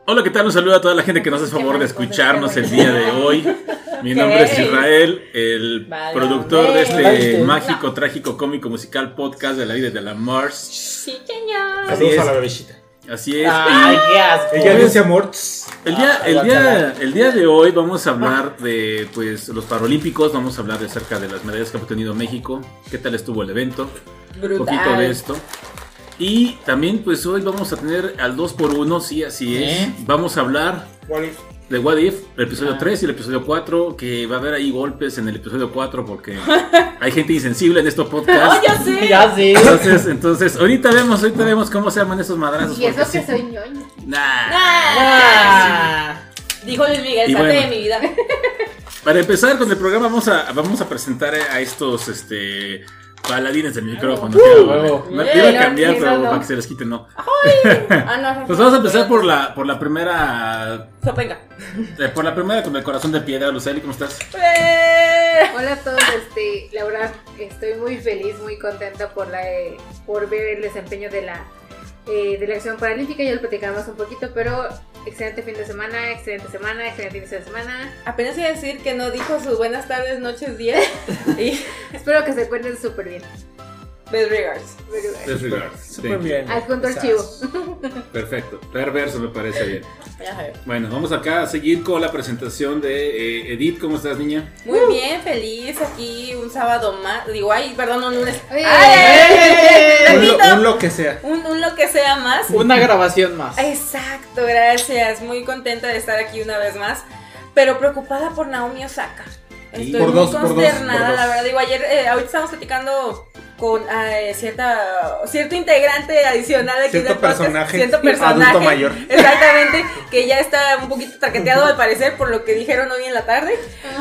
Hola, ¿qué tal? Un saludo a toda la gente que nos hace favor de escucharnos el día de hoy. Mi nombre es Israel, el productor de este mágico, trágico, cómico, musical podcast de la vida y del amor. Sí, señor. Saludos a la bebecita. Así es. Ay, qué asco. Ella dice amor. El día de hoy vamos a hablar de los Paralímpicos. Vamos a hablar acerca de las medallas que ha obtenido México. ¿Qué tal estuvo el evento? Brutal. Un poquito de esto. Y también pues hoy vamos a tener al 2x1, sí, así es. Vamos a hablar de What If, el episodio 3 y el episodio 4, que va a haber ahí golpes en el episodio 4 porque hay gente insensible en estos podcasts. Ya sé. Entonces, ahorita vemos cómo se arman esos madrazos. Y eso que soy ñoño. Dijo Luis Miguel, Y salte bueno. de mi vida. Para empezar con el programa vamos a presentar a estos paladines del micrófono. Me iba a cambiar, pero para que se les quite, no. No. Pues vamos a empezar por la primera. Sopenga. Por la primera con el corazón de piedra. Luceli, ¿cómo estás? Hola a todos, la verdad estoy muy feliz, muy contenta por ver el desempeño de la acción paralímpica. Ya lo platicamos un poquito, pero excelente fin de semana, excelente inicio de semana. Apenas iba a decir que no dijo sus buenas tardes, noches, días. Y Espero que se encuentren súper bien. best regards. Best regards. Súper bien. Adjunto archivo. Perfecto. Perverso, me parece bien. Ya sabes. Bueno, vamos acá a seguir con la presentación de Edith. ¿Cómo estás, niña? Muy bien, feliz aquí un sábado más. Digo, un lunes. Oye, Un lo que sea. Un lo que sea más. Una grabación más. Exacto, gracias. Muy contenta de estar aquí una vez más. Pero preocupada por Naomi Osaka. Estoy Por muy dos, consternada, la verdad. Digo, ayer, ahorita estamos platicando con cierto integrante adicional aquí Cierto del podcast. personaje. Cierto personaje. Adulto mayor. Exactamente, que ya está un poquito traqueteado al parecer por lo que dijeron hoy en la tarde.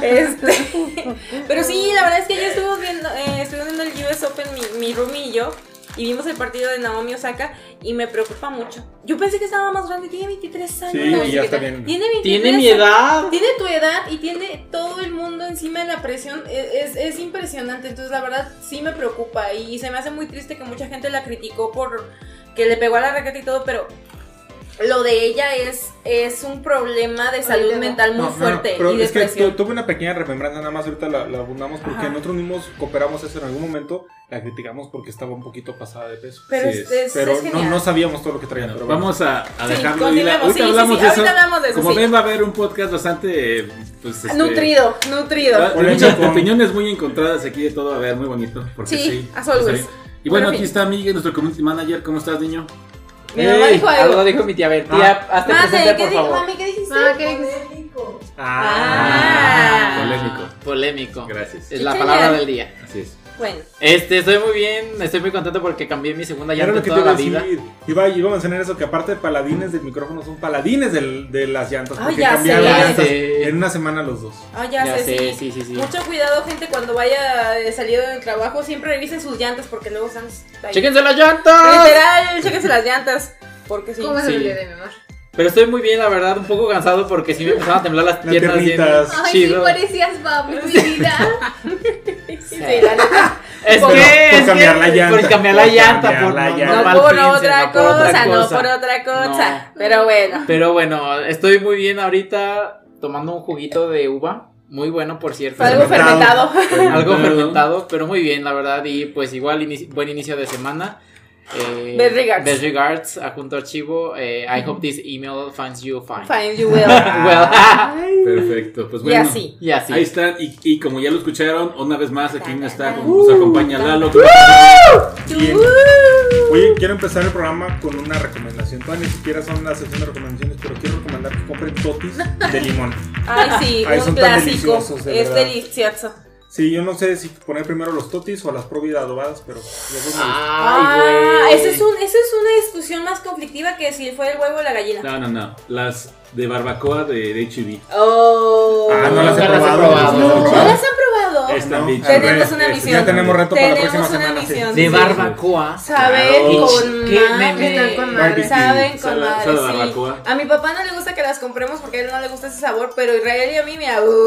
Pero sí, la verdad es que ayer estuvimos viendo el US Open, mi roomie y yo. Y vimos el partido de Naomi Osaka y me preocupa mucho. Yo pensé que estaba más grande, tiene 23 años. Sí, no, y ya está bien. Tiene 23 Tiene mi edad. Tiene tu edad y tiene todo el mundo encima de la presión. Es impresionante. Entonces, la verdad, sí me preocupa. Y se me hace muy triste que mucha gente la criticó por que le pegó a la raqueta y todo, pero lo de ella es un problema de salud mental muy fuerte pero y es que depresión. tuve una pequeña remembranza, nada más ahorita la abundamos porque Ajá. nosotros mismos cooperamos eso en algún momento, la criticamos porque estaba un poquito pasada de peso. Pero Sí, Pero es genial. no sabíamos todo lo que traían. Bueno, Pero bueno. vamos a Sí, dejarlo. continuemos. Ahorita Sí, hablamos sí, de eso. ahorita hablamos de eso, Como sí. ven, va a haber un podcast bastante Nutrido. de muchas opiniones muy encontradas aquí de todo. A ver, muy bonito. Porque Sí, as pues, always. ahí. Y bueno, Pero aquí fin. está Miguel, nuestro community manager. ¿Cómo estás, niño? Mi mamá dijo algo. Dijo mi tía. A ver, tía, hazte Mate, presente, ¿qué por favor. Mami, ¿qué dijiste? Ah. Polémico. Polémico. Gracias. Es la Qué palabra genial. del día. Así es. Bueno. Estoy muy bien, estoy muy contento porque cambié mi segunda Era llanta lo que te toda iba a la vida. decir. Iba a mencionar eso, que aparte de paladines del micrófono, son paladines de las llantas. Ay, Porque ya cambiaron sé. llantas Ya sé. en una semana los dos. Ya Ya sé, sé, sí. sí. Mucho cuidado, gente, cuando vaya de salida del trabajo, siempre revisen sus llantas porque luego están ahí. ¡Chéquense las llantas! Literal, chéquense las llantas. Porque sí. ¿Cómo se Sí. olvidó de mi amor? Pero estoy muy bien, la verdad, un poco cansado porque sí me empezaron a temblar las piernas bien piernitas. Ay, chido. sí parecías Bambi, mi vida. Sí, la neta. Es Por cambiar la llanta. Por cambiar la Por llanta. cambiar por la no- llanta. No mal por piensen, otra no por otra cosa, no cosa. por otra cosa. No. Pero bueno. Pero bueno, estoy muy bien ahorita tomando un juguito de uva. Muy bueno, por cierto. Algo fermentado. Algo fermentado, pero muy bien, la verdad. Y pues igual, buen inicio de semana. Best regards. Best regards, adjunto archivo. I hope this email finds you fine. Fine, you will. Well, Perfecto. Pues Y bueno. así. y así. Ahí están. Y como ya lo escucharon, una vez más aquí está. Nos acompaña Lalo. Bien. Oye, quiero empezar el programa con una recomendación. Todavía ni siquiera son una sección de recomendaciones, pero quiero recomendar que compren totis de limón. Ay, sí, Ay, un son tan clásico. deliciosos, de Es verdad. delicioso. Sí, yo no sé si poner primero los totis o las Provida adobadas, pero los dos me gustan. Ay, güey. Esa es una discusión más conflictiva que si fue el huevo o la gallina. No. Las de barbacoa de H-E-B. Oh. Ah, no las he Nunca las he probado. probado. ¿No las han probado? Están No. bien Tenemos chidas. una misión. Ya tenemos reto para la próxima Tenemos una semana. sí. misión. De Sí. barbacoa. Saben Claro. con ¿Qué? madre. Están con madre. Barbecue. Saben con Sabe madre, sí. barbacoa. A mi papá no le gusta que las compremos porque a él no le gusta ese sabor, pero a Israel y a mí me No es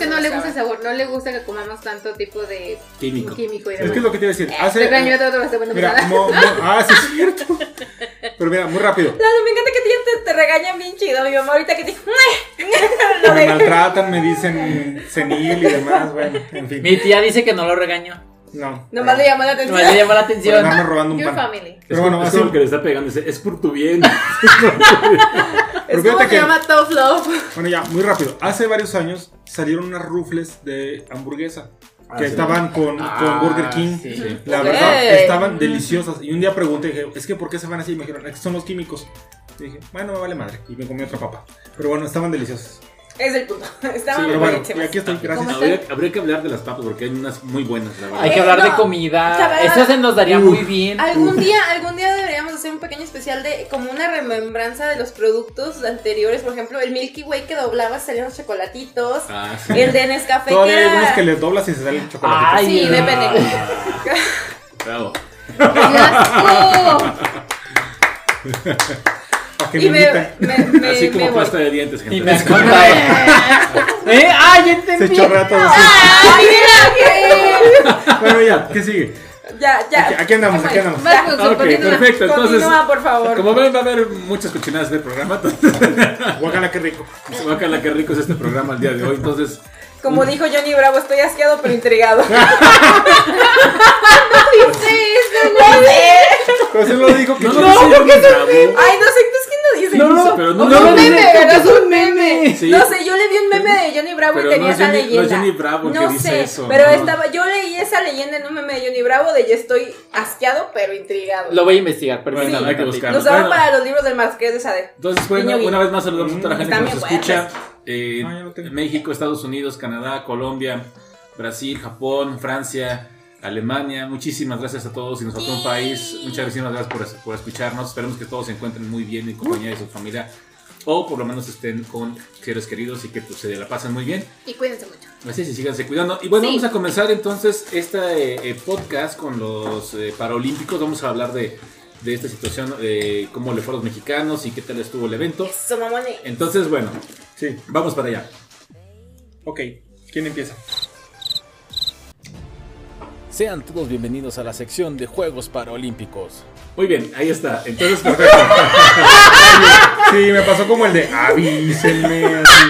que no le gusta el sabor, no le gusta que comamos tanto tipo de químico y Es que es lo que te iba a decir. regañó a todos de buena Mira, sí es cierto. Pero mira, muy rápido. Lalo, me encanta que te regañan bien chido. Mi mamá ahorita que te... Me maltratan, me dicen senil y demás, bueno, en fin. Mi tía dice que no lo regaño. No. Nomás le llamó la atención. No le llama la Por atención. andarme robando un Your pan. family. Pero bueno, es así. como que le está pegando. Dice, es por tu bien. Es Pero como fíjate se llama Tough Love. Bueno, ya, muy rápido. Hace varios años salieron unas rufles de hamburguesa que estaban con Burger King. Sí. La Ok. verdad, estaban deliciosas. Y un día pregunté, dije, es que ¿por qué se van así? Y me dijeron, es que son los químicos. Y dije, bueno, me vale madre. Y me comí otra papa. Pero bueno, estaban deliciosas. Es el punto. Estaban Pero muy bueno, y buenísimas. aquí estoy, gracias. Habría que hablar de las papas porque hay unas muy buenas, la verdad. Hay que hablar de No, comida. chaval. Eso se nos daría muy bien. Algún día deberíamos hacer un pequeño especial de como una remembranza de los productos anteriores. Por ejemplo, el Milky Way que doblabas salían los chocolatitos. Ah, sí. El de Nescafé que Todavía hay unos era... que les doblas y se sale el chocolate. Ay, Sí, no. depende. Bravo. Para que Y me inviten. Así como voy. pasta de dientes, gente. Y me has contado. ¡Ah, ya entendí! Se chorrea todo así. ¡Ay, mira! Bueno, ya, ¿qué sigue? Ya. Aquí andamos, aquí andamos. Más producción, Ok, continúa. perfecto. Entonces, Continúa, por favor. como ven, va a haber muchas cochinadas del programa. Entonces, Guácala, qué rico. guácala, qué rico es este programa el día de hoy. Entonces, Como dijo Johnny Bravo, estoy asqueado pero intrigado. Pero se lo digo que no, chido. no, Ay, no sé, bravo. es que no dice. No, Pero no, no, no, no, lo meme, dice, pero es un meme. Sí. No sé, yo le vi un meme de Johnny Bravo Pero y tenía no es esa Johnny- no es leyenda. Johnny Bravo que no dice sé, eso, pero no. yo leí esa leyenda en un meme de Johnny Bravo de yo estoy asqueado pero intrigado. Lo voy a investigar, pero Bueno, hay que buscarlo. Nos daban Bueno. para los libros del Marqués de Sade. Entonces, bueno, Niño una vez más saludamos a toda la gente que Están nos bien escucha. Ah, ya lo tengo. México, Estados Unidos, Canadá, Colombia, Brasil, Japón, Francia, Alemania. Muchísimas gracias a todos. Si nos faltó un país, muchas gracias por escucharnos. Esperemos que todos se encuentren muy bien en compañía de su familia. O por lo menos estén con seres queridos y que pues, se la pasen muy bien. Y cuídense mucho. Así es, y síganse cuidando. Y bueno, Sí. vamos a comenzar entonces este podcast con los Paralímpicos. Vamos a hablar de esta situación, cómo le fue a los mexicanos y qué tal estuvo el evento. Eso, mamones. Entonces, bueno, Sí, vamos para allá. ok. ¿Quién empieza? Sean todos bienvenidos a la sección de Juegos Paralímpicos. Muy bien, ahí está. Entonces, perfecto. Sí, me pasó como el de avísenme. Así.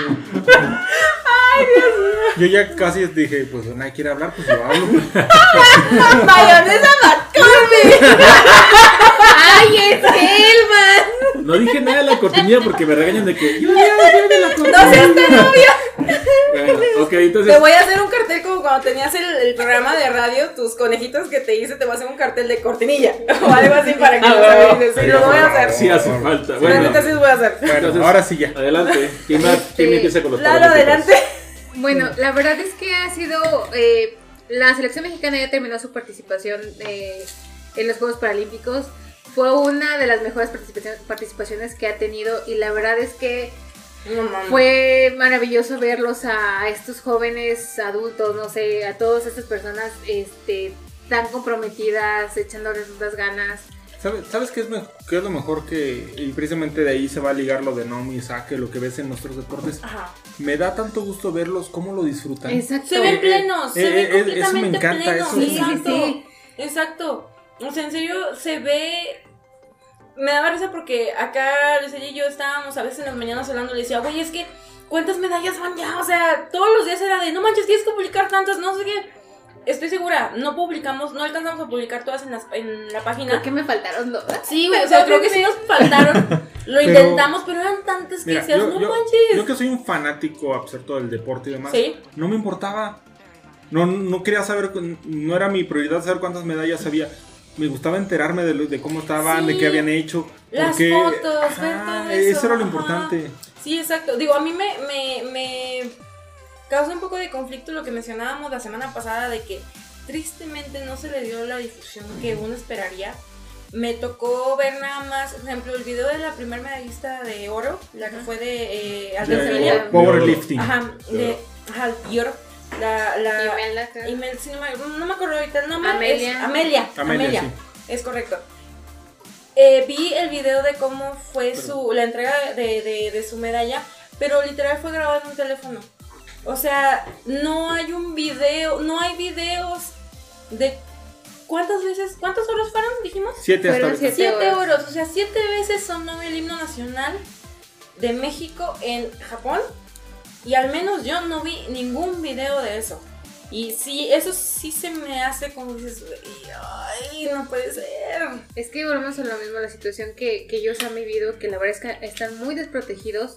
Ay, Dios mío. Yo ya casi dije, pues nadie quiere hablar, pues yo hablo. ¡Mayonesa McCormick! ¡Ay, es Helman! No dije nada de la cortinilla porque me regañan de que. ¡No seas tan obvio! Bueno, ok, Te entonces. voy a hacer un cartel como cuando tenías el programa de radio, tus conejitos que te hice, te voy a hacer un cartel de cortinilla o algo así para que los avises. Sí, lo voy a hacer. Sí hace falta. La Bueno, neta sí lo voy a hacer. Bueno, Entonces, ahora sí ya. adelante. ¿Quién empieza con los Lalo, Paralímpicos? adelante. Bueno, la verdad es que ha sido... la selección mexicana ya terminó su participación en los Juegos Paralímpicos. Fue una de las mejores participaciones que ha tenido y la verdad es que No mames. fue maravilloso verlos a estos jóvenes adultos, no sé, a todas estas personas tan comprometidas, echándoles tantas ganas. ¿Sabes qué es lo mejor que, y precisamente de ahí se va a ligar lo de Naomi Osaka, lo que ves en nuestros deportes? Ajá. Me da tanto gusto verlos, cómo lo disfrutan. Exacto. Se ven plenos, se ven completamente eso me encanta, plenos. eso me Exacto. encanta. Sí. Exacto. O sea, en serio, se ve. Me daba risa porque acá Luis y yo estábamos a veces en las mañanas hablando y le decía, güey, es que ¿cuántas medallas van ya? O sea, todos los días era de, no manches, tienes que publicar tantas, no sé qué. Estoy segura, no alcanzamos a publicar todas en la página. Creo que me faltaron dos. Sí, güey, o sea, creo que sí nos faltaron. Lo Pero- intentamos, pero eran tantas que Mira, decías, no manches. yo que soy un fanático absurdo del deporte y demás, Sí. no me importaba. No quería saber, no era mi prioridad saber cuántas medallas había. Me gustaba enterarme de cómo estaban, Sí. de qué habían hecho. Las porque, fotos, ver todo eso. eso era lo ajá. importante. Sí, exacto. Digo, a mí me causa un poco de conflicto lo que mencionábamos la semana pasada de que tristemente no se le dio la difusión que uno esperaría. Me tocó ver nada más, por ejemplo, el video de la primer medallista de oro, la que fue de halterofilia. Powerlifting. Ajá, de oro. Imelda, creo. Imel, sí, no me acuerdo ahorita el nombre. Amelia. Es Amelia. Amelia, sí. Es correcto. Vi el video de cómo fue la entrega de su medalla, pero literal fue grabado en un teléfono. O sea, no hay un video, no hay videos de ¿cuántas horas fueron, dijimos? 7 hasta ahorita. 7 horas, o sea, 7 veces sonó el himno nacional de México en Japón y al menos yo no vi ningún video de eso. Y sí, eso sí se me hace como dices, ay, no puede ser. Es que volvemos a lo mismo, la situación que ellos han vivido, que la verdad es que están muy desprotegidos,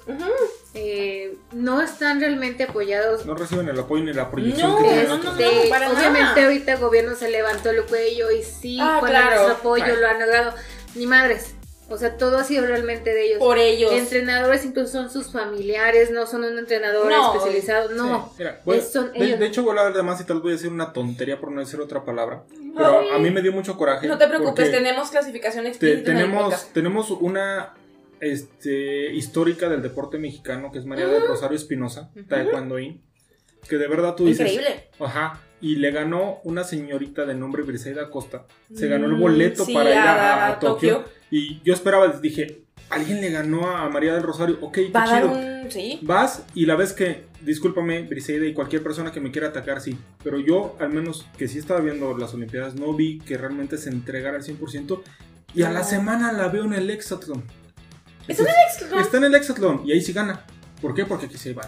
no están realmente apoyados. No reciben el apoyo ni la proyección No, que tienen no, otros. para obviamente nada. ahorita el gobierno se levantó el cuello y sí, con claro. nuestro apoyo Claro. lo han logrado. Ni madres. O sea, todo ha sido realmente de ellos. Por ellos. Entrenadores incluso son sus familiares, no son un entrenador especializado, no. Sí, mira, son ellos. de hecho voy a hablar de más y tal vez voy a decir una tontería por no decir otra palabra. Pero a mí me dio mucho coraje. No te preocupes, porque tenemos clasificación explícita en el podcast. tenemos una histórica del deporte mexicano que es María del Rosario Espinosa, taekwondoín, que de verdad tú dices, increíble. Ajá, y le ganó una señorita de nombre Briseida Acosta. Se ganó el boleto sí, para ir a Tokio. Y yo esperaba, dije, alguien le ganó a María del Rosario, ok, qué Va a dar chido. sí. Vas y la ves que, discúlpame Briseida y cualquier persona que me quiera atacar, sí, pero yo al menos que sí estaba viendo las Olimpiadas, no vi que realmente se entregara al 100% y a la semana la veo en el hexatlón. ¿Está en el hexatlón? Está en el hexatlón y ahí sí gana. ¿Por qué? Porque aquí sí hay varo.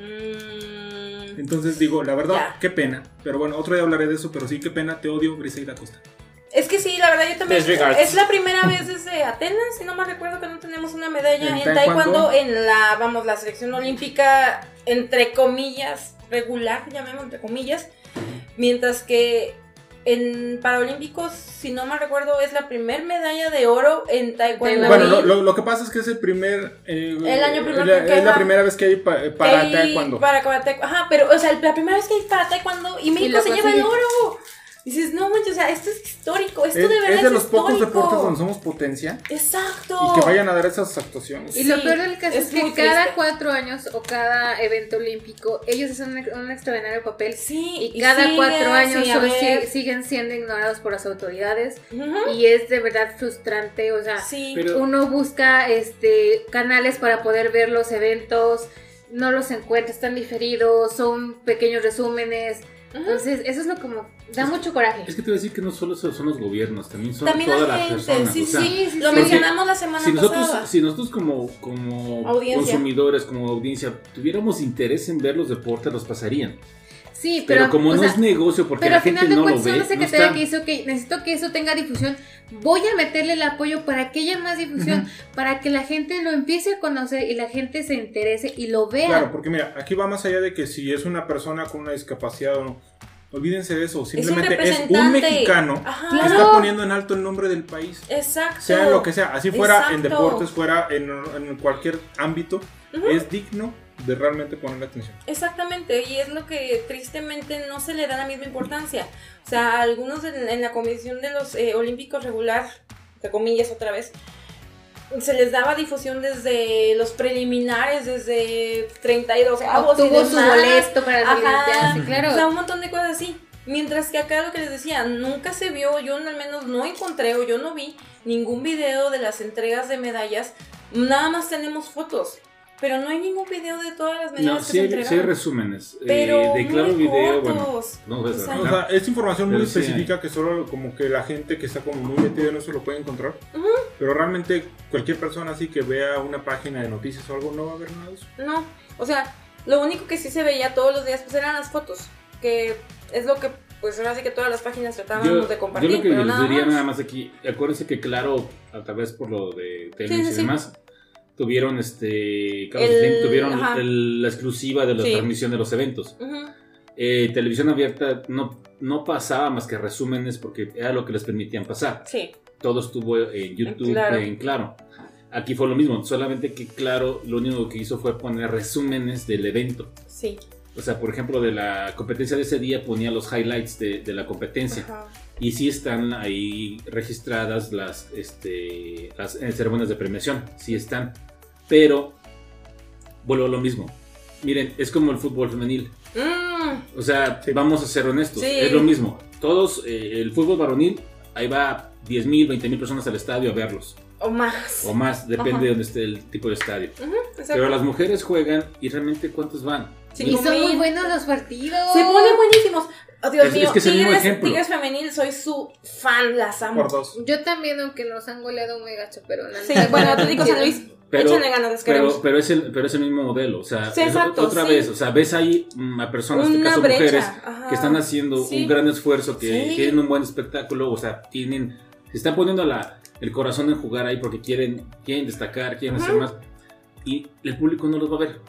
Entonces digo, la verdad, Ya. qué pena. Pero bueno, otro día hablaré de eso, pero sí, qué pena, te odio, Briseida Acosta. Es que sí, la verdad yo también. Disregards. Es la primera vez desde Atenas, si no me recuerdo, que no tenemos una medalla en taekwondo, taekwondo en la selección olímpica, entre comillas, regular, llamemos entre comillas. Mientras que en Paralímpicos, si no me recuerdo, es la primera medalla de oro en taekwondo. Bueno, lo que pasa es que es el primer. El año primero que es la ajá. primera vez que hay para taekwondo. Ajá, pero, o sea, la primera vez que hay para taekwondo y México lo se lleva el consigue. oro. Dices, no manches, o sea, esto es histórico, esto de verdad Es de los histórico. pocos deportes donde somos potencia. Exacto. Y que vayan a dar esas actuaciones. Y lo Sí, peor del caso es es muy que cada triste. 4 años o cada evento olímpico, ellos hacen un extraordinario papel. Sí, Y cada 4 años sí, a ver. siguen siendo ignorados por las autoridades. Ujú. Y es de verdad frustrante. O sea, Sí. Pero- uno busca canales para poder ver los eventos, no los encuentra, están diferidos, son pequeños resúmenes. Entonces, eso es lo como da mucho coraje. Es que te voy a decir que no solo son los gobiernos, también son También todas la las gente, personas. sí, o sea, sí, lo porque mencionamos la semana pasada. Si nosotros como Audiencia. consumidores, como audiencia, tuviéramos interés en ver los deportes, los pasarían. Sí, Pero como o no sea, es negocio, porque pero la al final gente de no lo cuentas ve, una no secretaria está. que hizo que necesito que eso tenga difusión, voy a meterle el apoyo para que haya más difusión, para que la gente lo empiece a conocer y la gente se interese y lo vea. Claro, porque mira, aquí va más allá de que si es una persona con una discapacidad o no. Olvídense de eso, simplemente es un representante. mexicano Ajá. que Claro. está poniendo en alto el nombre del país. Exacto. Sea lo que sea, así fuera en Exacto. deportes, fuera en cualquier ámbito, es digno de realmente ponerle atención. Exactamente, y es lo que tristemente no se le da la misma importancia. O sea, a algunos en la comisión de los olímpicos regular, de comillas otra vez, se les daba difusión desde los preliminares, desde 32 avos y Obtuvo su demás. boleto para las Ajá. Olimpiadas, sí, claro. O sea, un montón de cosas así. Mientras que acá lo que les decía, nunca se vio, yo al menos no encontré o yo no vi ningún video de las entregas de medallas. Nada más tenemos fotos, pero no hay ningún video de todas las medallas No, que sí se hay entregaron. resúmenes. Pero de claro muy video, cortos. bueno, no ves O sea, O sea, es información muy Pero sí específica que solo como que la gente que está como muy metida en eso lo puede encontrar. Pero realmente cualquier persona así que vea una página de noticias o algo no va a ver nada de eso. No, o sea, lo único que sí se veía todos los días pues eran las fotos, que es lo que pues ahora sí que todas las páginas tratábamos de compartir, yo lo que pero les nada diría más. nada más aquí, acuérdense que claro, a través por lo de Telmex Sí, sí, y demás, tuvieron Carlos Slim, tuvieron ajá. la exclusiva de la Sí. transmisión de los eventos. Ujú. Televisión abierta no pasaba más que resúmenes porque era lo que les permitían pasar. Sí, Todo estuvo en YouTube, Claro. en Claro. Aquí fue lo mismo, solamente que Claro lo único que hizo fue poner resúmenes del evento. sí. O sea, por ejemplo, de la competencia de ese día ponía los highlights de la competencia. Ajá. Y sí están ahí registradas las ceremonias de premiación, sí están. Pero vuelvo a lo mismo. Miren, es como el fútbol femenil. O sea, vamos a ser honestos, Sí. es lo mismo. Todos, el fútbol varonil, ahí va 10,000, 20,000 personas al estadio a verlos. O más. O más, depende Ajá. de donde esté el tipo de estadio. Ujú, exacto. Pero las mujeres juegan y realmente ¿cuántos van? Y son muy buenos los partidos. Se ponen buenísimos. Oh, Dios mío, es que es el mismo ejemplo. Tigres femenil, soy su fan, las amo. Por 2. Yo también, aunque nos han goleado muy gacho, pero Sí, bueno, Atlético San Luis, échenle ganas, les queremos. Pero es el mismo modelo, o sea, Sí, exacto, otra vez, o sea, ves ahí a personas, en este caso brecha, mujeres, ajá. que están haciendo un gran esfuerzo, que tienen un buen espectáculo, o sea, se están poniendo el corazón en jugar ahí porque quieren destacar, quieren hacer más, y el público no los va a ver.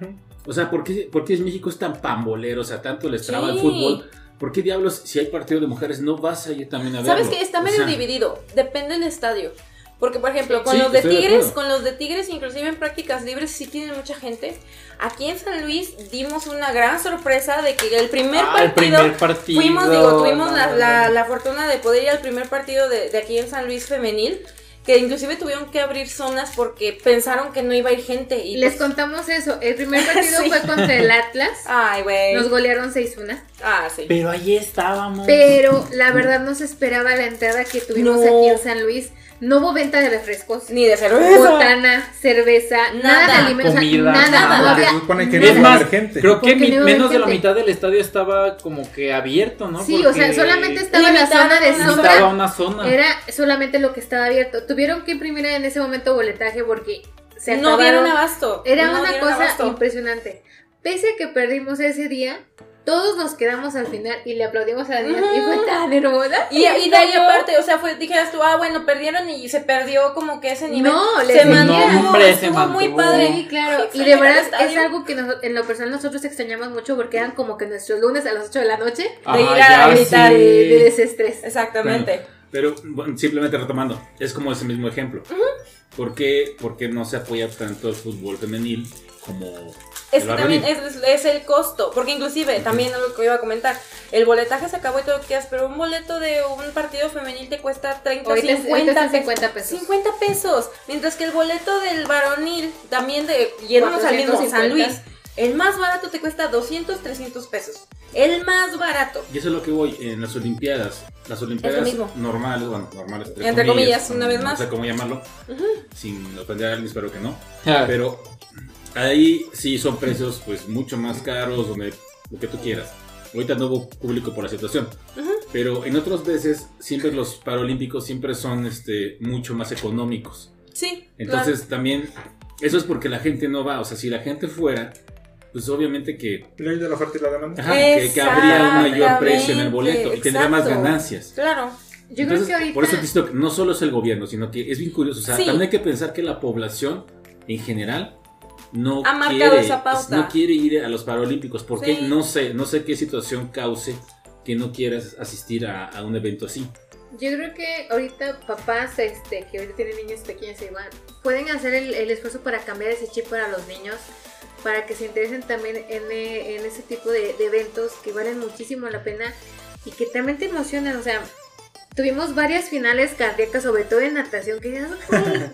O sea, ¿por qué México es tan pambolero? O sea, tanto les traba el fútbol. ¿Por qué diablos, si hay partido de mujeres, no vas a ir también a verlo? ¿Sabes qué? Está medio dividido. Depende del estadio. Porque, por ejemplo, con los de Tigres, inclusive en prácticas libres, sí tienen mucha gente. Aquí en San Luis dimos una gran sorpresa de que el primer partido tuvimos la fortuna de poder ir al primer partido de aquí en San Luis femenil. Que inclusive tuvieron que abrir zonas porque pensaron que no iba a ir gente. Y les contamos eso. El primer partido fue contra el Atlas. Ay, güey. Nos golearon 6-1. Ah, sí. Pero ahí estábamos. Pero la verdad no se esperaba la entrada que tuvimos aquí en San Luis. No hubo venta de refrescos, ni de cerveza, botana, cerveza, nada de alimentos, comida, nada. No había, es más, creo que menos de la mitad del estadio estaba como que abierto, ¿no? Sí, porque o sea, solamente estaba la zona de sombra. Estaba una zona. Era solamente lo que estaba abierto. Tuvieron que imprimir en ese momento boletaje porque se acabaron. No dieron abasto. Era una cosa impresionante. Pese a que perdimos ese día, todos nos quedamos al final y le aplaudimos a la niña y fue tan hermosa. Y de ahí aparte, o sea, dijeras tú, bueno, perdieron y se perdió como que ese nivel. No, se mantuvo muy padre. Sí, claro. Y de verdad es algo que en lo personal nosotros extrañamos mucho porque eran como que nuestros lunes a las 8 de la noche de ir a gritar de desestrés. Exactamente. Bueno, pero bueno, simplemente retomando, es como ese mismo ejemplo. ¿Por qué no se apoya tanto el fútbol femenil como... Es que también es el costo, porque inclusive, también lo que iba a comentar, el boletaje se acabó y todo lo que quieras, pero un boleto de un partido femenil te cuesta 50 pesos. 50 pesos, mientras que el boleto del varonil, también yéndonos al mismo San Luis, el más barato te cuesta 200, 300 pesos. El más barato. Y eso es lo que voy en las Olimpiadas. Las Olimpiadas normales, normales entre comillas, una vez más. No sé cómo llamarlo, sin ofender a alguien, espero que no. Pero... ahí sí son precios pues mucho más caros, donde lo que tú quieras. Ahorita no hubo público por la situación, pero en otras veces siempre los paralímpicos siempre son mucho más económicos. Sí. Entonces también eso es porque la gente no va, o sea, si la gente fuera, pues obviamente que ley de la oferta y la demanda. Que habría un mayor precio en el boleto y tendría más ganancias. Claro. Yo Entonces, creo que ahorita... por eso te digo que no solo es el gobierno, sino que es bien curioso, o sea, también hay que pensar que la población en general no quiere ir a los Paralímpicos porque no sé qué situación cause que no quieras asistir a un evento así. Yo creo que ahorita papás que ahorita tienen niños pequeños igual pueden hacer el esfuerzo para cambiar ese chip para los niños, para que se interesen también en ese tipo de eventos que valen muchísimo la pena y que también te emocionan. O sea, tuvimos varias finales cardíacas, sobre todo en natación, que dices, ¡corre!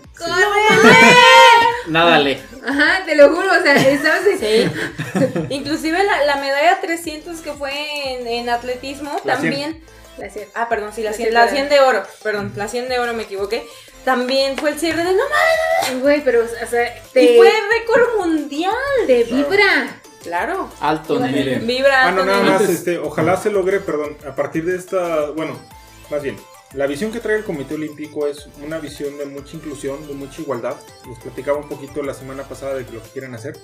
Nádale. Ajá, te lo juro, o sea, estabas sí. Inclusive la medalla 300 que fue en atletismo, también... La 100. Perdón, sí, la 100 de oro. Perdón, la 100 de oro, me equivoqué. También fue el cierre de... ¡No mames! Güey, pero, o sea... Y fue récord mundial. De vibra. Claro. Alto nivel. Vibra alto nada más, ojalá se logre, a partir de esta... Bueno, más bien... La visión que trae el Comité Olímpico es una visión de mucha inclusión, de mucha igualdad. Les platicaba un poquito la semana pasada de lo que quieren hacer.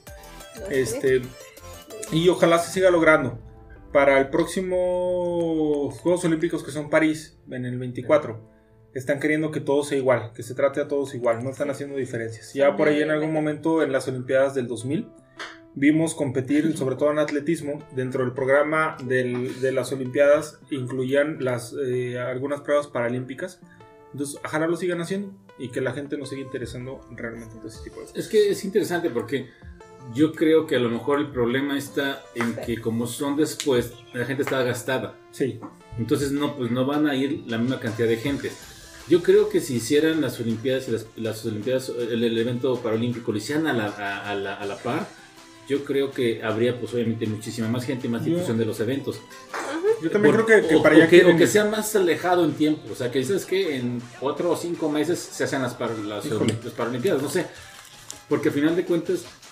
Y ojalá se siga logrando. Para el próximo Juegos Olímpicos, que son París, en el 24, están queriendo que todo sea igual, que se trate a todos igual, no están haciendo diferencias. Ya por ahí en algún momento en las Olimpiadas del 2000 vimos competir, sobre todo en atletismo, dentro del programa de las Olimpiadas incluían algunas pruebas paralímpicas. Entonces, ojalá lo sigan haciendo y que la gente nos siga interesando realmente en ese tipo de cosas. Es que es interesante porque yo creo que a lo mejor el problema está en que como son después, la gente está gastada. Sí. Entonces no van a ir la misma cantidad de gente. Yo creo que si hicieran las Olimpiadas y las Olimpiadas, el evento paralímpico lo hicieran a la par, yo creo que habría pues obviamente muchísima más gente y más difusión de los eventos. Yo también creo que para allá que sea más alejado en tiempo. O sea, que dices que en 4 o 5 meses se hacen las Paralimpiadas, no sé. Porque al final de cuentas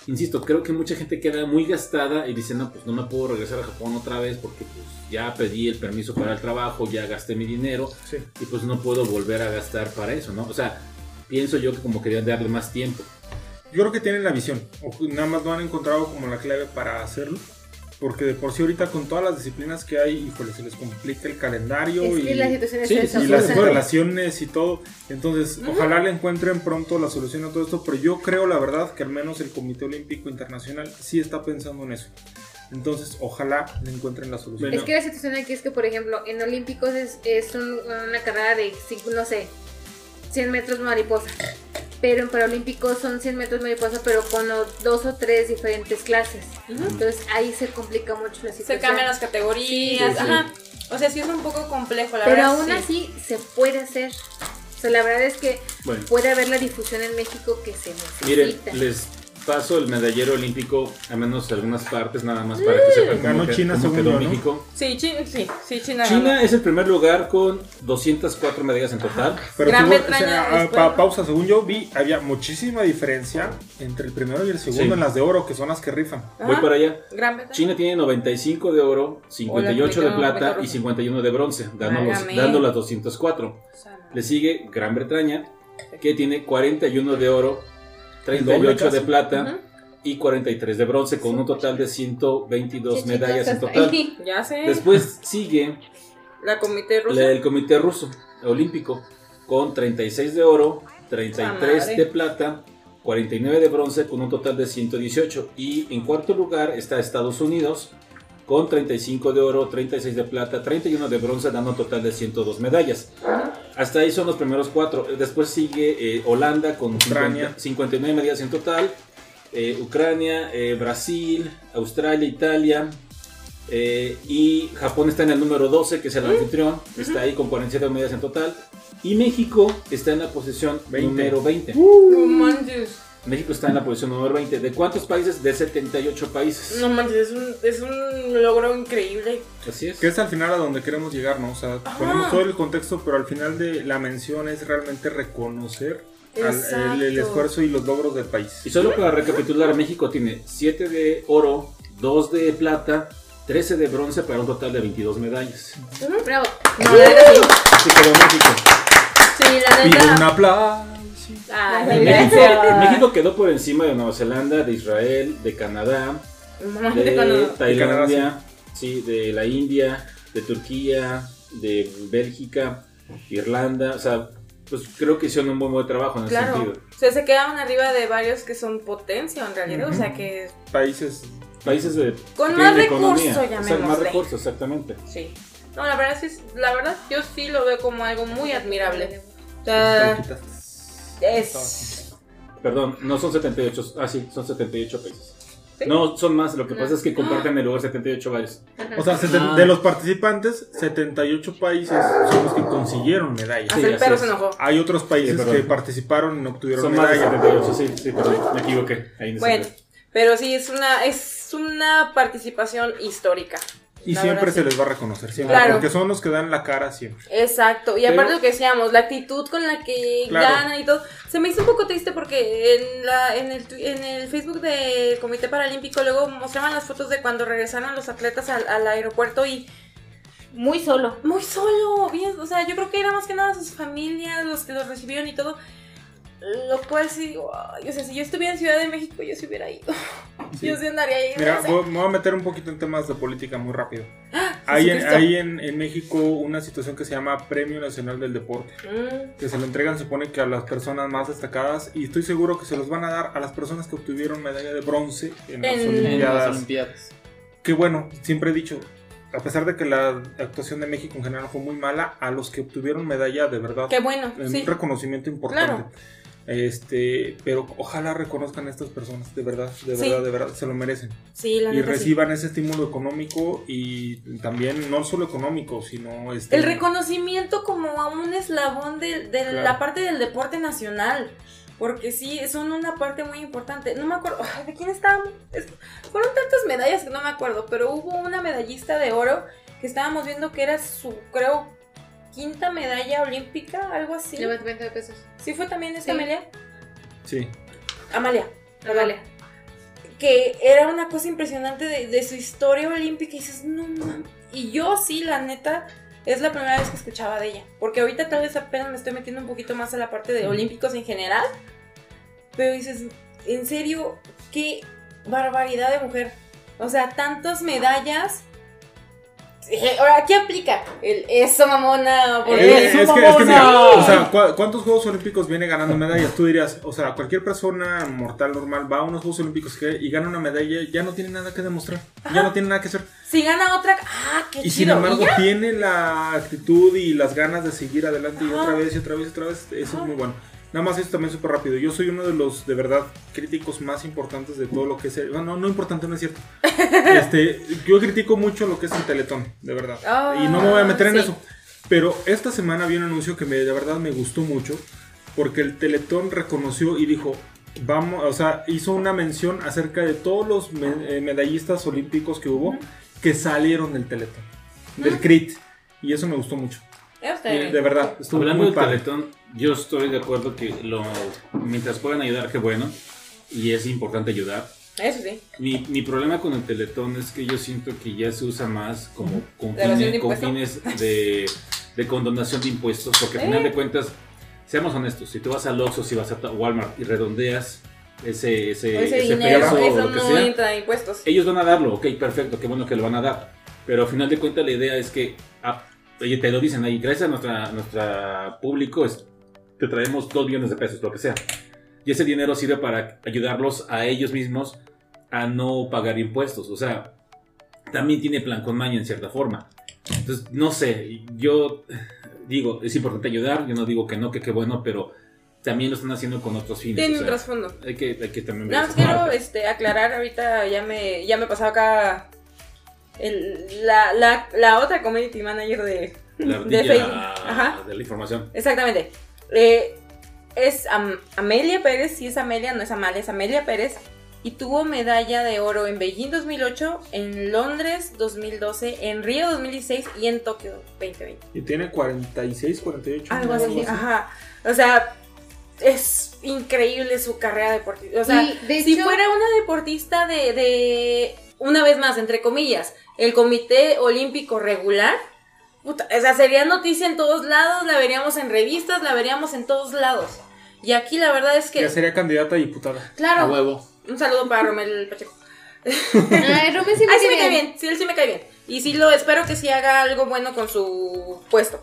insisto, creo que mucha gente queda muy gastada y dice, no, pues no me puedo regresar a Japón otra vez porque pues ya pedí el permiso para el trabajo, ya gasté mi dinero y pues no puedo volver a gastar para eso, ¿no? O sea, pienso yo que como querían darle más tiempo. Yo creo que tienen la visión, o nada más no han encontrado como la clave para hacerlo. Porque de por sí ahorita con todas las disciplinas que hay, híjole, se les complica el calendario y la situación es y las instalaciones y todo. Entonces, ojalá le encuentren pronto la solución a todo esto. Pero yo creo, la verdad, que al menos el Comité Olímpico Internacional sí está pensando en eso. Entonces, ojalá le encuentren la solución. Es que la situación aquí es que, por ejemplo, en Olímpicos es una carrera de, no sé, 100 metros mariposa. Pero en Paralímpicos son 100 metros mariposa, pero con 2 o 3 diferentes clases. Entonces ahí se complica mucho la situación. Se cambian las categorías, ajá. O sea, sí es un poco complejo, la pero verdad. Pero aún así se puede hacer. O sea, la verdad es que puede haber la difusión en México que se necesita. Miren, les paso el medallero olímpico, a menos algunas partes nada más para que sepan ganó China segundo, ¿no? México. Sí, China. China es el primer lugar con 204 medallas en total. Pero Gran Bretaña pausa, según yo vi, había muchísima diferencia entre el primero y el segundo en las de oro, que son las que rifan. Voy para allá. Gran Bretaña. China tiene 95 de oro, 58 de plata y 51 de bronce, dando las 204. Le sigue Gran Bretaña, que tiene 41 de oro, 38 de plata y 43 de bronce, con un total de 122 medallas en total. Ya sé. Después sigue el Comité Ruso Olímpico, con 36 de oro, 33 de plata, 49 de bronce, con un total de 118. Y en cuarto lugar está Estados Unidos, con 35 de oro, 36 de plata, 31 de bronce, dando un total de 102 medallas. Hasta ahí son los primeros 4. Después sigue Holanda con 59 medallas en total. Ucrania, Brasil, Australia, Italia. Y Japón está en el número 12, que es el anfitrión. Está ahí con 47 medallas en total. Y México está en la posición número 20. No manches. México está en la posición número 20. ¿De cuántos países? De 78 países. No manches, es un logro increíble. Así es. Que es al final a donde queremos llegar, ¿no? O sea, ponemos todo el contexto, pero al final de la mención es realmente reconocer el esfuerzo y los logros del país. Y solo para recapitular, México tiene 7 de oro, 2 de plata, 13 de bronce, para un total de 22 medallas. Bravo. No, la neta sí. Así quedó México. Sí, la neta. Pido un aplauso. México quedó por encima de Nueva Zelanda, de Israel, de Canadá, de Tailandia, sí, de la India, de Turquía, de Bélgica, Irlanda. O sea, pues creo que hicieron un muy buen trabajo en ese sentido. O sea, se quedaron arriba de varios que son potencia en realidad. O sea, que países con más recursos, llamémosle. O sea, más recursos, exactamente. Sí. No, la verdad yo sí lo veo como algo muy admirable. O sea, Perdón, no son 78, sí, son 78 países. ¿Sí? No, son más, lo que pasa es que comparten el lugar 78 varios. O sea, de los participantes, 78 países son los que consiguieron medallas. Hasta el perro se enojó. Hay otros países que participaron y no obtuvieron medallas. Son más de 78, sí, perdón, me equivoqué. Bueno, pero sí, es una participación histórica. Y siempre se les va a reconocer, siempre, porque son los que dan la cara siempre. Exacto, y aparte lo que decíamos, la actitud con la que ganan y todo, se me hizo un poco triste porque en el Facebook del Comité Paralímpico luego mostraban las fotos de cuando regresaron los atletas al aeropuerto y muy solo, bien, o sea, yo creo que eran más que nada sus familias los que los recibieron y todo. Lo cual sí, o sea, si yo estuviera en Ciudad de México, yo sí hubiera ido. Sí. Yo sí andaría ahí. Mira, me voy a meter un poquito en temas de política muy rápido. Hay en México una situación que se llama Premio Nacional del Deporte, que se lo entregan, supone que a las personas más destacadas, y estoy seguro que se los van a dar a las personas que obtuvieron medalla de bronce en las Olimpiadas. Que bueno, siempre he dicho, a pesar de que la actuación de México en general fue muy mala, a los que obtuvieron medalla de verdad, qué bueno, un reconocimiento importante. Claro. Pero ojalá reconozcan a estas personas, de verdad, se lo merecen. Sí, y reciban ese estímulo económico y también no solo económico, sino el reconocimiento como a un eslabón de la parte del deporte nacional. Porque sí, son una parte muy importante. No me acuerdo, ¿de quién estábamos? Fueron tantas medallas que no me acuerdo, pero hubo una medallista de oro que estábamos viendo que era su, creo, quinta medalla olímpica, algo así. Levantamiento de pesos. ¿Sí fue también esta Amelia? Sí. Amalia. que era una cosa impresionante de su historia olímpica y dices, no mames. Y yo sí, la neta, es la primera vez que escuchaba de ella, porque ahorita tal vez apenas me estoy metiendo un poquito más a la parte de olímpicos en general, pero dices, en serio, qué barbaridad de mujer, o sea, tantas medallas. Ahora, ¿qué aplica? Eso, mamona, porque es que mira, o sea, ¿cuántos Juegos Olímpicos viene ganando medallas? Tú dirías, o sea, cualquier persona mortal normal va a unos Juegos Olímpicos y gana una medalla, ya no tiene nada que demostrar, ya no tiene nada que hacer. Si gana otra, qué chido. Y sin embargo tiene la actitud y las ganas de seguir adelante y otra vez y otra vez y otra vez, eso es muy bueno. Nada más esto también súper rápido. Yo soy uno de los, de verdad, críticos más importantes de todo lo que es... No importante, no es cierto. Yo critico mucho lo que es el Teletón, de verdad. Y no me voy a meter en eso. Pero esta semana había un anuncio que de verdad me gustó mucho. Porque el Teletón reconoció y dijo... Vamos, o sea, hizo una mención acerca de todos los medallistas olímpicos que hubo que salieron del Teletón. Del CRIT. Y eso me gustó mucho. De verdad, estuvo hablando muy del Teletón, yo estoy de acuerdo que mientras puedan ayudar, qué bueno, y es importante ayudar. Eso sí. Mi problema con el Teletón es que yo siento que ya se usa más como con fines de condonación de impuestos, porque al final de cuentas, seamos honestos, si tú vas al Oxxo, si vas a Walmart y redondeas ese dinero, peso eso o lo que no sea, entra en impuestos. Ellos van a darlo, ok, perfecto, qué bueno que lo van a dar, pero al final de cuentas la idea es que oye, te lo dicen ahí, gracias a nuestra público, te traemos 2 millones de pesos, lo que sea. Y ese dinero sirve para ayudarlos a ellos mismos a no pagar impuestos. O sea, también tiene plan con maña en cierta forma. Entonces, no sé, yo digo, es importante ayudar, yo no digo que no, que qué bueno, pero también lo están haciendo con otros fines. Tiene un trasfondo. Hay que también ver. Nada más quiero aclarar, ahorita ya me pasaba acá... La otra community manager de Facebook. Ajá. De la información. Exactamente. Es Amelia Pérez, sí es Amelia, no es Amalia, es Amelia Pérez. Y tuvo medalla de oro en Beijing 2008, en Londres 2012, en Río 2016 y en Tokio 2020. Y tiene 46, 48 algo así. Ajá. O sea, es increíble su carrera deportiva. O sea, si fuera una deportista de una vez más, entre comillas, el Comité Olímpico Regular, puta, o sea, sería noticia en todos lados, la veríamos en revistas, la veríamos en todos lados. Y aquí la verdad es que... Ya sería candidata a diputada. Claro. A huevo. Un saludo para Romel Pacheco. Ay, Romel sí me cae bien. Sí, él sí me cae bien. Y sí espero que sí haga algo bueno con su puesto.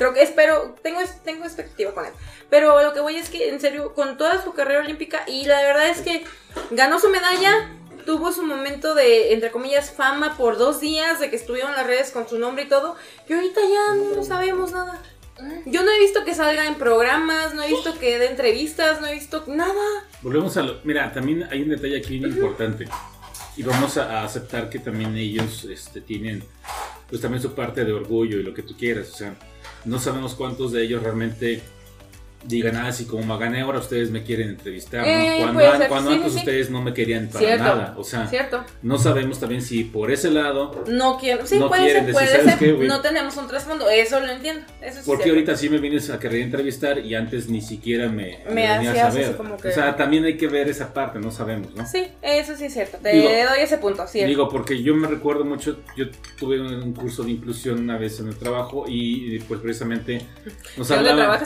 Tengo expectativa con él. Pero lo que voy es que, en serio, con toda su carrera olímpica, y la verdad es que ganó su medalla, tuvo su momento de, entre comillas, fama por 2 días, de que estuvieron en las redes con su nombre y todo, y ahorita ya no sabemos nada. Yo no he visto que salga en programas, no he visto que dé entrevistas, no he visto nada. Volvemos a mira, también hay un detalle aquí bien importante. Y vamos a aceptar que también ellos tienen pues también su parte de orgullo y lo que tú quieras. O sea, no sabemos cuántos de ellos realmente digan, así como gané ahora ustedes me quieren entrevistar, ¿no? Cuando antes ustedes no me querían para nada. O sea, no sabemos también si por ese lado no quiero, sí, no puede ser, no tenemos un trasfondo, eso lo entiendo. Eso sí, porque ahorita sí me vienes a querer entrevistar y antes ni siquiera me venía a saber. Como que... O sea, también hay que ver esa parte, no sabemos, ¿no? Sí, eso sí es cierto, te doy ese punto, cierto. Digo, porque yo me recuerdo mucho, yo tuve un curso de inclusión una vez en el trabajo y pues precisamente nos hablaban...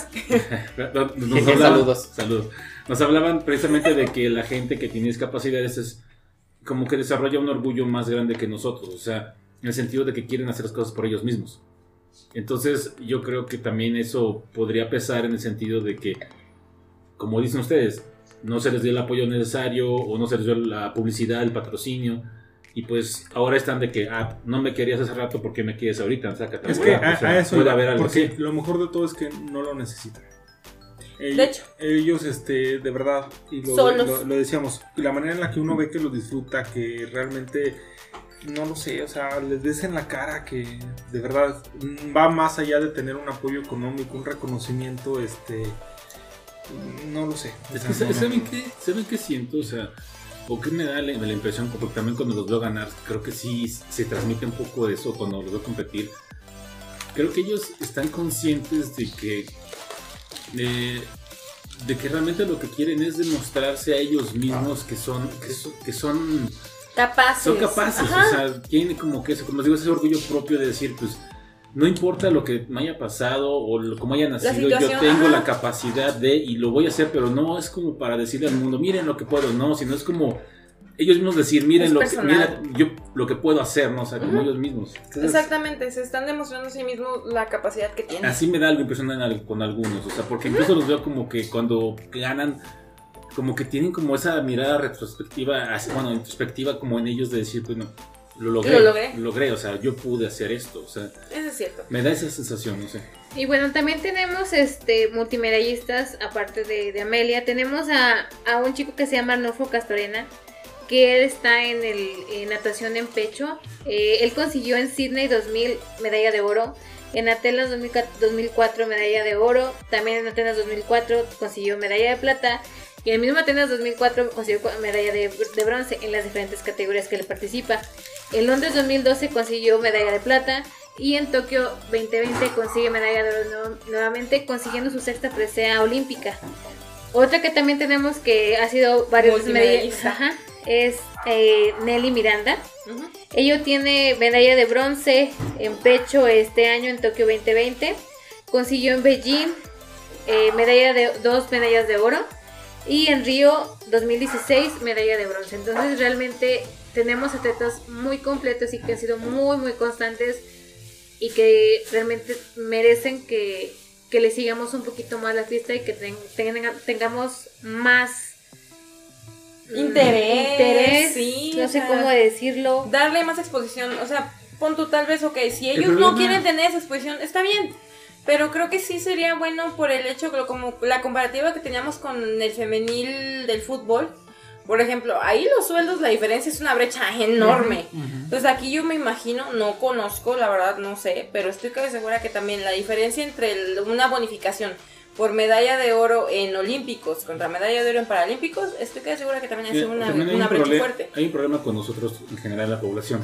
¿Dónde trabajas? Saludos. Nos hablaban precisamente de que la gente que tiene discapacidades es como que desarrolla un orgullo más grande que nosotros, o sea, en el sentido de que quieren hacer las cosas por ellos mismos. Entonces yo creo que también eso podría pesar en el sentido de que, como dicen ustedes, no se les dio el apoyo necesario o no se les dio la publicidad, el patrocinio. Y pues ahora están de que, no me querías hace rato, porque me quieres ahorita, sácate. Es que a eso puede haber algo así. Lo mejor de todo es que no lo necesitan. De hecho, ellos de verdad, y lo decíamos, la manera en la que uno ve que lo disfruta, que realmente, no lo sé, o sea, les ves en la cara que de verdad va más allá de tener un apoyo económico, un reconocimiento, no lo sé. Es que, ¿saben qué siento? O sea, o qué me da la impresión, porque también cuando los veo ganar, creo que sí se transmite un poco de eso cuando los veo competir. Creo que ellos están conscientes de que de que realmente lo que quieren es demostrarse a ellos mismos que son capaces. Son capaces, Ajá. o sea, tienen como que eso, como digo, ese orgullo propio de decir, pues, no importa lo que me haya pasado o cómo haya nacido, yo tengo la capacidad de, y lo voy a hacer, pero no es como para decirle al mundo, miren lo que puedo, no, sino es como ellos mismos decir, miren yo lo que puedo hacer, ¿no? O sea, como ellos mismos. Entonces, exactamente, se están demostrando a sí mismos la capacidad que tienen. Así me da algo impresionante con algunos, o sea, porque incluso los veo como que cuando ganan, como que tienen como esa mirada retrospectiva, bueno, introspectiva como en ellos de decir, bueno, lo logré, o sea, yo pude hacer esto, o sea, eso es cierto. Me da esa sensación, no sé. Y bueno, también tenemos multimedallistas, aparte de Amelia, tenemos a un chico que se llama Arnulfo Castorena, que él está en natación en pecho. Él consiguió en Sydney 2000 medalla de oro, en Atenas 2004 medalla de oro, también en Atenas 2004 consiguió medalla de plata, y en el mismo Atenas 2004 consiguió medalla de bronce en las diferentes categorías que él participa. En Londres 2012 consiguió medalla de plata, y en Tokio 2020 consigue medalla de oro nuevamente, consiguiendo su sexta presea olímpica. Otra que también tenemos que ha sido varios medallas, es Nelly Miranda. Ella tiene medalla de bronce en pecho este año en Tokio 2020. Consiguió en Beijing dos medallas de oro, y en Río 2016 medalla de bronce. Entonces realmente tenemos atletas muy completos y que han sido muy muy constantes y que realmente merecen que le sigamos un poquito más la fiesta y que tengamos más interés, sí, no sé cómo decirlo, darle más exposición. O sea, pon tú, tal vez, ok, si ellos no quieren tener esa exposición, está bien, pero creo que sí sería bueno por el hecho, como la comparativa que teníamos con el femenil del fútbol. Por ejemplo, ahí los sueldos, la diferencia es una brecha enorme. Entonces aquí yo me imagino, no conozco, la verdad no sé, pero estoy casi segura que también la diferencia entre una bonificación por medalla de oro en olímpicos contra medalla de oro en paralímpicos, estoy casi segura que también es una brecha fuerte. Hay un problema con nosotros en general, la población.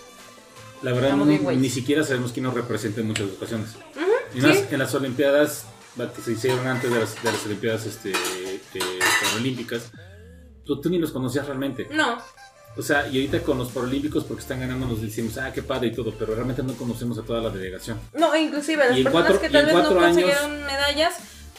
La verdad ni siquiera sabemos quién nos representa en muchas ocasiones. En las olimpiadas que se hicieron antes de las olimpiadas paralímpicas, tú ni los conocías realmente. No. O sea, y ahorita con los paralímpicos, porque están ganando, nos decimos, qué padre y todo, pero realmente no conocemos a toda la delegación. No, inclusive las personas que tal vez no consiguieron medallas,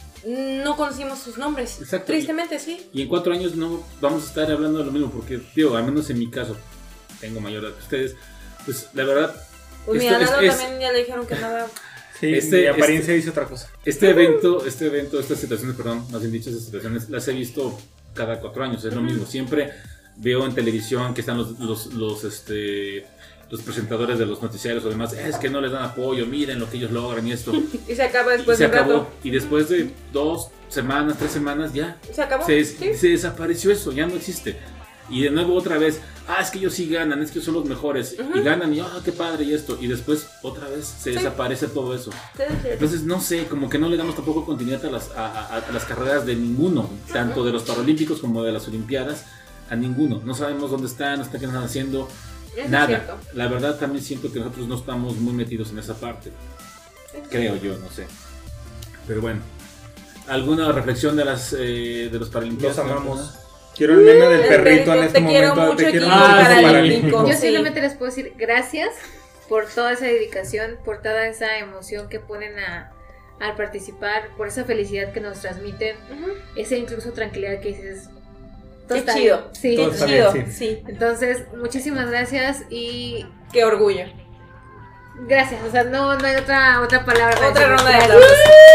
no conocimos sus nombres. Exacto. Tristemente, sí. Y en 4 años no vamos a estar hablando de lo mismo, porque, al menos en mi caso, tengo mayor edad que ustedes, pues la verdad... Pues mi Nado también ya le dijeron que nada... Sí, mi apariencia dice otra cosa. Estas situaciones, más bien dicho, estas situaciones las he visto cada 4 años, es lo mismo. Siempre veo en televisión que están los presentadores de los noticiarios o demás, es que no les dan apoyo, miren lo que ellos logran y esto. Y se acaba después de un rato. Y después de 2 semanas, 3 semanas, ya. ¿Se acabó? Se desapareció eso, ya no existe. Y de nuevo otra vez, es que ellos sí ganan, es que son los mejores. Y ganan y, qué padre y esto. Y después otra vez se desaparece todo eso. Entonces, no sé, como que no le damos tampoco continuidad a las carreras de ninguno. Tanto de los paralímpicos como de las olimpiadas. A ninguno. No sabemos dónde están, hasta qué están haciendo. Nada. La verdad también siento que nosotros no estamos muy metidos en esa parte. Creo yo, no sé. Pero bueno. ¿Alguna reflexión de los paralímpicos? Los amamos. Quiero el meme del perrito en este momento. Te quiero mucho, paralímpico. Yo simplemente les puedo decir gracias por toda esa dedicación, por toda esa emoción que ponen al participar, por esa felicidad que nos transmiten, esa incluso tranquilidad que dices. Qué chido. Sí, qué chido. Sí. Entonces, muchísimas gracias y qué orgullo. Gracias, o sea, no hay otra palabra. Otra ronda de aplausos.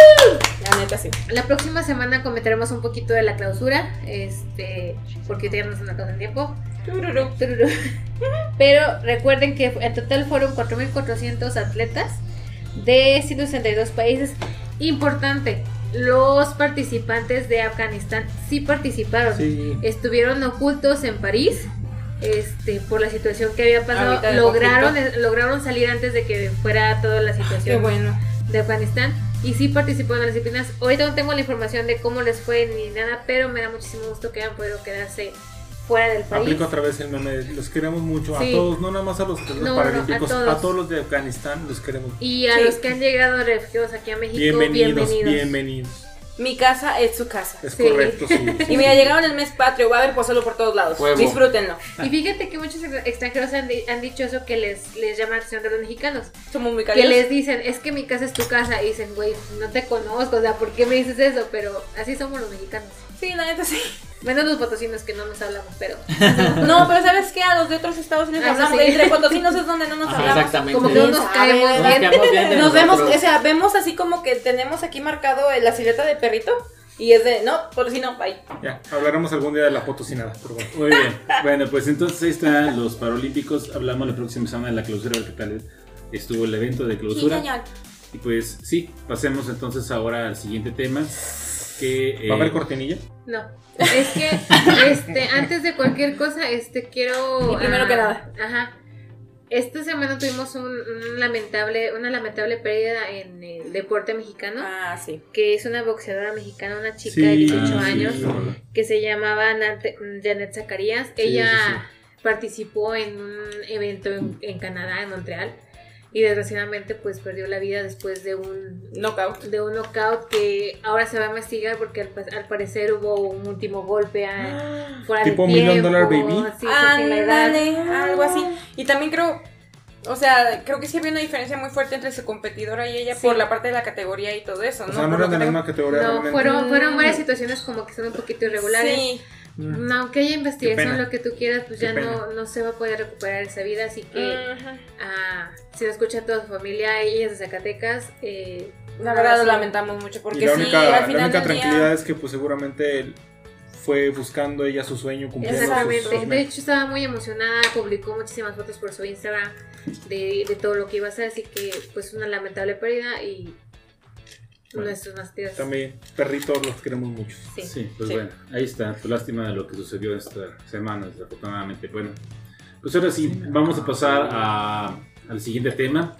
La neta, sí. La próxima semana comentaremos un poquito de la clausura, porque ya no se nos acaba el tiempo. Tururú. Pero recuerden que en total fueron 4,400 atletas de 162 países. Importante, los participantes de Afganistán sí participaron. Sí. Estuvieron ocultos en París. Por la situación que había pasado, lograron salir antes de que fuera toda la situación de Afganistán, y sí participó en las disciplinas. Ahorita no tengo la información de cómo les fue ni nada, pero me da muchísimo gusto que hayan podido quedarse fuera del país. Aplico otra vez el meme, los queremos mucho, a todos, no nada más a los paralímpicos, a todos los de Afganistán los queremos. Y a los que han llegado refugiados aquí a México, bienvenidos. mi casa es su casa. Es correcto, sí. Y mira, llegaron el mes patrio, va a haber pozole por todos lados. Huevo. Disfrútenlo. Y fíjate que muchos extranjeros han dicho eso, que les llama la atención de los mexicanos. Somos muy Que cariñosos. les dicen, es que mi casa es tu casa. Y dicen, güey, no te conozco, o sea, ¿por qué me dices eso? Pero así somos los mexicanos. Sí, la neta sí. Menos los potosinos que no nos hablamos, pero... No, pero ¿sabes qué? A los de otros estados sí les Ah, hablamos. sí. Entre potosinos es donde no nos Ajá, hablamos. exactamente. Como que no nos caemos Nos bien. quedamos bien de Nos vemos, nosotros. o sea, vemos así como que tenemos aquí marcado la silueta de perrito. Y es de, no, potosino, bye. Ya, hablaremos algún día de la potosinada, pero bueno. Muy bien. Bueno, pues entonces ahí están los Paralímpicos. Hablamos la próxima semana de la clausura, a ver qué tal estuvo el evento de clausura. Sí, señor. Y pues sí, pasemos entonces ahora al siguiente tema. Que, ¿Va a haber cortinilla? No, es que antes de cualquier cosa, quiero... Y primero que nada. Ajá. Esta semana tuvimos una lamentable pérdida en el deporte mexicano, Ah, sí. que es una boxeadora mexicana, una chica Sí, de 18 ah, sí. años, que se llamaba Janet Zacarías. Ella participó en un evento en Canadá, en Montreal, y desgraciadamente pues perdió la vida después de un Knockout. knockout que ahora se va a investigar porque al parecer hubo un último golpe fuera Tipo de $1 tiempo. Million Baby. Sí, something like that. Ándale, algo así. Y también creo que sí había una diferencia muy fuerte entre su competidora y ella Sí. por la parte de la categoría y todo eso, O ¿no? sea, no Por eran lo de la que misma categoría No, realmente. fueron varias situaciones como que son un poquito irregulares. Sí. Aunque haya investigación, pena. lo que tú quieras, pues Qué ya pena. no se va a poder recuperar esa vida. Así que Ujú. si lo escucha toda su familia, ella es de Zacatecas. La verdad lo sí. lamentamos mucho porque Y la sí, única, al la final única del tranquilidad día... es que pues seguramente él fue buscando ella su sueño, cumpliendo Exactamente. sus De hecho, estaba muy emocionada, publicó muchísimas fotos por su Instagram de todo lo que iba a hacer, así que pues una lamentable pérdida y Bueno, nuestros más tiros. También, perritos los queremos mucho. Sí. Sí, pues Sí. bueno, ahí está. Pues lástima de lo que sucedió esta semana, desafortunadamente. Bueno, pues ahora sí, vamos a pasar al siguiente tema.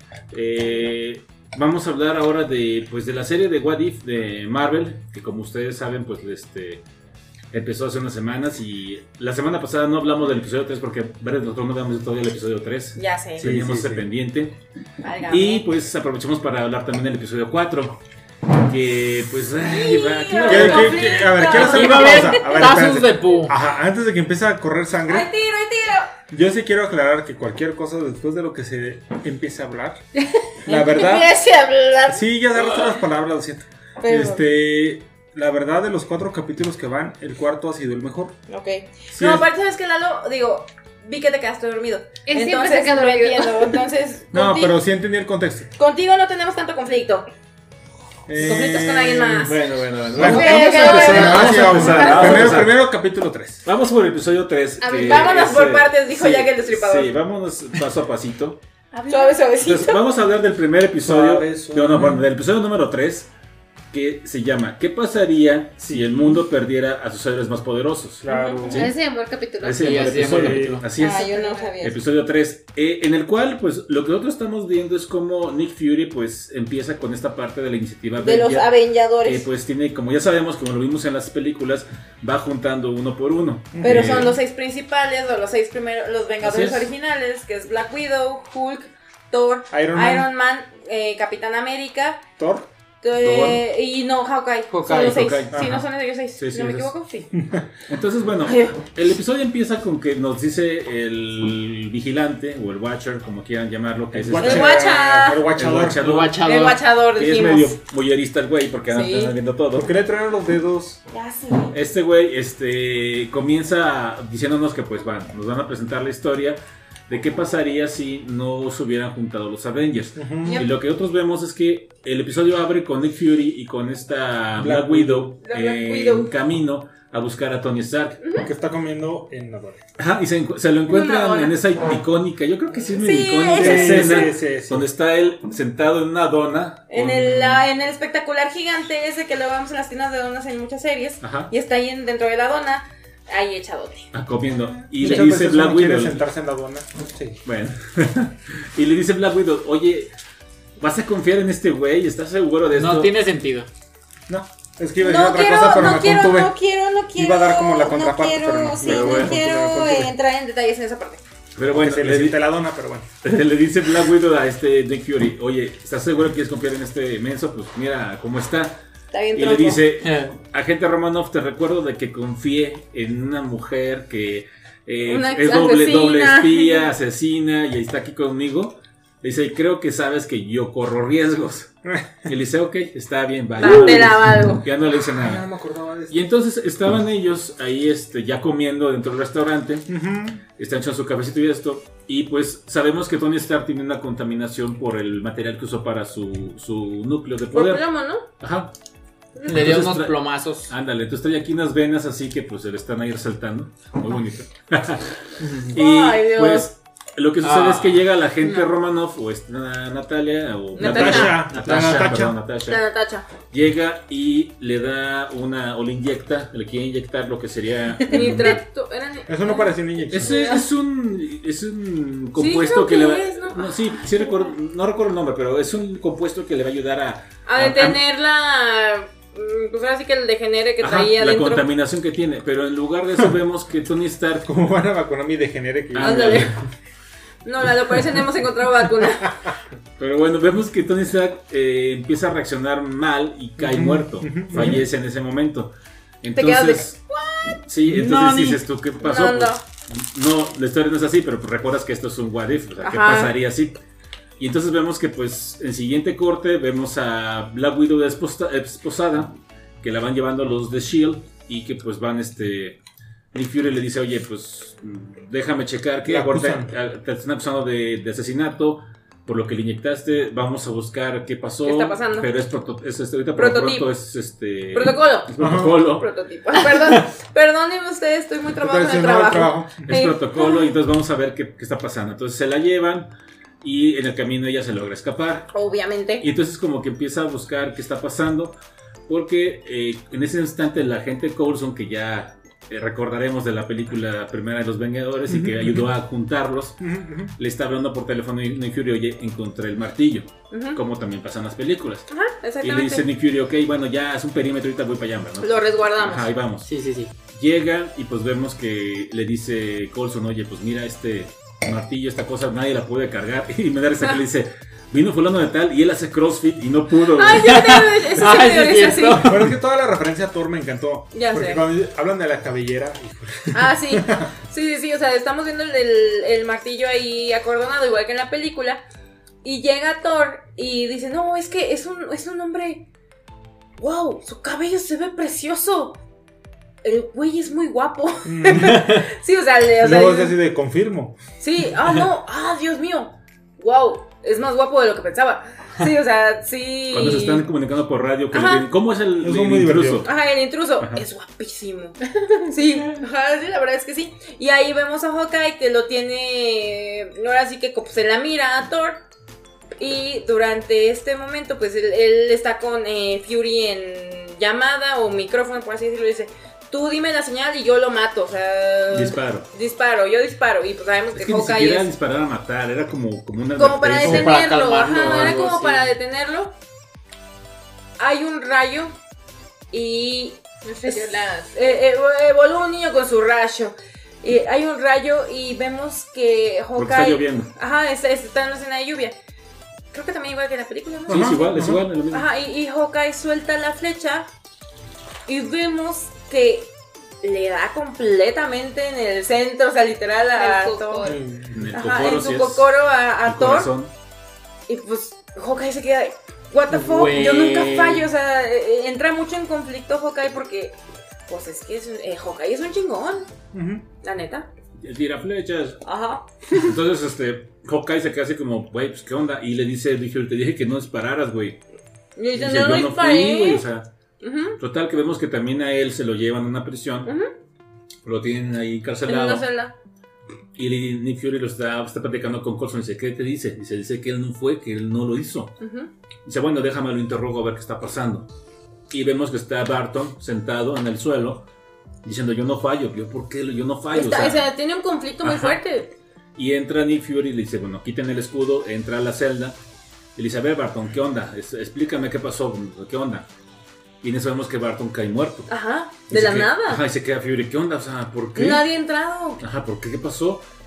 Vamos a hablar ahora de la serie de What If de Marvel, que como ustedes saben, pues empezó hace unas semanas y la semana pasada no hablamos del episodio 3 porque nosotros no habíamos todavía el episodio 3. Ya sé. Sí. Teníamos ese pendiente. Válgame. Y pues aprovechamos para hablar también del episodio 4. Que pues... ay, va, aquí va a ¿Qué- haber- qué- qué? A ver, quiero hacer Iba una a haber pausa. A ver, tazos espérense. de pu. Ajá, antes de que empiece a correr ¡Ay, sangre, tiro, ay, tiro! yo sí quiero aclarar que cualquier cosa después de lo que se empiece a hablar, la verdad... Empiece a hablar. Sí, ya agarraste las palabras, lo siento. Pero- La verdad, de los 4 capítulos que van, el cuarto ha sido el mejor. Ok. Sí, No, es- aparte, ¿sabes qué, Lalo? Digo, vi que te quedaste dormido. Él siempre Entonces, se queda lo dormido. entiendo. Entonces, No, pero sí entendí el contexto. contigo no tenemos tanto conflicto. Conflictos con alguien más. Bueno. Bueno, Ok, vamos ok, a empezar. bueno. Ahora sí vamos a Vamos a empezar. empezar. Primero capítulo 3. Vamos por el episodio 3. A ver, que vámonos es, por partes, dijo sí, Jack el Destripador. Sí, vámonos paso a pasito. Suave, suavecito. Entonces, vamos a hablar del primer episodio. Suave, suave. Del episodio número 3. Que se llama ¿Qué pasaría si el mundo perdiera a sus héroes más poderosos? Claro. Sí. Ese llamó el capítulo. Ese Sí, es el así se llama el episodio. capítulo. Así es. Ah, yo no sabía. Episodio 3, en el cual pues lo que nosotros estamos viendo es como Nick Fury pues empieza con esta parte de la iniciativa De los Avenger, que Avengadores. pues tiene, como ya sabemos, como lo vimos en las películas, va juntando uno por uno. Pero son los 6 principales o los 6 primeros, los Vengadores Así es. originales, que es Black Widow, Hulk, Thor, Iron Man. Capitán América, Thor. y no, Hawkeye. Hawkeye, Son los 6. Hawkeye, Sí, ajá. no son ellos 6. Sí, sí, ¿No me esos. equivoco? Sí. Entonces, bueno, el episodio empieza con que nos dice el vigilante o el Watcher, como quieran llamarlo, que es El Guacha. El guachador. guachador. El guachador. El Guachador, que es dijimos. medio boyerista el güey porque Sí. anda viendo todo. ¿Por qué le traen los dedos? Ya sé. Este güey comienza diciéndonos que pues nos van a presentar la historia de qué pasaría si no se hubieran juntado los Avengers. Ujú. Y lo que nosotros vemos es que el episodio abre con Nick Fury y con esta Black Widow La Black en Widow. camino a buscar a Tony Stark. Que está comiendo en Navarra. Ajá, y se lo encuentran Una hora. en esa icónica, yo creo que sí es muy Sí, icónica esa- escena sí. donde está él sentado en una dona. En con- el espectacular gigante ese que lo vemos en las tiendas de donas en muchas series. Ajá, Y está ahí dentro de la dona, ahí echadote. comiendo. Y Muchas le dice veces Black uno quiere Widow. sentarse en la aduana. Sí. Bueno, y le dice Black Widow, oye, ¿vas a confiar en este güey? ¿Estás seguro de esto? No tiene sentido. No, es que iba a decir No otra quiero, cosa, pero no me quiero, contuve. no quiero. Iba a dar como la contraparte, no quiero, pero no. sí, Pero no bueno, quiero continúa. entrar en detalles en esa parte. Pero Bueno, bueno, se le siente la dona, pero bueno. le dice Black Widow a Nick Fury, oye, ¿estás seguro que quieres confiar en este menso? Pues mira cómo está. Está bien y le tronco. dice, agente Romanoff, te recuerdo de que confié en una mujer que Una es doble asesina. espía, asesina, y está aquí conmigo. Le dice, creo que sabes que yo corro riesgos. Y le dice, ok, está bien, vale. Te la algo. Ya no le dice No nada. me acordaba de esto. Y entonces estaban ellos ahí ya comiendo dentro del restaurante. Ujú. Están echando su cafecito y esto. Y pues sabemos que Tony Stark tiene una contaminación por el material que usó para su núcleo de Por poder. plomo, ¿no? Ajá. Le dio Entonces unos plomazos. Ándale, entonces trae aquí unas venas así que pues se le están ahí resaltando. Muy bonito. Y Ay, Dios. pues lo que sucede es que llega la gente Romanoff o Natalia o Natasha. Natasha. La Natacha. Llega y le da le inyecta, le quiere inyectar lo que sería Nitrato. Eso no parece una inyección. es un compuesto creo que le que va es, ¿no? sí recuerdo, no recuerdo el nombre, pero es un compuesto que le va a ayudar A detener la. Pues ahora sí que el degenere que ajá, traía la dentro. contaminación que tiene, pero en lugar de eso vemos que Tony Stark ¿Cómo van a vacunar mi degenere que Ándale. No, Lalo, parece que no hemos encontrado vacuna. Pero bueno, vemos que Tony Stark empieza a reaccionar mal y cae muerto. Fallece en ese momento. Entonces, sí, entonces Nani. dices tú, ¿qué pasó? No. Pues, no, la historia no es así, pero pues recuerdas que esto es un what if, o sea, ¿qué Ajá. pasaría así? Y entonces vemos que pues en siguiente corte vemos a Black Widow esposada, que la van llevando los de S.H.I.E.L.D. y que pues van Nick Fury le dice, oye, pues déjame checar que La acusan. te están acusando de asesinato por lo que le inyectaste, vamos a buscar qué pasó. ¿Qué está pasando? Pero ahorita por lo Prototipo. pronto es Protocolo. es protocolo. Prototipo. Perdón. Perdónenme ustedes, estoy muy trabado en el trabajo. Es Ey. protocolo y entonces vamos a ver qué está pasando. Entonces se la llevan y en el camino ella se logra escapar. Obviamente. Y entonces como que empieza a buscar qué está pasando porque en ese instante la agente Coulson, que ya recordaremos de la película primera de los Vengadores y que ayudó a juntarlos, le está hablando por teléfono a Nick Fury, oye, encontré el martillo, como también pasan las películas. Ajá, Y exactamente. le dice Nick Fury, ok, bueno, ya es un perímetro, ahorita voy para allá, ¿no? Lo resguardamos. Ajá, ahí vamos. Sí. Llega y pues vemos que le dice Coulson, oye, pues mira este martillo, esta cosa, nadie la puede cargar. Y me da risa que le dice, vino fulano de tal y él hace CrossFit y no pudo. Ay, ya te eso Ay, sí, sí, es así. Bueno, es que toda la referencia a Thor me encantó. Ya porque sé. cuando hablan de la cabellera, híjole. Ah, sí. Sí, o sea, estamos viendo el martillo ahí acordonado, igual que en la película. Y llega Thor y dice, no, es que es un hombre. Wow, su cabello se ve precioso. El güey es muy guapo. Sí, o sea, Luego es así de confirmo. sí, no, Dios mío. Wow, es más guapo de lo que pensaba. Sí, o sea, sí. Cuando se están comunicando por radio, que le Ajá. dicen, ¿cómo es el Eso es muy intruso? divertido. Ajá, el intruso. Ajá. Es guapísimo. Sí, ajá, sí, la verdad es que sí. Y ahí vemos a Hawkeye que lo tiene. Ahora sí que se la mira a Thor. Y durante este momento, pues él está con Fury en llamada o micrófono, por así decirlo. Y dice: tú dime la señal y yo lo mato. O sea, yo disparo. Y pues sabemos Es que que ni Hawkeye siquiera es. disparar a matar, era como una Como para advertencia. Como para detenerlo, calmarlo, ajá, era algo como así. para detenerlo. Hay un rayo y voló un niño con su rayo. Hay un rayo y vemos que Hawkeye. Porque está lloviendo. Ajá, está en una escena de lluvia. Creo que también igual que en la película, ¿no? Sí, es igual, es lo mismo. Ajá, y Hawkeye suelta la flecha y vemos que le da completamente en el centro, o sea, literal a El Thor. cocoro. En el Ajá, cocoro, en su sí es cocoro a el Thor. corazón. Y pues Hawkeye se queda de, what the fuck, Güey. yo nunca fallo, o sea, entra mucho en conflicto Hawkeye porque, pues es que Hawkeye es un chingón, Ujú. la neta. Y tira flechas. Ajá. Entonces, Hawkeye se queda así como, güey, pues qué onda. Y le dice, te dije que no dispararas, güey. Y dice, Dice, no yo lo no fui, güey, disparé. o sea. Ujú, Total, que vemos que también a él se lo llevan a una prisión. ujú, Lo tienen ahí en una carcelado. celda. Y Nick Fury lo está platicando con Coulson. Dice, ¿qué te dice? Dice que él no fue, que él no lo hizo. Ujú. Dice, bueno, déjame lo interrogo a ver qué está pasando. Y vemos que está Barton sentado en el suelo diciendo, yo no fallo. ¿Por qué yo no fallo? O sea, tiene un conflicto muy ajá. fuerte. Y entra Nick Fury y le dice, bueno, quiten el escudo, entra a la celda. Y le dice, a ver, Barton, ¿qué onda? Explícame qué pasó, ¿qué onda? Y en eso vemos que Barton cae muerto. Ajá, Y de se la queda- nada. Ajá, y se queda Fury, ¿qué onda? O sea, ¿por qué? Nadie ha entrado. Ajá, ¿por qué? ¿Qué pasó?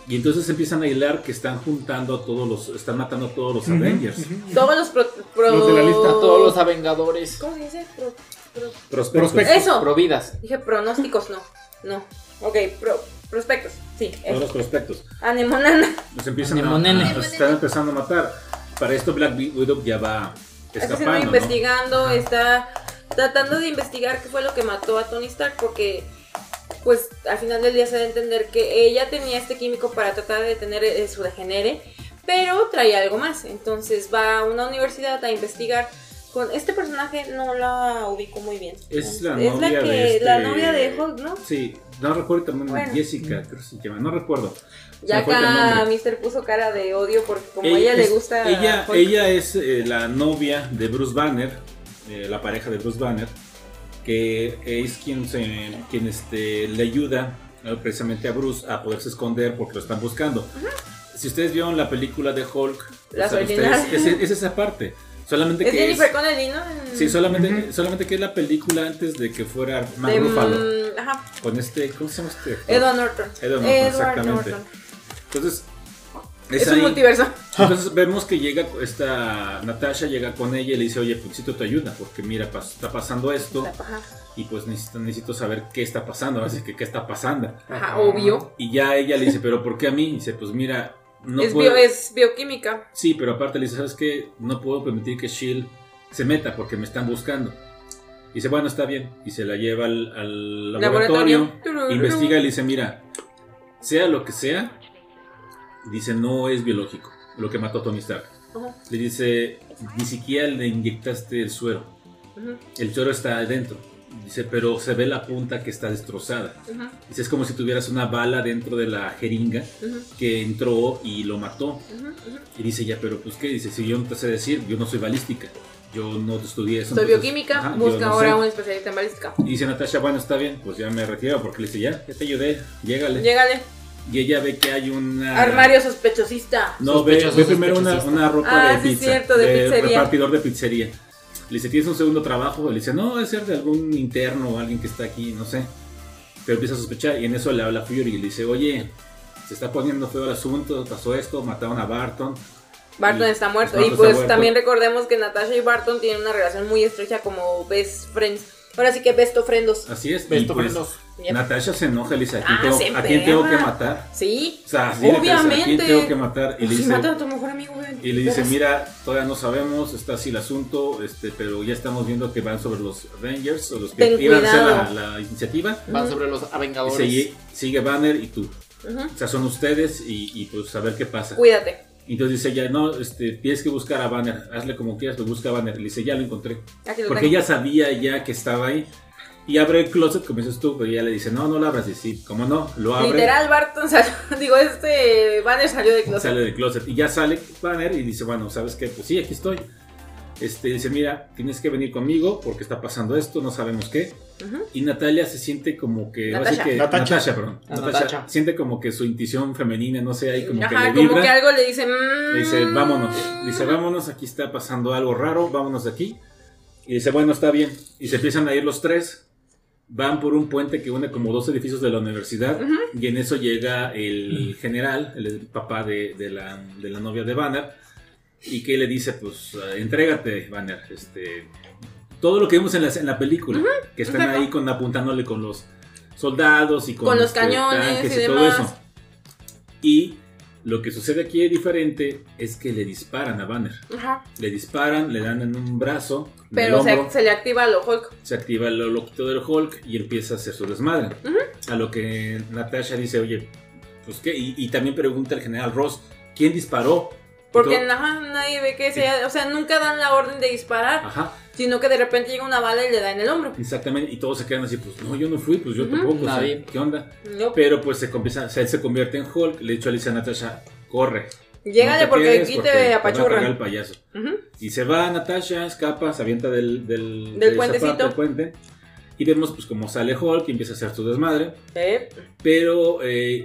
Y entonces empiezan a hilar que están juntando a todos los, están matando a todos los Avengers. Todos los Los de la lista. Todos los Avengadores. ¿Cómo se dice? Prospectos. Eso. Providas. Dije pronósticos, no. Ok, prospectos, sí. Todos los prospectos. Anemonana. Los empiezan Anemonene. están empezando a matar. Para esto Black Widow ya va Está escapando, investigando, ¿no? está tratando de investigar qué fue lo que mató a Tony Stark porque pues al final del día se da a entender que ella tenía este químico para tratar de detener su degenere, pero traía algo más. Entonces va a una universidad a investigar. Con este personaje no la ubico muy bien. Es la novia la novia de Hulk, ¿no? Sí, no recuerdo también. Bueno. Jessica, creo que se llama, no recuerdo. Ya Se me fue el acá nombre. Mister puso cara de odio porque como a ella le gusta Hulk. Ella es la novia de Bruce Banner, la pareja de Bruce Banner, que es quien le ayuda precisamente a Bruce a poderse esconder porque lo están buscando. Si ustedes vieron la película de Hulk, Las o sea, originales. es esa parte. Solamente Es que Jennifer Connelly, ¿no? Sí, solamente que es la película antes de que fuera Mark De, Ruffalo. Ajá. Con ¿cómo se llama este actor? Edward Norton. Edward Norton, exactamente. Entonces, Es ahí. un multiverso. Entonces vemos que llega Natasha, llega con ella y le dice, oye, pues necesito tu ayuda, porque mira, está pasando esto Ajá. y pues necesito saber qué está pasando, así que qué está pasando. Ajá, obvio. Y ya ella le dice, pero ¿por qué a mí? Y dice, pues mira, no es, puedo... es bioquímica. Sí, pero aparte le dice, ¿sabes qué? No puedo permitir que S.H.I.E.L.D. se meta porque me están buscando. Y dice, bueno, está bien. Y se la lleva al laboratorio, investiga y le dice, mira, sea lo que sea, dice, no es biológico lo que mató a Tony Stark. Le dice, ni siquiera le inyectaste el suero. El suero está adentro. Dice, pero se ve la punta que está destrozada. Dice, es como si tuvieras una bala dentro de la jeringa que entró y lo mató. Y dice, ya, pero pues qué. Dice, si yo no te sé decir, yo no soy balística. Yo no estudié eso. Soy entonces, bioquímica, busca ahora un especialista en balística. Y dice Natasha, bueno, está bien, pues ya me retiro. Porque le dice, ya te ayudé, llégale. Y ella ve que hay una... Armario sospechosista. No, ve primero una ropa de pizza. Cierto, de pizzería. Repartidor de pizzería. Le dice, ¿tienes un segundo trabajo? Le dice, no, debe ser de algún interno o alguien que está aquí, no sé. Pero empieza a sospechar y en eso le habla Fury y le dice, oye, se está poniendo feo el asunto, pasó esto, mataron a Barton. Barton está muerto. Y pues también recordemos que Natasha y Barton tienen una relación muy estrecha como best friends. Ahora sí que best ofrendos. Así es. Best y pues, ofrendos. Natasha se enoja y le dice, ¿a se quién tengo que emperra. matar? Sí, O sea, obviamente. ¿a quién tengo que matar? Y le Si dice, matan a tu mejor amigo, güey. y le dice, mira, todavía no sabemos, está así el asunto, pero ya estamos viendo que van sobre los Avengers, o los que Ten iban a cuidado. hacer la iniciativa. Van sobre los Y Avengadores. sigue Banner y tú. O sea, son ustedes y pues a ver qué pasa. Cuídate. Entonces dice ella, no, tienes que buscar a Banner, hazle como quieras, pero busca a Banner. Le dice, ya lo encontré. Aquí lo Porque tengo. ella sabía ya que estaba ahí. Y abre el closet, como dices tú, pero ella le dice, no lo abras. Y sí, como no, lo abre. Literal, Barton salió, Banner salió de closet. Sale del closet. Y ya sale Banner y dice, bueno, ¿sabes qué? Pues sí, aquí estoy. Dice, mira, tienes que venir conmigo porque está pasando esto, no sabemos qué. Y Natalia se siente como que... Natasha, perdón. Natasha siente como que su intuición femenina, no sé, ahí como que le vibra. Como que algo le dice... Le dice, vámonos. Dice, vámonos, aquí está pasando algo raro, vámonos de aquí. Y dice, bueno, está bien. Y se empiezan a ir los tres. Van por un puente que une como dos edificios de la universidad. Y en eso llega el general, el papá de la novia de Banner. Y que le dice, pues, entrégate, Banner. Todo lo que vimos en la película. Que están ahí apuntándole con los soldados y con los cañones tanques y todo demás. eso. Y lo que sucede aquí es diferente, es que le disparan a Banner. Le disparan, le dan en un brazo, pero en el hombro, se le activa lo Hulk. se activa el loquito del Hulk y empieza a hacer su desmadre. A lo que Natasha dice, oye, pues qué, y también pregunta el general Ross, ¿quién disparó? Porque nadie ve que sea, o sea, nunca dan la orden de disparar, sino que de repente llega una bala y le da en el hombro. Exactamente, y todos se quedan así, pues no, yo no fui, pues yo tampoco, o sea, ¿qué onda? No. Pero pues él se convierte en Hulk, le dice a Natasha, corre. Llégale no porque quedes aquí porque te va a apachurran. cargar el payaso. Y se va Natasha, escapa, se avienta del puentecito. del puente. Y vemos pues como sale Hulk y empieza a hacer su desmadre. Pero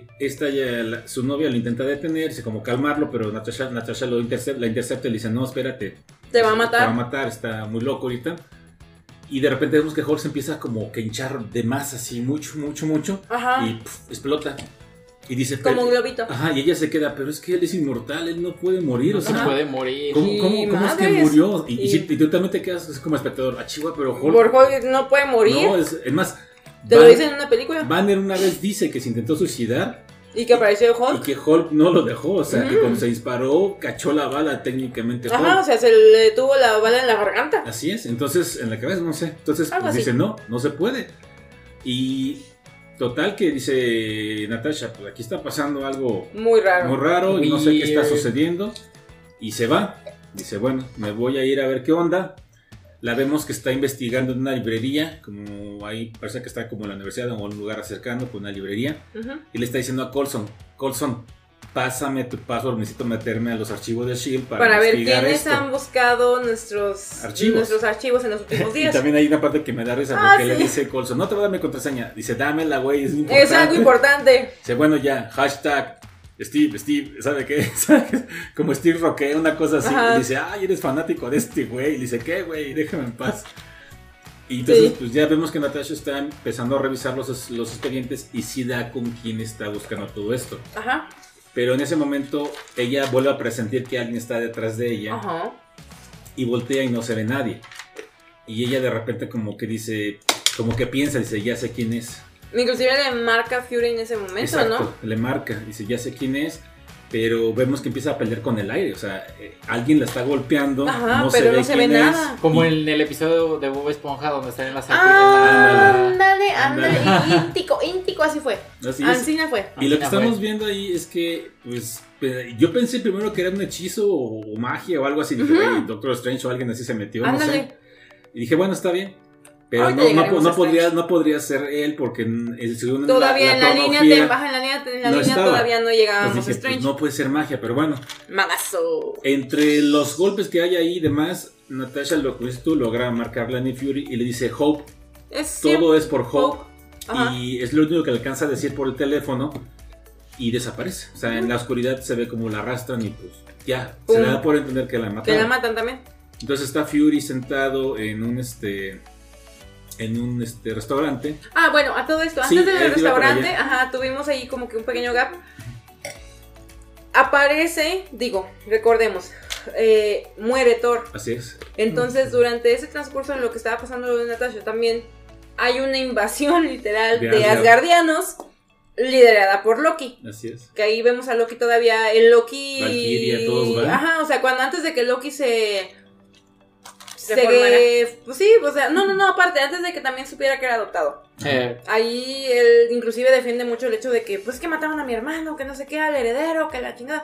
su novia lo intenta detener, dice como calmarlo, pero Natasha la intercepta y le dice, no, espérate. Te va a matar. Te va a matar, está muy loco ahorita. Y de repente vemos que Hulk se empieza como que hinchar de más, así mucho. Y explota. Y dice, como un globito. Ajá, y ella se queda, pero es que él es inmortal, él no puede morir, o sea. No puede morir. ¿Cómo es que murió? Y tú también te quedas como espectador, Chihuahua, pero Hulk. Por Hulk no puede morir. No, es más. Te lo dicen en una película. Banner una vez dice que se intentó suicidar. Y que apareció Hulk. Y que Hulk no lo dejó, o sea, que cuando se disparó, cachó la bala técnicamente Hulk. Ajá, o sea, se le tuvo la bala en la garganta. Así es, entonces, en la cabeza, no sé. Entonces, pues, dice, no se puede. Y total que dice Natasha, pues aquí está pasando algo muy raro y no sé qué está sucediendo. Y se va. Dice, bueno, me voy a ir a ver qué onda. La vemos que está investigando en una librería, como ahí parece que está como en la universidad o en un lugar cercano con una librería. Y le está diciendo a Coulson, pásame tu password, necesito meterme a los archivos de S.H.I.E.L.D. para ver investigar quiénes han buscado nuestros archivos en los últimos días. Y también hay una parte que me da risa porque le dice Coulson, no te voy a dar mi contraseña. Dice, dámela, güey, es importante. Es algo importante. Dice, bueno, ya, hashtag Steve, ¿sabe qué? Como Steve Roque, una cosa así. Y dice, ay, eres fanático de este güey. Y dice, ¿qué, güey? Déjame en paz. Y entonces, pues ya vemos que Natasha está empezando a revisar los expedientes y sí da con quién está buscando todo esto. Ajá. Pero en ese momento ella vuelve a presentir que alguien está detrás de ella. Ajá. Y voltea y no se ve nadie. Y ella de repente como que dice, como que piensa, dice, ya sé quién es. Inclusive le marca a Fury en ese momento, exacto, ¿no? Le marca, dice, ya sé quién es. Pero vemos que empieza a pelear con el aire. O sea, alguien la está golpeando. Ajá, pero no se ve nada. Como en el episodio de Bob Esponja donde está en la sala. Ándale. Íntico, así fue. Ancina fue. Y lo que estamos viendo ahí es que, pues, yo pensé primero que era un hechizo o magia o algo así. Dije, Doctor Strange o alguien así se metió, no sé. Y dije, bueno, está bien. Pero no podría ser él porque según todavía en la línea todavía no llegábamos a Strange. Pues no puede ser magia, pero bueno. Magazo. Entre los golpes que hay ahí y demás, Natasha, lo que dices tú, logra marcarle a Nick Fury y le dice Hope. Todo es por Hope. Y es lo único que alcanza a decir por el teléfono y desaparece. O sea, en la oscuridad se ve como la arrastran y pues ya, se le da por entender que la matan. Que la matan también. Entonces está Fury sentado en un restaurante. Bueno, a todo esto, antes del restaurante, tuvimos ahí como que un pequeño gap. Aparece, recordemos, muere Thor. Así es. Entonces, durante ese transcurso en lo que estaba pasando de Natasha, también hay una invasión literal de asgardianos liderada por Loki. Así es. Que ahí vemos a Loki todavía, el Loki... Valkyria, todos van. O sea, antes de que Loki pues sí, o sea, no, aparte, antes de que también supiera que era adoptado. Ahí él inclusive defiende mucho el hecho de que, pues que mataron a mi hermano, que no sé qué, al heredero, que la chingada.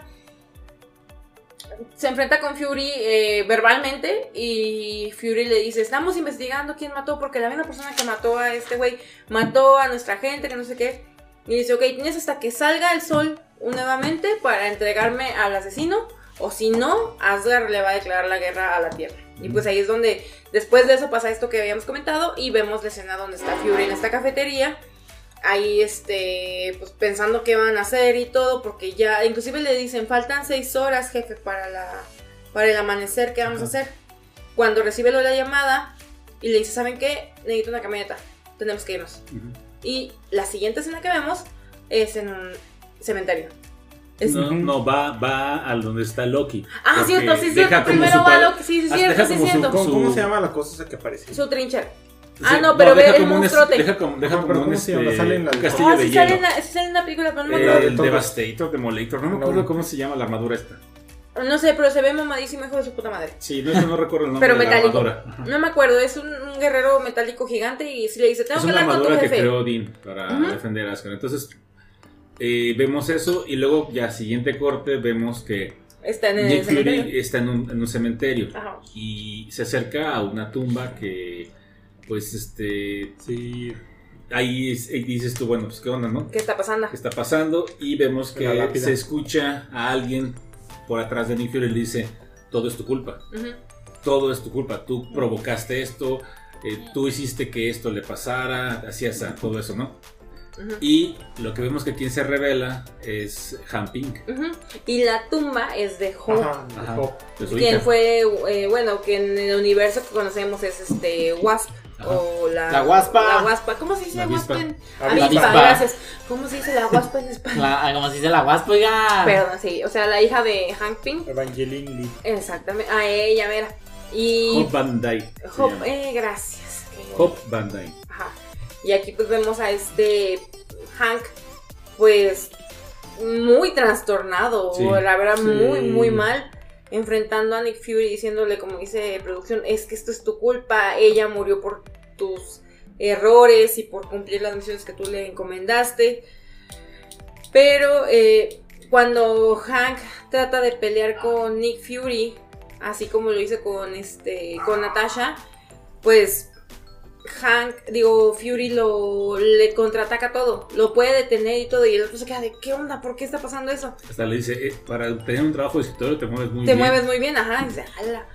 Se enfrenta con Fury verbalmente y Fury le dice, estamos investigando quién mató, porque la misma persona que mató a este güey mató a nuestra gente, que no sé qué. Y dice, ok, tienes hasta que salga el sol nuevamente para entregarme al asesino, o si no, Asgard le va a declarar la guerra a la Tierra. Y pues ahí es donde, después de eso pasa esto que habíamos comentado y vemos la escena donde está Fury en esta cafetería. Ahí, pues pensando qué van a hacer y todo, porque ya, inclusive le dicen, faltan 6 horas, jefe, para el amanecer, ¿qué vamos a hacer? Cuando recibe la llamada y le dice, ¿saben qué? Necesito una camioneta, tenemos que irnos. Y la siguiente escena que vemos es en un cementerio. No, va a donde está Loki. Cierto, sí, cierto. Primero va Loki, sí, cierto. ¿Cómo se llama la cosa esa que aparece? Su trinchera. Pero ve el monstruote. Deja como un castillo de hielo. Sale en la película, pero no me acuerdo. El Devastator, Demolator, no me acuerdo cómo se llama la armadura esta. No sé, pero se ve mamadísimo, hijo de su puta madre. Sí, no recuerdo el nombre pero de metálico. la armadura. No me acuerdo, es un guerrero metálico gigante y si le dice, tengo que hablar con tu jefe. Es una armadura que creó Odin para defender a Asgard. Entonces, vemos eso y luego ya siguiente corte vemos que está en Nick Fury está en un cementerio. Y se acerca a una tumba que pues sí. Ahí dices tú, bueno, pues qué onda, ¿no? ¿Qué está pasando? Y vemos que se escucha a alguien por atrás de Nick Fury y le dice, todo es tu culpa. Todo es tu culpa, tú provocaste esto, tú hiciste que esto le pasara, hacías todo eso, ¿no? Y lo que vemos que quien se revela es Han Ping. Y la tumba es de Hope. Quien fue, que en el universo que conocemos es Wasp. o la Guaspa. La Guaspa. ¿Cómo se dice la Guaspa en Avispa? Gracias. ¿Cómo se dice la Guaspa en español? ¿Cómo se dice la Guaspa, oiga? Perdón, sí. O sea, la hija de Hank Pym. Evangeline Lee. Exactamente. A ella, mira. Y Hope Van Dyne. gracias. Hope Van Dyne. Ajá. Y aquí pues vemos a Hank, pues muy trastornado, Sí. la verdad, Sí. muy mal, enfrentando a Nick Fury, diciéndole, como dice producción, es que esto es tu culpa, ella murió por tus errores y por cumplir las misiones que tú le encomendaste. Pero cuando Hank trata de pelear con Nick Fury, así como lo hizo con Natasha, pues Fury le contraataca todo, lo puede detener y todo, y el otro se queda de ¿qué onda? ¿Por qué está pasando eso? Hasta le dice, para tener un trabajo de escritorio te mueves muy Te bien. mueves muy bien, ajá, y dice, ala.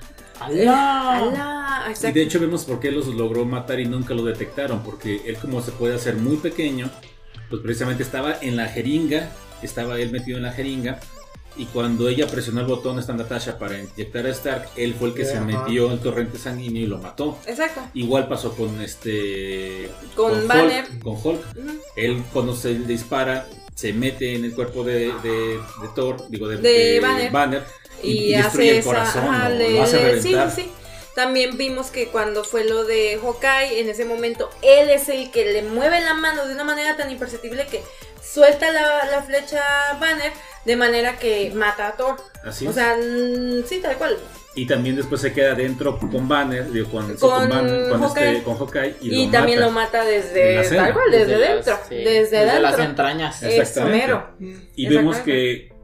Y de hecho vemos por qué los logró matar y nunca lo detectaron, porque él, como se puede hacer muy pequeño, pues precisamente estaba en la jeringa, estaba él metido en la jeringa, y cuando ella presionó el botón, esta Natasha, para inyectar a Stark, él fue el que se metió en el torrente sanguíneo y lo mató. Exacto. Igual pasó con con Banner. Con Hulk. Él, cuando se dispara, se mete en el cuerpo de Thor, digo, de Banner, y destruye el corazón, lo hace reventar. Sí. También vimos que cuando fue lo de Hawkeye, en ese momento él es el que le mueve la mano de una manera tan imperceptible que suelta la flecha Banner, de manera que mata a Thor. Así o es. sea, sí, tal cual. Y también después se queda dentro con Banner, con Hawkeye, y también lo mata desde tal cual, desde dentro, desde las entrañas. Eso mero. Y vemos que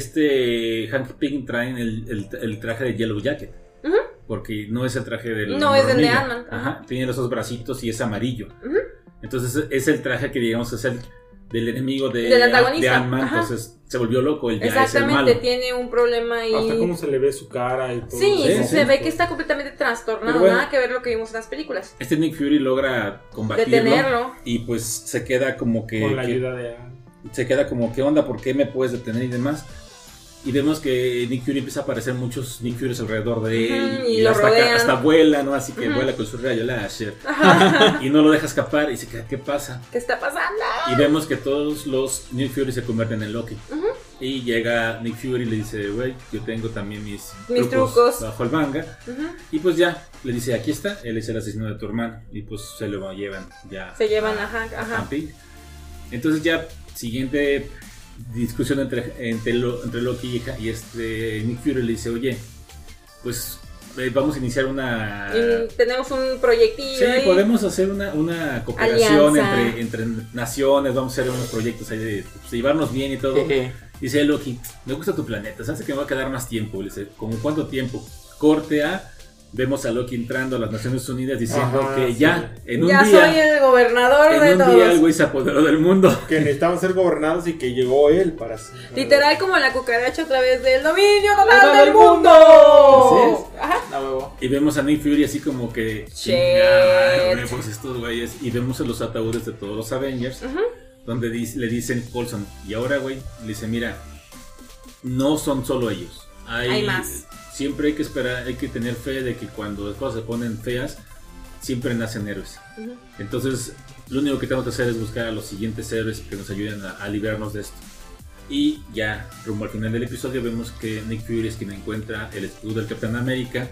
Hank Pym trae el traje de Yellow Jacket. Porque no es el traje del no es el de Ant-Man. Ajá, tiene los dos bracitos y es amarillo. Entonces es el traje que digamos es el del enemigo del antagonista. Ant-Man. Entonces se volvió loco, él ya es el malo. Exactamente, tiene un problema ahí. Hasta cómo se le ve su cara y todo. Sí, se ve que está completamente trastornado, bueno, nada que ver lo que vimos en las películas. Nick Fury logra combatirlo. Detenerlo. Y pues se queda como que... Con la ayuda de... Se queda como, ¿qué onda? ¿Por qué me puedes detener y demás? Y vemos que Nick Fury empieza a aparecer muchos Nick Fury alrededor de él. Y lo rodean. Hasta vuela, ¿no? Así que vuela con su rayo láser. Y no lo deja escapar. Y se queda, ¿qué pasa? ¿Qué está pasando? Y vemos que todos los Nick Fury se convierten en Loki. Y llega Nick Fury y le dice, güey, yo tengo también mis trucos bajo el manga. Y pues ya, le dice, aquí está, él es el asesino de tu hermano. Y pues se lo llevan ya. Se llevan a Hank. Entonces ya, siguiente discusión entre Loki y Nick Fury le dice, oye, pues vamos a iniciar una... tenemos un proyectillo. Sí, ahí. podemos hacer una cooperación entre naciones, vamos a hacer unos proyectos ahí de llevarnos bien y todo. Dice Loki, me gusta tu planeta, ¿sabes que me va a quedar más tiempo? Le dice, ¿cómo cuánto tiempo? Corte a... Vemos a Loki entrando a las Naciones Unidas diciendo que ya, en un día... Ya soy el gobernador de todos. En un día el güey se apoderó del mundo. Que necesitaban ser gobernados y que llegó él para... Literal como la cucaracha a través del dominio total del mundo. Ajá. Y vemos a Nick Fury así como que... Pues estos güeyes. Y vemos a los ataúdes de todos los Avengers. Donde le dicen Coulson, y ahora güey, le dice, mira, no son solo ellos. Hay más. Siempre hay que esperar, hay que tener fe de que cuando las cosas se ponen feas, siempre nacen héroes. Entonces, lo único que tenemos que hacer es buscar a los siguientes héroes que nos ayuden a librarnos de esto. Y ya, rumbo al final del episodio, vemos que Nick Fury es quien encuentra el escudo del Capitán América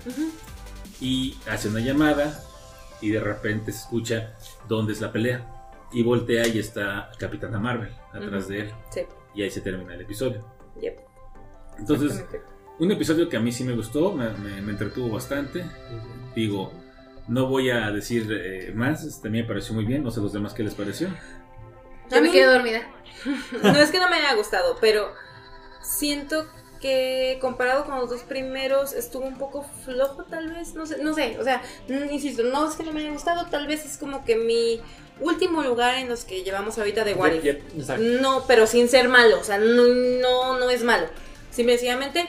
y hace una llamada y de repente se escucha dónde es la pelea. Y voltea y está Capitana Marvel atrás de él. Sí. Y ahí se termina el episodio. Entonces... Un episodio que a mí sí me gustó, me entretuvo bastante. Digo, no voy a decir más, también me pareció muy bien, no sé los demás qué les pareció. Yo me quedé dormida. No es que no me haya gustado, pero siento que comparado con los dos primeros estuvo un poco flojo tal vez, no sé, o sea, insisto, no es que no me haya gustado, tal vez es como que mi último lugar en los que llevamos ahorita de What If. No, pero sin ser malo, o sea, no es malo, simplemente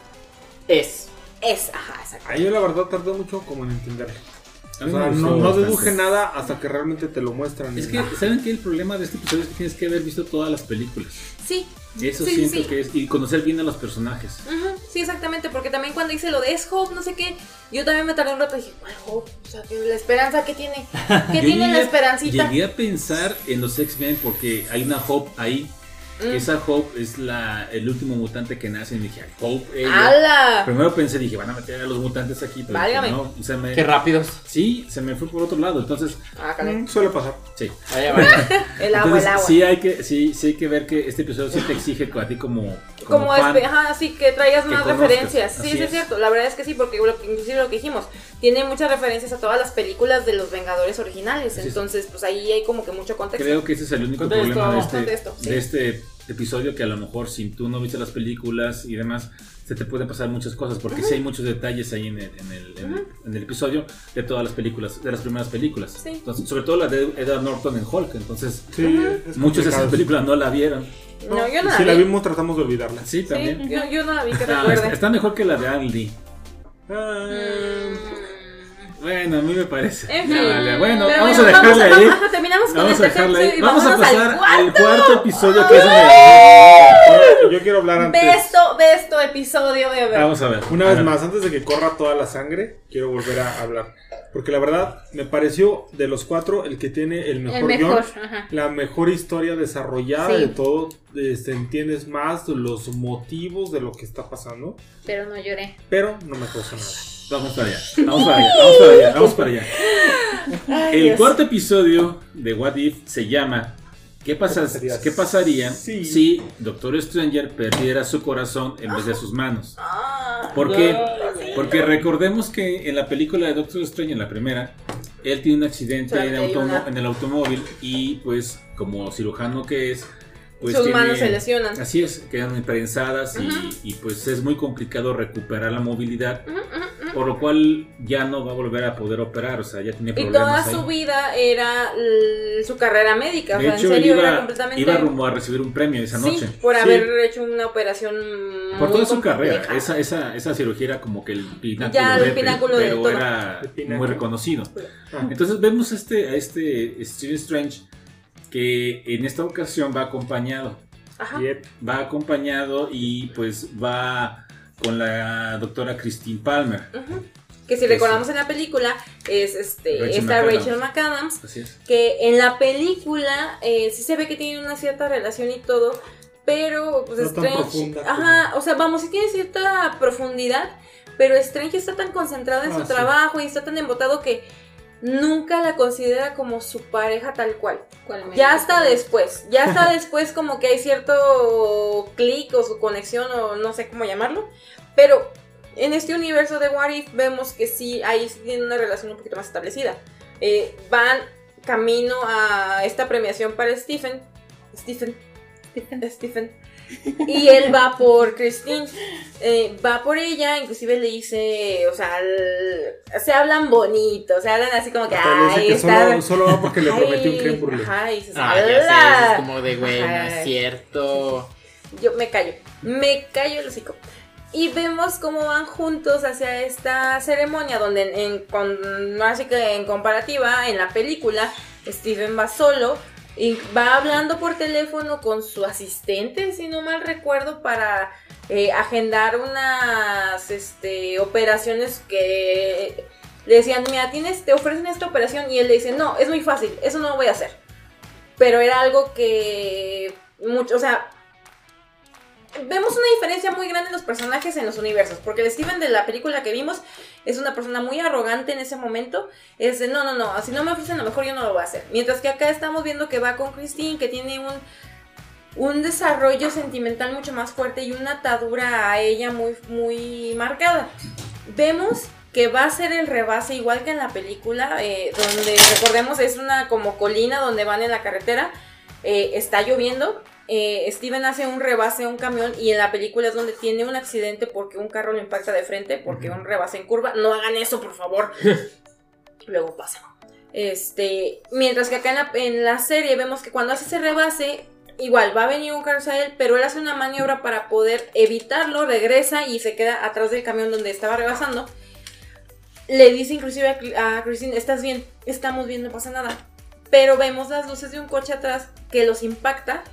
ajá, exacto. Yo la verdad tardé mucho como en entenderlo. O sea, no deduje nada hasta que realmente te lo muestran. Es que, ¿saben qué? El problema de este episodio es que tienes que haber visto todas las películas. Sí, Eso siento que es, y conocer bien a los personajes. Sí, exactamente, porque también cuando dice lo de es Hope, no sé qué, yo también me tardé un rato y dije, ¿cuál Hope? O sea, la esperanza que tiene, ¿qué tiene la esperancita? Llegué a pensar en los X-Men porque hay una Hope ahí. Esa Hope es el último mutante que nace y dije, Hope, ella. ¡Hala! Primero pensé, dije, van a meter a los mutantes aquí, pero válgame. No, qué rápidos. Sí, se me fue por otro lado, entonces suele pasar. Sí. Vaya. El agua. Sí hay que ver que este episodio sí te exige a ti como fan, sí, que traigas más conozcas. referencias. Sí, Así es cierto. La verdad es que sí, porque inclusive lo que dijimos, tiene muchas referencias a todas las películas de los Vengadores originales. Así entonces, pues ahí hay como que mucho contexto. Creo que ese es el único problema de este episodio, que a lo mejor si tú no viste las películas y demás, se te pueden pasar muchas cosas, porque sí hay muchos detalles ahí en el episodio de todas las películas, de las primeras películas. Sí. Entonces, sobre todo la de Edward Norton en Hulk, entonces de muchos de esas películas no la vieron. No, yo no la vi. Si la vi. vimos, tratamos de olvidarla. Sí, también. Sí, yo no la vi, que recuerde. Está mejor que la de Andy. Bueno, a mí me parece. En fin. Bueno, Pero vamos a dejarle ahí. Terminamos con Vamos a dejarle ahí. y Vamos a vámonos pasar al al cuarto episodio, que es Yo quiero hablar antes. Besto episodio de ver. Vamos a ver. Una vez más, antes de que corra toda la sangre, quiero volver a hablar. Porque la verdad, me pareció de los 4 el que tiene el mejor guión, la mejor historia desarrollada de todo. Entiendes más los motivos de lo que está pasando. Pero no lloré. Pero no me causó nada. Vamos para allá. El cuarto episodio de What If se llama ¿Qué pasaría si Doctor Stranger perdiera su corazón en vez de sus manos? ¿Por qué? Porque recordemos que en la película de Doctor Strange, en la primera, él tiene un accidente en el automóvil y pues como cirujano que es, pues sus manos se lesionan. Así es, quedan prensadas y pues es muy complicado recuperar la movilidad, por lo cual ya no va a volver a poder operar, o sea, ya tiene problemas. Y toda ahí. Su vida era su carrera médica, de o sea, hecho, en serio iba, era completamente... iba rumbo a recibir un premio esa noche. Por haber hecho una operación por muy toda su compleja. carrera, esa cirugía era como que el pináculo, ya, el pináculo de pero todo. era muy reconocido. Entonces vemos a este Stephen Strange que en esta ocasión va acompañado. Va acompañado y pues va con la doctora Christine Palmer. Que si recordamos en la película es Rachel McAdams. Así es. Que en la película sí se ve que tiene una cierta relación y todo, pero pues no Strange, tan profunda, o sea, vamos, sí tiene cierta profundidad, pero Strange está tan concentrado en su trabajo y está tan embotado que nunca la considera como su pareja tal cual. Ya hasta después como que hay cierto clic o su conexión o no sé cómo llamarlo, pero en este universo de What If vemos que sí, ahí sí tienen una relación un poquito más establecida. Van camino a esta premiación para Stephen. Y él va por Christine, va por ella, inclusive le dice, o sea, se hablan bonito, se hablan así como que, ay, está... solo va porque le prometió un creme brulee. Ajá, y se ya sé, es como de, güey, no es cierto. Yo me callo el hocico. Y vemos cómo van juntos hacia esta ceremonia donde así que en comparativa en la película Steven va solo y va hablando por teléfono con su asistente, si no mal recuerdo, para agendar unas operaciones que le decían, mira, te ofrecen esta operación, y él le dice, no, es muy fácil, eso no lo voy a hacer. Pero era algo que o sea, vemos una diferencia muy grande en los personajes en los universos, porque el Steven de la película que vimos es una persona muy arrogante en ese momento, es de no, si no me ofrecen a lo mejor yo no lo voy a hacer, mientras que acá estamos viendo que va con Christine, que tiene un desarrollo sentimental mucho más fuerte y una atadura a ella muy, muy marcada. Vemos que va a ser el rebase igual que en la película, donde recordemos es una como colina donde van en la carretera, está lloviendo. Steven hace un rebase a un camión y en la película es donde tiene un accidente porque un carro lo impacta de frente porque un rebase en curva. No hagan eso, por favor. Luego pasa. Mientras que acá en la serie vemos que cuando hace ese rebase, igual va a venir un carro a él, pero él hace una maniobra para poder evitarlo, regresa y se queda atrás del camión donde estaba rebasando. Le dice inclusive a Christine, ¿estás bien? Estamos bien, no pasa nada. Pero vemos las luces de un coche atrás que los impacta.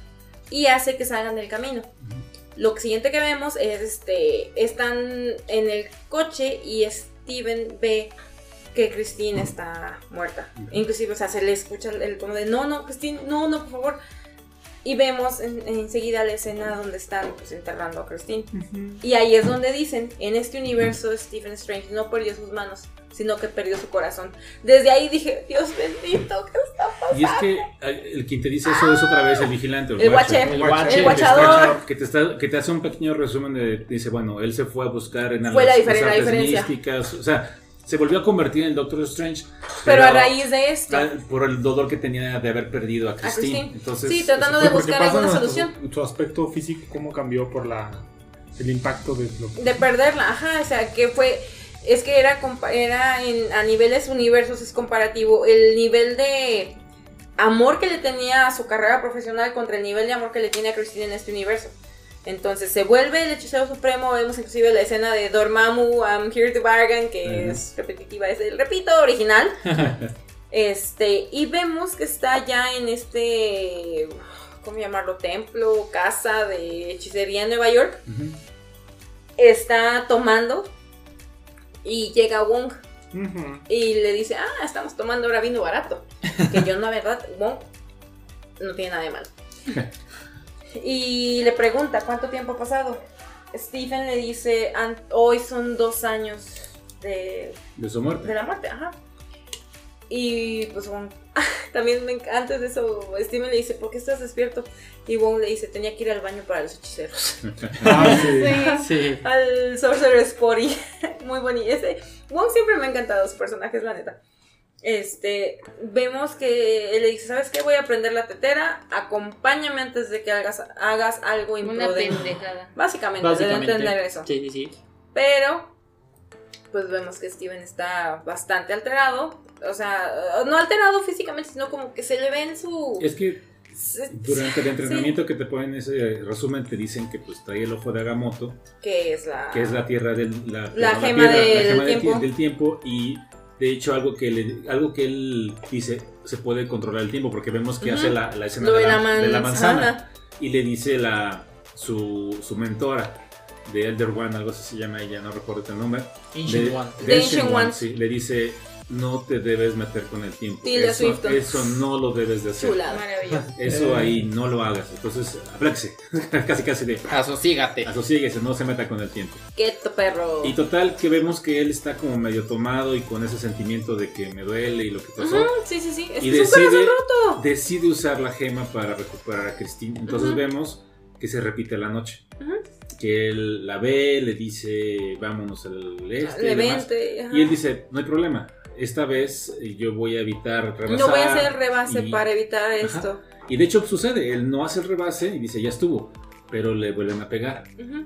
y hace que salgan del camino. Lo siguiente que vemos es están en el coche y Steven ve que Christine está muerta. Inclusive, o sea, se le escucha el tono de no, Christine, no, por favor. Y vemos enseguida la escena donde están pues enterrando a Christine. Y ahí es donde dicen, en este universo Stephen Strange no perdió sus manos, sino que perdió su corazón. Desde ahí dije, Dios bendito, ¿qué está pasando? Y es que el quien te dice eso es otra vez el vigilante, el Watcher, el Watchador, que te hace un pequeño resumen dice, bueno, él se fue a buscar en fue las la diferencia místicas, o sea, se volvió a convertir en el Doctor Strange, pero a raíz de esto, por el dolor que tenía de haber perdido a Christine. Entonces, sí, tratando de buscar alguna solución. Su aspecto físico, ¿cómo cambió por el impacto de perderla? Ajá, o sea, que fue... Es que era a niveles universos es comparativo. El nivel de amor que le tenía a su carrera profesional contra el nivel de amor que le tiene a Christine en este universo. Entonces se vuelve el hechicero supremo. Vemos inclusive la escena de Dormammu, I'm here to bargain, que es repetitiva, es el repito original. Y vemos que está ya en ¿cómo llamarlo? Templo, casa de hechicería en Nueva York. Está tomando y llega Wong y le dice, estamos tomando ahora vino barato. Que yo, la verdad, Wong no tiene nada de malo. Y le pregunta, ¿cuánto tiempo ha pasado? Stephen le dice, hoy son 2 años de su muerte. De la muerte, ajá. Y pues Wong, también antes de eso, Stephen le dice, ¿por qué estás despierto? Y Wong le dice, tenía que ir al baño para los hechiceros. Sí. Al Sorcerer's Potty. Muy bonito. Wong siempre me ha encantado sus personajes, la neta. Vemos que él le dice, ¿sabes qué? Voy a prender la tetera, acompáñame antes de que hagas algo imprudente. Una pendejada. Básicamente, debe entender eso. Sí. Pero, pues vemos que Steven está bastante alterado. O sea, no alterado físicamente, sino como que se le ve en su... Es que durante el entrenamiento que te ponen ese resumen te dicen que pues trae el ojo de Agamotto, que es la tierra la gema del tiempo. Y de hecho algo que él dice, se puede controlar el tiempo, porque vemos que hace la escena de la manzana y le dice su mentora de Elder One, algo así se llama ella, no recuerdo el nombre, Ancient One. Sí, le dice, no te debes meter con el tiempo. Eso no lo debes de hacer. Chulada. Maravilloso. Eso ahí no lo hagas. Entonces, apláquese. casi de asosíguese, no se meta con el tiempo. Quieto, perro. Y total, que vemos que él está como medio tomado y con ese sentimiento de que me duele y lo que pasó. Sí. Es y que es un corazón roto. Decide usar la gema para recuperar a Christine. Entonces vemos que se repite la noche. Que él la ve, le dice, vámonos al y él dice, no hay problema. Esta vez yo voy a evitar rebasar. No voy a hacer rebase para evitar esto. Y de hecho sucede, él no hace el rebase y dice, ya estuvo. Pero le vuelven a pegar.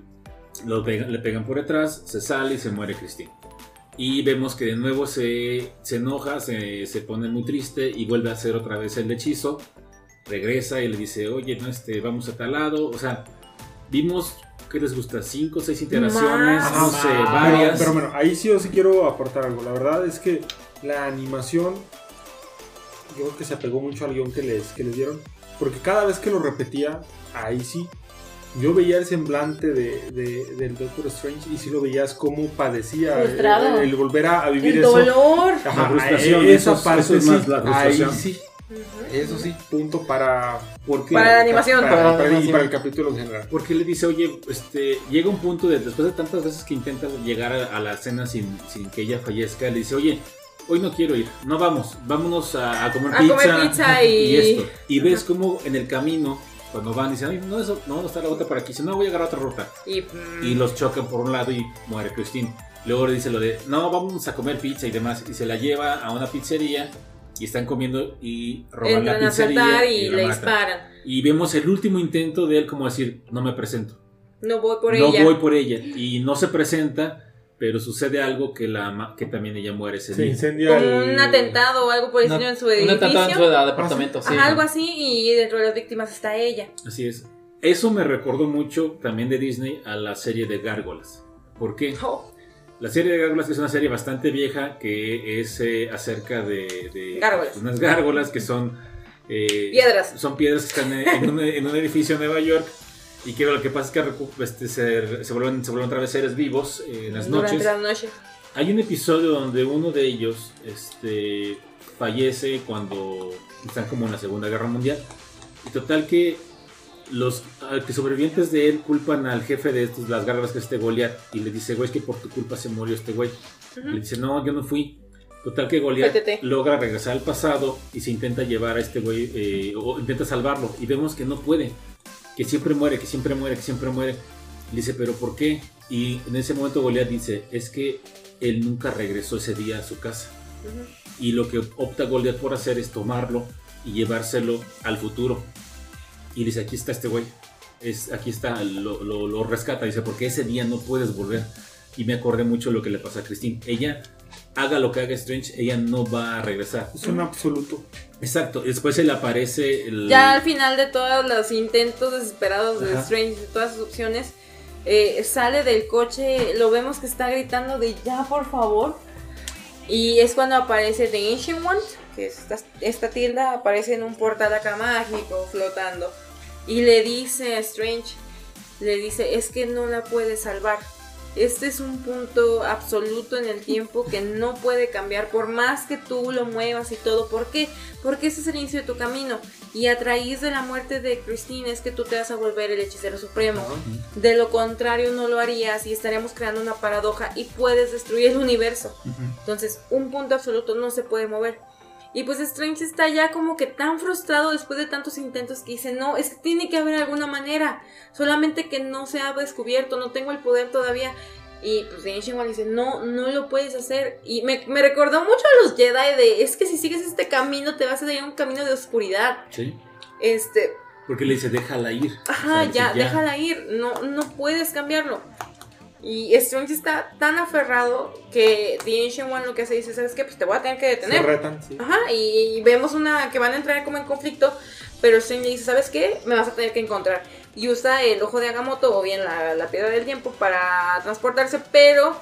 Le pegan por detrás, se sale y se muere Christine. Y vemos que de nuevo se enoja, se pone muy triste y vuelve a hacer otra vez el hechizo. Regresa y le dice, oye, no, vamos a tal lado. O sea, vimos... ¿Qué les gusta? 5 o 6 iteraciones, no sé, varias. Pero bueno, ahí sí quiero aportar algo. La verdad es que la animación, yo creo que se apegó mucho al guión que les dieron. Porque cada vez que lo repetía, ahí sí, yo veía el semblante del Doctor Strange y sí lo veías como padecía el volver a vivir el eso. El dolor. La frustración. Esa parte es más la frustración. Ahí sí. Eso sí, punto para la animación. Y para el capítulo en general. Porque le dice, oye, llega un punto después de tantas veces que intenta llegar a la cena sin que ella fallezca, le dice, oye, hoy no quiero ir, no vámonos a comer pizza y esto. Y ves como en el camino, cuando van, dicen, no está la ruta para aquí, dice, no, voy a agarrar otra ruta. Y los chocan por un lado y muere Christine. Luego le dice lo de, no, vamos a comer pizza y demás, y se la lleva a una pizzería. Y están comiendo y roban la pizzería y le disparan. Y vemos el último intento de él como decir, no me presento. No voy por ella. Y no se presenta, pero sucede algo que también ella muere ese día. Incendia como un atentado o algo por el estilo en su edificio. Un atentado en su departamento, sí. Algo así, y dentro de las víctimas está ella. Así es. Eso me recordó mucho también de Disney a la serie de Gárgolas. ¿Por qué? La serie de Gárgolas es una serie bastante vieja que es acerca de gárgolas. Unas gárgolas que son Piedras. Son piedras que están en un edificio en Nueva York. Y que lo que pasa es que se vuelven otra vez seres vivos en las noches. Durante la noche. Hay un episodio donde uno de ellos fallece cuando están como en la Segunda Guerra Mundial. Y total que los sobrevivientes de él culpan al jefe de las gárgolas, que es Goliat, y le dice, güey, es que por tu culpa se murió este güey. Le dice, no, yo no fui. Total que Goliat logra regresar al pasado y se intenta llevar a este güey, o intenta salvarlo, y vemos que no puede, que siempre muere. Le dice, pero ¿por qué? Y en ese momento Goliat dice, es que él nunca regresó ese día a su casa. Y lo que opta Goliat por hacer es tomarlo y llevárselo al futuro. Y dice, aquí está este güey, aquí está, lo rescata. Dice, porque ese día no puedes volver. Y me acordé mucho de lo que le pasa a Christine. Ella, haga lo que haga Strange, ella no va a regresar. Es un absoluto. Exacto, después se le aparece ya al final de todos los intentos desesperados de Strange, de todas sus opciones, sale del coche, lo vemos que está gritando de ya, por favor. Y es cuando aparece The Ancient One, que es esta tilda, aparece en un portal acá mágico, flotando. Y le dice a Strange, es que no la puedes salvar. Este es un punto absoluto en el tiempo que no puede cambiar por más que tú lo muevas y todo. ¿Por qué? Porque ese es el inicio de tu camino. Y a raíz de la muerte de Christine es que tú te vas a volver el hechicero supremo. De lo contrario no lo harías y estaríamos creando una paradoja y puedes destruir el universo. Entonces un punto absoluto no se puede mover. Y pues Strange está ya como que tan frustrado después de tantos intentos que dice, no, es que tiene que haber alguna manera, solamente que no se ha descubierto, no tengo el poder todavía. Y pues The Ancient One dice, no lo puedes hacer. Y me recordó mucho a los Jedi es que si sigues este camino te vas a ir a un camino de oscuridad. Sí. Porque le dice, déjala ir. Ajá, o sea, ya, déjala ir, no puedes cambiarlo. Y Strange está tan aferrado que The Ancient One lo que hace dice, ¿sabes qué? Pues te voy a tener que detener. Se retan, sí. Ajá, y vemos que van a entrar como en conflicto, pero Strange le dice, ¿sabes qué? Me vas a tener que encontrar. Y usa el ojo de Agamotto o bien la piedra del tiempo para transportarse, pero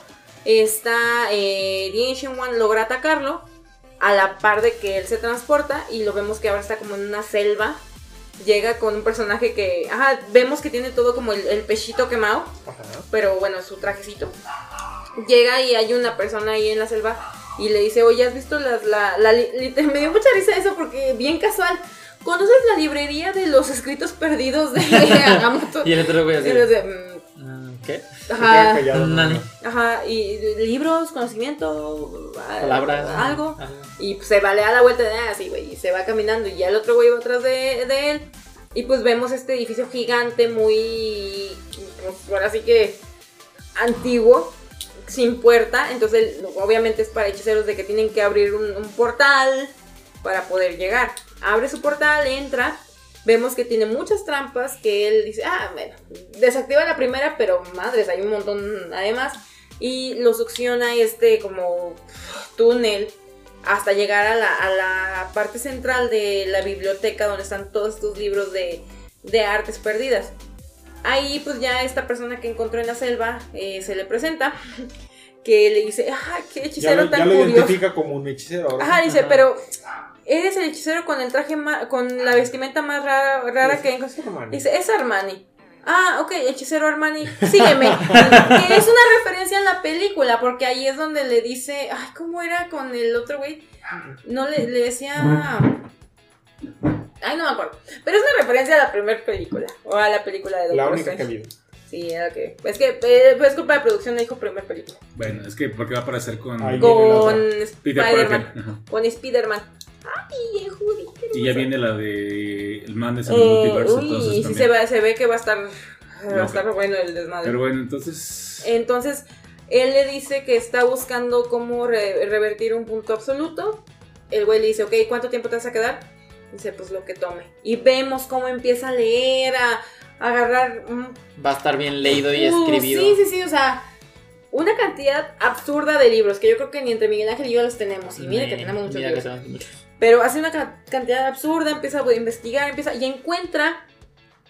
The Ancient One logra atacarlo a la par de que él se transporta y lo vemos que ahora está como en una selva. Llega con un personaje que, vemos que tiene todo como el pechito quemado, pero bueno, su trajecito. Llega y hay una persona ahí en la selva y le dice, oye, ¿has visto me dio mucha risa eso porque bien casual. ¿Conoces la librería de los escritos perdidos de Agamotto? Y el otro voy a decir, ¿qué? Ajá, y libros, conocimiento, palabras, algo. Y pues se va, le da la vuelta de así, güey, y se va caminando y ya el otro güey va atrás de él. Y pues vemos este edificio gigante muy, pues, ahora sí que antiguo, sin puerta. Entonces obviamente es para hechiceros de que tienen que abrir un portal para poder llegar. Abre su portal, entra. Vemos que tiene muchas trampas que él dice, bueno, desactiva la primera, pero madres, hay un montón además. Y lo succiona como túnel hasta llegar a la parte central de la biblioteca donde están todos estos libros de artes perdidas. Ahí pues ya esta persona que encontró en la selva se le presenta, que le dice, qué hechicero tan curioso. Ya lo identifica como un hechicero ahora. Dice, pero eres el hechicero con el traje con la vestimenta más rara que encontré. Dice, es Armani. Ok, hechicero Armani, sígueme. Que es una referencia en la película, porque ahí es donde le dice, ¿cómo era con el otro güey? No le decía, no me acuerdo. Pero es una referencia a la primera película, o a la película de Doctor La única Strange. que vi. Sí, es que es culpa de producción, dijo primer película. Bueno, es que porque va a aparecer con Spider-Man. Con Spider-Man. Ay, Judy. Y ya viene la de el man de San Multiverso. Y sí se ve que va a estar bueno el desmadre. Pero bueno, entonces él le dice que está buscando cómo revertir un punto absoluto. El güey le dice, ok, ¿cuánto tiempo te vas a quedar? Dice, pues lo que tome. Y vemos cómo empieza a leer, a agarrar. Va a estar bien leído y escribido. Sí, o sea, una cantidad absurda de libros que yo creo que ni entre Miguel Ángel y yo los tenemos. Y mira que tenemos muchos libros. Pero hace una cantidad absurda, empieza a investigar, y encuentra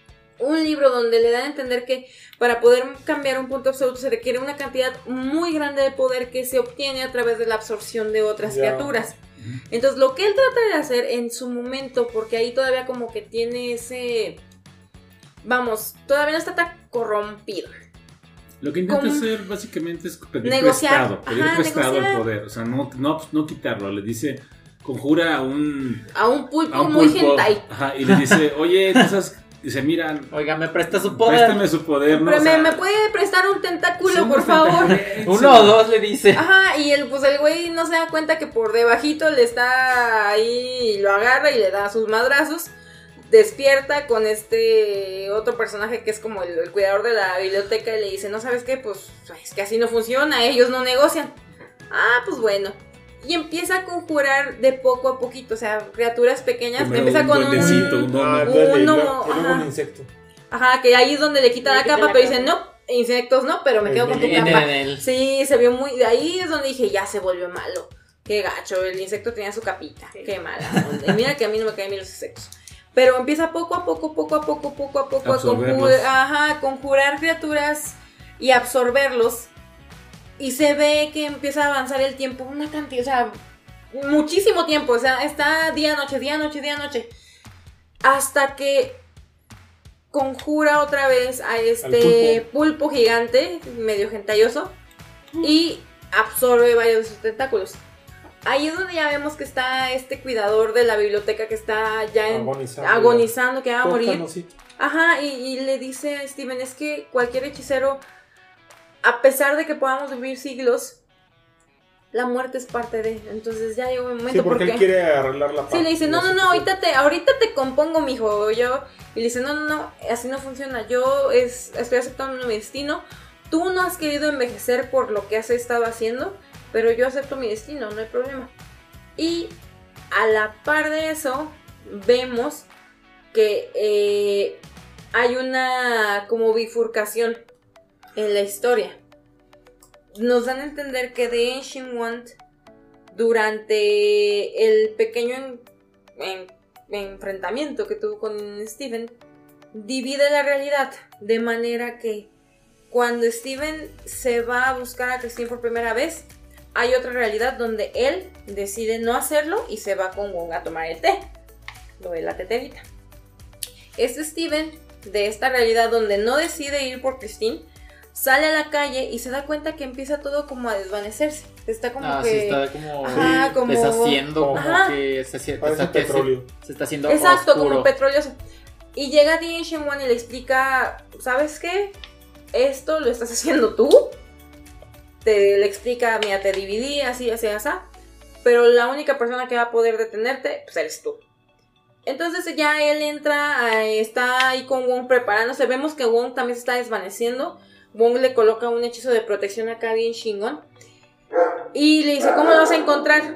un libro donde le dan a entender que para poder cambiar un punto absoluto se requiere una cantidad muy grande de poder que se obtiene a través de la absorción de otras criaturas. Entonces lo que él trata de hacer en su momento, porque ahí todavía como que tiene ese... Vamos, todavía no está tan corrompido. Lo que intenta hacer básicamente es pedir prestado el poder, o sea, no quitarlo, le dice, conjura a un pulpo muy hentai. Ajá, y le dice, oye, cosas, dice, mira, oiga, me presta su poder. Préstame su poder, ¿no? Pero ¿me puede prestar un tentáculo, por favor? Uno o dos le dice. Ajá, y el güey no se da cuenta que por debajito le está ahí, y lo agarra y le da sus madrazos. Despierta con este otro personaje que es como el cuidador de la biblioteca y le dice, no, ¿sabes qué? Pues es que así no funciona, ellos no negocian. Ah, pues bueno. Y empieza a conjurar de poco a poquito, o sea, criaturas pequeñas. Empieza con un insecto. Ajá, que ahí es donde le quita la capa, pero dice, no, insectos no, pero me quedo con tu capa. Sí, se vio muy... Ahí es donde dije, ya se volvió malo. Qué gacho, el insecto tenía su capita. Qué mala onda. Y mira que a mí no me caen bien los insectos. Pero empieza poco a poco a conjurar criaturas y absorberlos. Y se ve que empieza a avanzar el tiempo, una cantidad, o sea, muchísimo tiempo. O sea, está día, noche. Hasta que conjura otra vez a este pulpo gigante, medio gentayoso, y absorbe varios de sus tentáculos. Ahí es donde ya vemos que está este cuidador de la biblioteca que está ya agonizando, que va a morir. Ajá, y le dice a Steven, es que cualquier hechicero, a pesar de que podamos vivir siglos, la muerte es parte de... Entonces ya llegó un momento... Sí, porque él quiere arreglar la paz. Sí, le dice, no, ahorita te compongo, mijo. Y le dice, no, así no funciona. Estoy aceptando mi destino. Tú no has querido envejecer por lo que has estado haciendo, pero yo acepto mi destino, no hay problema. Y a la par de eso, vemos que hay una como bifurcación en la historia. Nos dan a entender que The Ancient One, durante el pequeño enfrentamiento que tuvo con Steven, divide la realidad, de manera que cuando Steven se va a buscar a Christine por primera vez, hay otra realidad donde él decide no hacerlo y se va con Wong a tomar el té, lo de la teterita. Steven, de esta realidad donde no decide ir por Christine, sale a la calle y se da cuenta que empieza todo como a desvanecerse. Está como que... sí, está como deshaciendo, como que se está haciendo exacto, oscuro. como petróleo. Y llega The Ancient One y le explica, ¿sabes qué? Esto lo estás haciendo tú. Le explica, mira, te dividí así, pero la única persona que va a poder detenerte, pues eres tú. Entonces ya él entra, está ahí con Wong preparándose. Vemos que Wong también se está desvaneciendo. Wong le coloca un hechizo de protección acá bien chingón. Y le dice, ¿cómo lo vas a encontrar?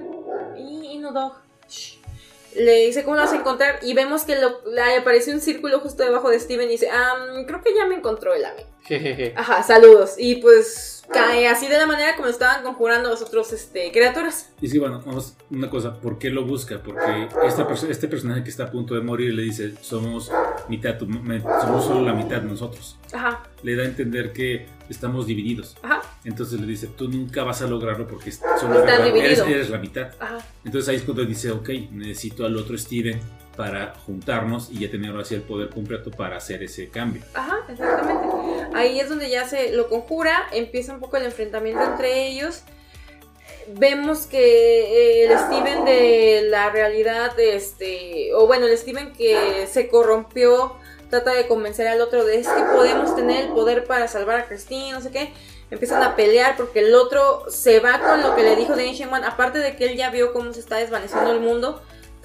Le dice, ¿cómo lo vas a encontrar? Y vemos que le aparece un círculo justo debajo de Steven y dice, creo que ya me encontró el amigo. Ajá, saludos. Y pues cae así de la manera como estaban conjurando los otros criaturas. Y sí, bueno, vamos, una cosa, ¿por qué lo busca? Porque este personaje que está a punto de morir le dice, somos solo la mitad nosotros. Ajá. Le da a entender que estamos divididos. Ajá. Entonces le dice, tú nunca vas a lograrlo porque solo eres la mitad. Ajá. Entonces ahí es cuando dice, ok, necesito al otro Steven para juntarnos y ya tener así el poder completo para hacer ese cambio. Ajá, exactamente. Ahí es donde ya se lo conjura, empieza un poco el enfrentamiento entre ellos. Vemos que el Steven de la realidad, el Steven que se corrompió, trata de convencer al otro de es que podemos tener el poder para salvar a Christine, no sé qué. Empiezan a pelear porque el otro se va con lo que le dijo The Ancient One, aparte de que él ya vio cómo se está desvaneciendo el mundo.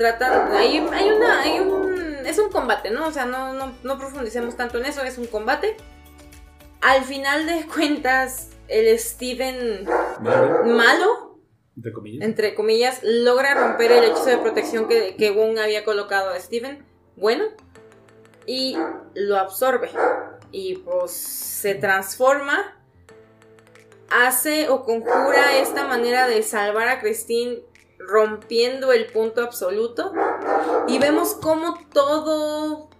Es un combate, ¿no? O sea, no profundicemos tanto en eso, es un combate. Al final de cuentas, el Steven malo, entre comillas, logra romper el hechizo de protección que Wong había colocado a Steven, bueno, y lo absorbe. Y pues se transforma, hace o conjura esta manera de salvar a Christine rompiendo el punto absoluto, y vemos cómo todo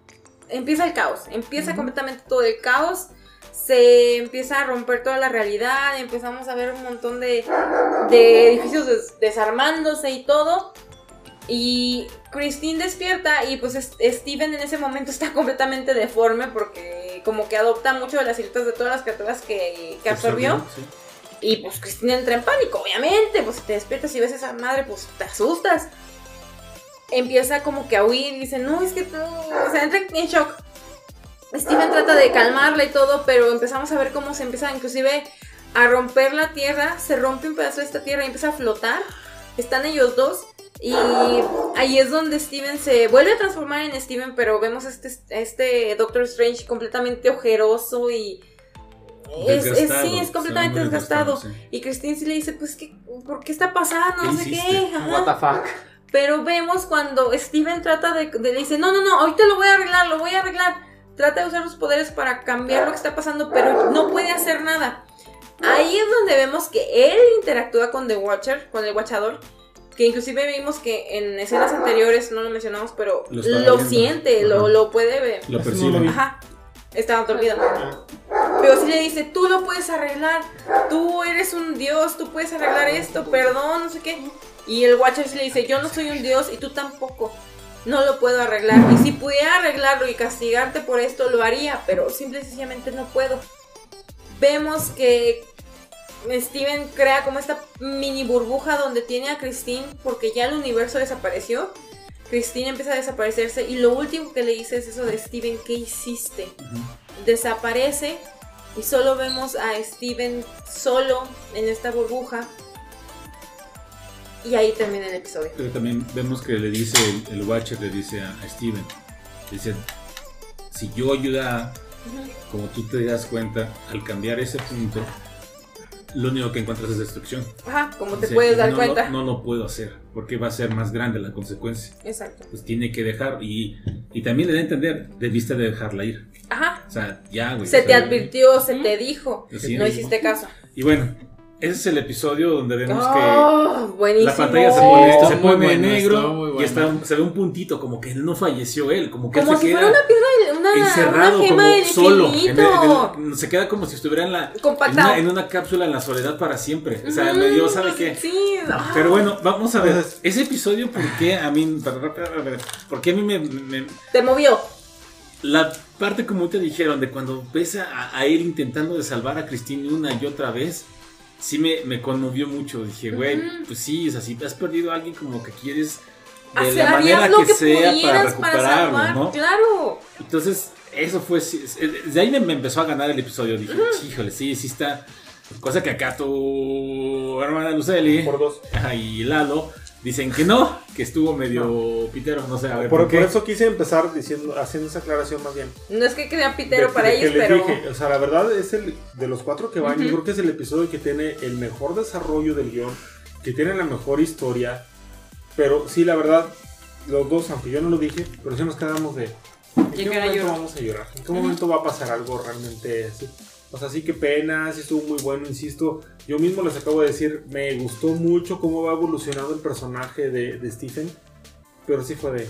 empieza el caos, empieza completamente todo el caos, se empieza a romper toda la realidad, empezamos a ver un montón de edificios desarmándose y todo, y Christine despierta y pues Steven en ese momento está completamente deforme porque como que adopta mucho de las siluetas de todas las criaturas que absorbió. Sí. Y pues Christine entra en pánico, obviamente, pues si te despiertas y ves a esa madre, pues te asustas. Empieza como que a huir y dice, no, es que tú, o sea, entra en shock. Steven trata de calmarla y todo, pero empezamos a ver cómo se empieza inclusive a romper la tierra, se rompe un pedazo de esta tierra y empieza a flotar. Están ellos dos y ahí es donde Steven se vuelve a transformar en Steven, pero vemos este Doctor Strange completamente ojeroso y... es completamente desgastado. Sí. Y Christine sí le dice, pues, ¿por qué está pasando? No sé qué. Ajá. What the fuck. Pero vemos cuando Steven trata le dice, no, ahorita lo voy a arreglar. Trata de usar sus poderes para cambiar lo que está pasando, pero no puede hacer nada. Ahí es donde vemos que él interactúa con The Watcher, con el Watchador, que inclusive vimos que en escenas anteriores, no lo mencionamos, pero lo siente, lo puede ver. Lo percibe. Ajá. Estaba dormido. Pero sí le dice, tú lo puedes arreglar, tú eres un dios, tú puedes arreglar esto, perdón, no sé qué. Y el Watcher sí le dice, yo no soy un dios y tú tampoco, no lo puedo arreglar. Y si pudiera arreglarlo y castigarte por esto, lo haría, pero simple y sencillamente no puedo. Vemos que Steven crea como esta mini burbuja donde tiene a Christine, porque ya el universo desapareció. Christine empieza a desaparecerse y lo último que le dice es eso de Steven, ¿qué hiciste? Desaparece y solo vemos a Steven solo en esta burbuja y ahí termina el episodio. Pero también vemos que le dice el Watcher, le dice a Steven, dice, si yo ayuda, como tú te das cuenta, al cambiar ese punto, lo único que encuentras es destrucción. Ajá, como te puedes dar cuenta. No lo puedo hacer, porque va a ser más grande la consecuencia. Exacto. Pues tiene que dejar, y también le da a entender, debiste de dejarla ir. Ajá. O sea, ya, güey. Se te advirtió, se te dijo, no hiciste caso. Y bueno, ese es el episodio donde vemos que buenísimo. La pantalla se pone en negro y se ve un puntito, como que no falleció él, como que como él se si queda fuera una piedra, encerrado, una gema como solo. infinito. Se queda como si estuviera compactado en una cápsula en la soledad para siempre. O sea, me dio, ¿sabe qué? Sí, no. Pero bueno, vamos a ver. Ese episodio, ¿por qué a mí me te movió? La parte, como te dijeron, de cuando ves a él intentando de salvar a Christine una y otra vez, sí me conmovió mucho. Dije, güey, pues sí, o sea, si te has perdido a alguien, como que quieres de la manera que sea para recuperarlo, ¿no? Claro. Entonces, eso fue, de ahí me empezó a ganar el episodio. Dije, híjole, sí está. Cosa que acá tu hermana Luceli por dos y Lalo dicen que no, que estuvo medio pitero, no sé, a ver por eso quise empezar haciendo esa aclaración más bien. No es que crea pitero para ellos, pero dije, o sea, la verdad es el de los 4 que van, yo creo que es el episodio que tiene el mejor desarrollo del guión, que tiene la mejor historia, pero sí, la verdad, los dos, aunque yo no lo dije, pero sí nos quedamos de ¿en qué momento vamos a llorar? ¿En qué momento va a pasar algo realmente así? O sea, sí, qué pena, sí estuvo muy bueno, insisto. Yo mismo les acabo de decir, me gustó mucho cómo va evolucionando el personaje de Stephen. Pero sí fue de...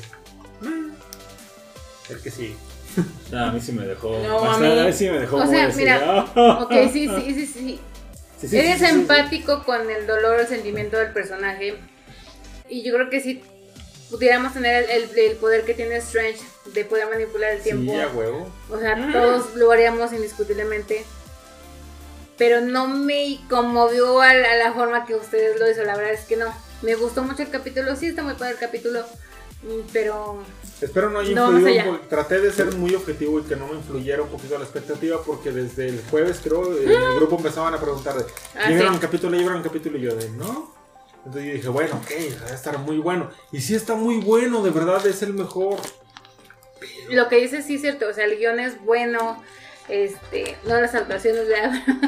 el que sí. A mí sí me dejó... a mí sí me dejó o sea, mira, ok, sí. Eres empático sí. Con el dolor o el sentimiento del personaje. Y yo creo que si pudiéramos tener el poder que tiene Strange de poder manipular el tiempo, sí, a huevo. O sea, todos lo haríamos indiscutiblemente. Pero no me conmovió a la forma que ustedes lo hizo. La verdad es que no. Me gustó mucho el capítulo. Sí, está muy padre el capítulo. Pero... espero no haya influido. Traté de ser muy objetivo y que no me influyera un poquito la expectativa. Porque desde el jueves, creo, en el grupo empezaban a preguntar de ¿llegaron un capítulo? Y yo de ¿no? Entonces yo dije, bueno, ok, va a estar muy bueno. Y sí está muy bueno, de verdad es el mejor. Pero... lo que dices sí es cierto, o sea, el guión es bueno, no las actuaciones de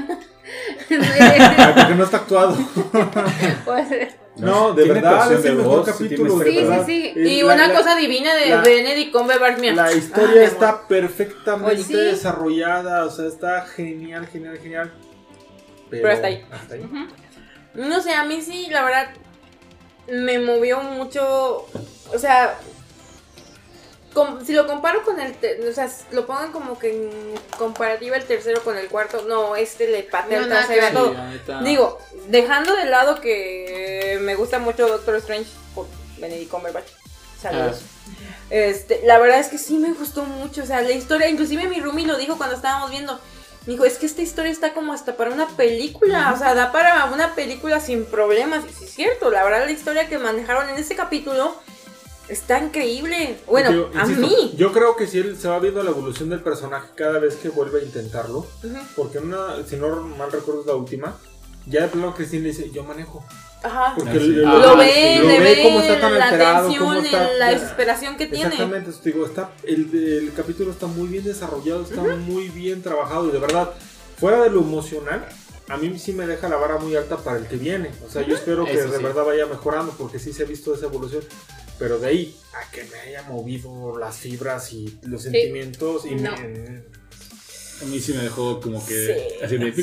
porque no está actuado. Puede ser. No, de verdad es el mejor capítulo. Sí. Y una cosa divina de Benedict Cumberbatch. La historia está perfectamente desarrollada, o sea, está genial. Pero hasta ahí. No sé, a mí sí, la verdad, me movió mucho, o sea, si lo comparo con o sea, lo pongan como que en comparativa el tercero con el cuarto, no, le patea el trasero a todo. Digo, dejando de lado que me gusta mucho Doctor Strange por Benedict Cumberbatch. Saludos. La verdad es que sí me gustó mucho, o sea, la historia, inclusive mi roomie lo dijo cuando estábamos viendo. Me dijo, es que esta historia está como hasta para una película, o sea, da para una película sin problemas. Y sí es cierto, la verdad la historia que manejaron en este capítulo está increíble. Bueno, a mí. Yo creo que sí se va viendo la evolución del personaje cada vez que vuelve a intentarlo. Porque si no mal recuerdo es la última, ya de plano Christine le dice, yo manejo. Ajá. Porque lo ve cómo está tan la alterado, tensión, la desesperación que tiene. Exactamente, digo, el capítulo está muy bien desarrollado, está muy bien trabajado y de verdad, fuera de lo emocional, a mí sí me deja la vara muy alta para el que viene. O sea, yo espero que de verdad vaya mejorando porque sí se ha visto esa evolución. Pero de ahí a que me haya movido las fibras y los sentimientos y a mí sí me dejó como que así de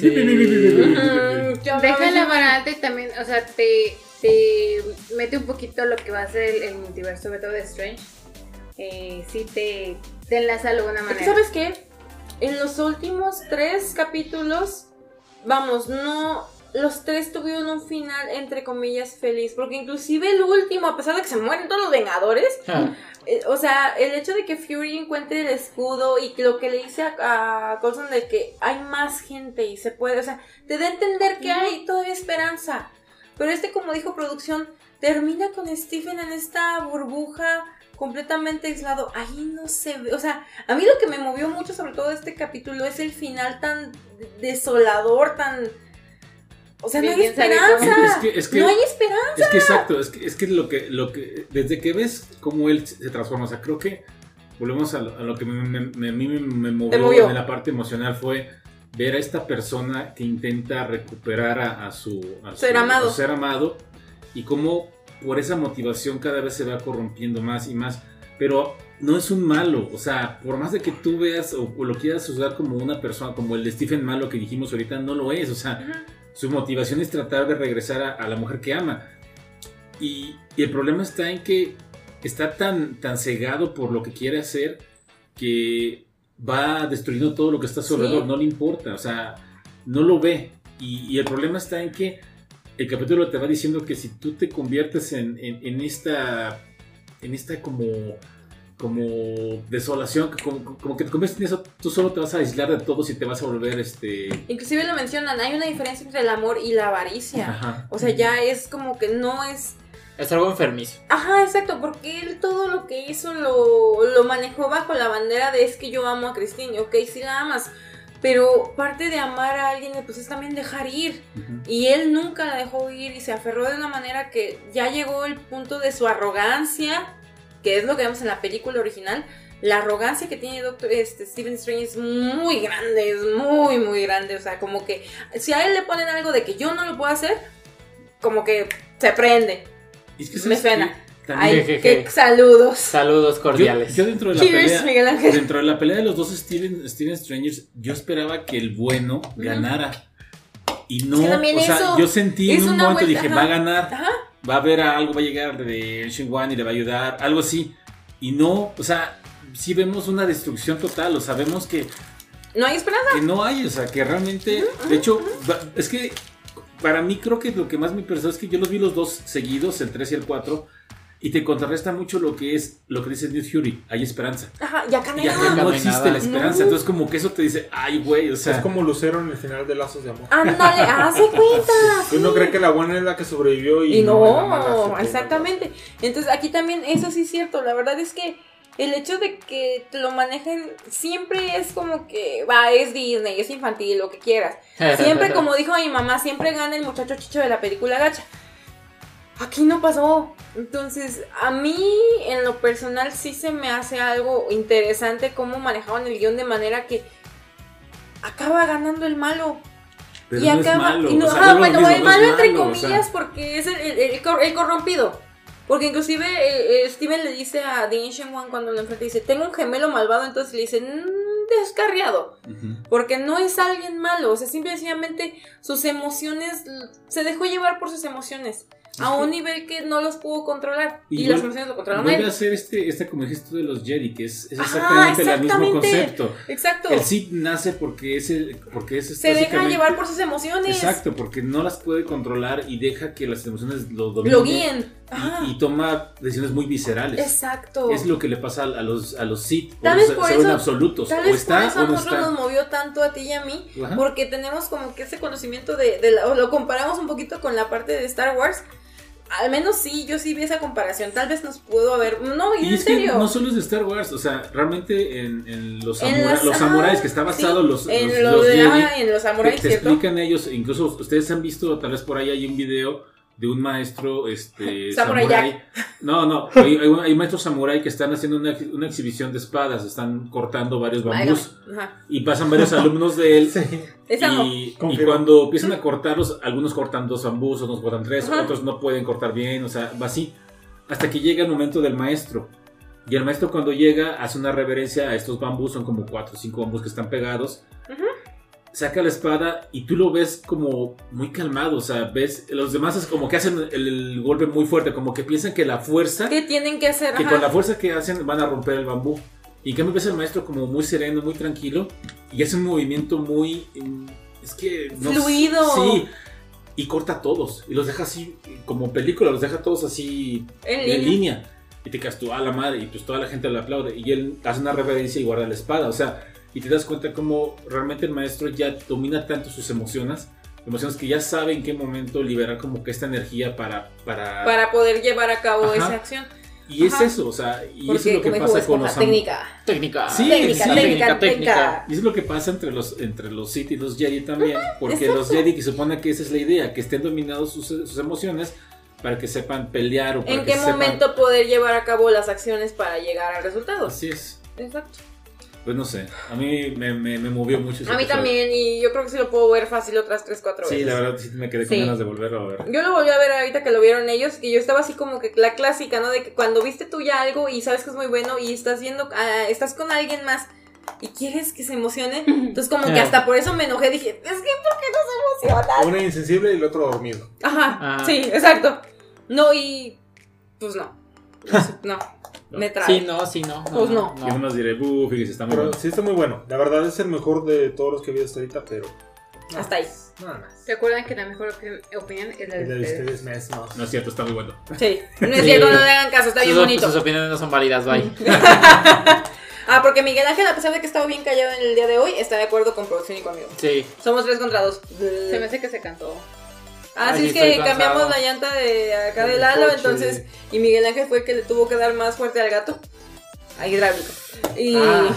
deja la vara alta y también, o sea, te mete un poquito lo que va a ser el multiverso, sobre todo de Strange. Sí te enlaza de alguna manera. ¿Sabes qué? En los últimos 3 capítulos, vamos, los 3 tuvieron un final entre comillas feliz, porque inclusive el último, a pesar de que se mueren todos los Vengadores, o sea, el hecho de que Fury encuentre el escudo y lo que le dice a Coulson de que hay más gente y se puede, o sea, te da a entender que hay todavía esperanza. Pero como dijo producción, termina con Stephen en esta burbuja completamente aislado. Ahí no se ve, o sea, a mí lo que me movió mucho sobre todo este capítulo es el final tan desolador, tan... O sea, no hay esperanza. Es que no hay esperanza. Es que exacto, es que lo que desde que ves cómo él se transforma, o sea, creo que volvemos a lo que a mí me movió en la parte emocional fue ver a esta persona que intenta recuperar a su ser amado y cómo por esa motivación cada vez se va corrompiendo más y más, pero no es un malo, o sea, por más de que tú veas o lo quieras usar como una persona, como el de Stephen malo que dijimos ahorita, no lo es, o sea, su motivación es tratar de regresar a la mujer que ama. Y el problema está en que está tan cegado por lo que quiere hacer que va destruyendo todo lo que está a su alrededor. No le importa, o sea, no lo ve. Y el problema está en que el capítulo te va diciendo que si tú te conviertes en esta como desolación, como que te conviertes en eso, tú solo te vas a aislar de todos y te vas a volver Inclusive lo mencionan, hay una diferencia entre el amor y la avaricia. Ajá. O sea, ya es como que no es... Es algo enfermizo. Ajá, exacto, porque él todo lo que hizo lo manejó bajo la bandera de es que yo amo a Christine, ok, sí la amas, pero parte de amar a alguien pues es también dejar ir. Y él nunca la dejó ir y se aferró de una manera que ya llegó el punto de su arrogancia, que es lo que vemos en la película original. La arrogancia que tiene Stephen Strange es muy grande, es muy, muy grande. O sea, como que si a él le ponen algo de que yo no lo puedo hacer, como que se prende. Es que me suena. Ay, qué saludos. Saludos cordiales. Yo dentro de la Cheers, Miguel Ángel. Dentro de la pelea de los dos Stephen Strangers, yo esperaba que el bueno ganara. Y no, o sea, yo sentí en un momento, dije, va a ganar. Ajá. Va a haber algo, va a llegar de Ancient One y le va a ayudar, algo así. Y no, o sea, sí vemos una destrucción total, o sea, vemos que... No hay esperanza. Que no hay, o sea, que realmente... De hecho, es que para mí creo que lo que más me interesó es que yo los vi los dos seguidos, el 3 y el 4, y te contrarresta mucho lo que dice Nick Fury, hay esperanza. Ajá, ya acá no existe la esperanza, entonces como que eso te dice, ay güey, o sea... Es como Lucero en el final de Lazos de Amor. Ándale, hace cuenta. Uno cree que la buena es la que sobrevivió y no, exactamente. Entonces aquí también eso sí es cierto, la verdad es que el hecho de que te lo manejen siempre es como que, es Disney, es infantil, lo que quieras. Siempre, como dijo mi mamá, siempre gana el muchacho chicho de la película gacha. Aquí no pasó. Entonces, a mí, en lo personal, sí se me hace algo interesante cómo manejaban el guión de manera que acaba ganando el malo. Pero y no acaba. es malo. Y no, o sea, bueno, el malo entre comillas, o sea, porque es el corrompido. Porque inclusive Steven le dice a The Ancient One cuando lo enfrenta, dice, tengo un gemelo malvado, entonces le dice, descarriado. Porque no es alguien malo, o sea, simplemente sus emociones, se dejó llevar por sus emociones. a un nivel que no los pudo controlar. Y las emociones lo controlan mal. Vuelve a hacer como dijiste tú de los Jedi, que es exactamente el mismo concepto. Exacto. El Sith nace porque se deja llevar por sus emociones. Exacto, porque no las puede controlar y deja que las emociones lo dominen. Lo guíen. Y toma decisiones muy viscerales. Exacto. Es lo que le pasa a los Sith. Tal vez por eso, absolutos. Tal vez por eso a nosotros nos movió tanto a ti y a mí. Ajá. Porque tenemos como que ese conocimiento lo comparamos un poquito con la parte de Star Wars. Al menos sí, yo sí vi esa comparación. Tal vez nos pudo haber. No, y en serio. No solo es de Star Wars, o sea, realmente en los samuráis, que está basado en los samuráis, te explican ellos, incluso ustedes han visto, tal vez por ahí hay un video de un maestro samurái. No, hay maestros samurái que están haciendo una exhibición de espadas, están cortando varios bambús y pasan varios alumnos de él. Sí. Y cuando empiezan a cortarlos, algunos cortan 2 bambús, otros cortan 3, otros no pueden cortar bien, o sea, va así hasta que llega el momento del maestro. Y el maestro, cuando llega, hace una reverencia a estos bambús, son como 4 o 5 bambús que están pegados. Saca la espada y tú lo ves como muy calmado, o sea, ves, los demás es como que hacen el golpe muy fuerte, como que piensan que la fuerza que tienen que hacer, que con la fuerza que hacen van a romper el bambú. Y en cambio ves al maestro como muy sereno, muy tranquilo, y hace un movimiento muy, es que no, fluido. Sí, y corta a todos y los deja así como película, los deja todos así en línea. Y te quedas tú a la madre y pues toda la gente le aplaude y él hace una reverencia y guarda la espada, o sea. Y te das cuenta cómo realmente el maestro ya domina tanto sus emociones que ya sabe en qué momento liberar como que esta energía para poder llevar a cabo esa acción. Y es eso, o sea, y porque, eso es lo que pasa con los técnica. Sí, técnica. Y eso es lo que pasa entre los Sith y los Jedi también, porque los Jedi, que supone que esa es la idea, que estén dominados sus emociones para que sepan pelear o para en qué momento poder llevar a cabo las acciones para llegar al resultado. Así es. Exacto. Pues no sé, a mí me movió mucho ese A mí también, y yo creo que sí lo puedo ver fácil otras 3-4 veces. Sí, la verdad sí me quedé con ganas de volverlo a ver. Yo lo volví a ver ahorita que lo vieron ellos, y yo estaba así como que la clásica, ¿no? De que cuando viste tú ya algo y sabes que es muy bueno y estás viendo, estás con alguien más y quieres que se emocione, entonces como que hasta por eso me enojé, dije, es que ¿por qué no se emociona? Uno insensible y el otro dormido. Ajá, sí, exacto. No, y pues no. Me trae. Sí, no. Pues no. Yo nomás diré, fíjese, está muy pero bueno. Sí, está muy bueno. La verdad es el mejor de todos los que he visto hasta ahorita, pero. Hasta ahí. Nada más. Recuerden que la mejor opinión es la de ustedes. No es cierto, está muy bueno. Sí, no es cierto, no le hagan caso, está bien bonito. Sus opiniones no son válidas, bye. Porque Miguel Ángel, a pesar de que estaba bien callado en el día de hoy, está de acuerdo con producción y conmigo. Sí. Somos 3 contra 2. Se me hace que se cantó. Así es que cambiamos la llanta de acá de Lalo, entonces, y Miguel Ángel fue el que le tuvo que dar más fuerte al gato. Al hidráulico. Y.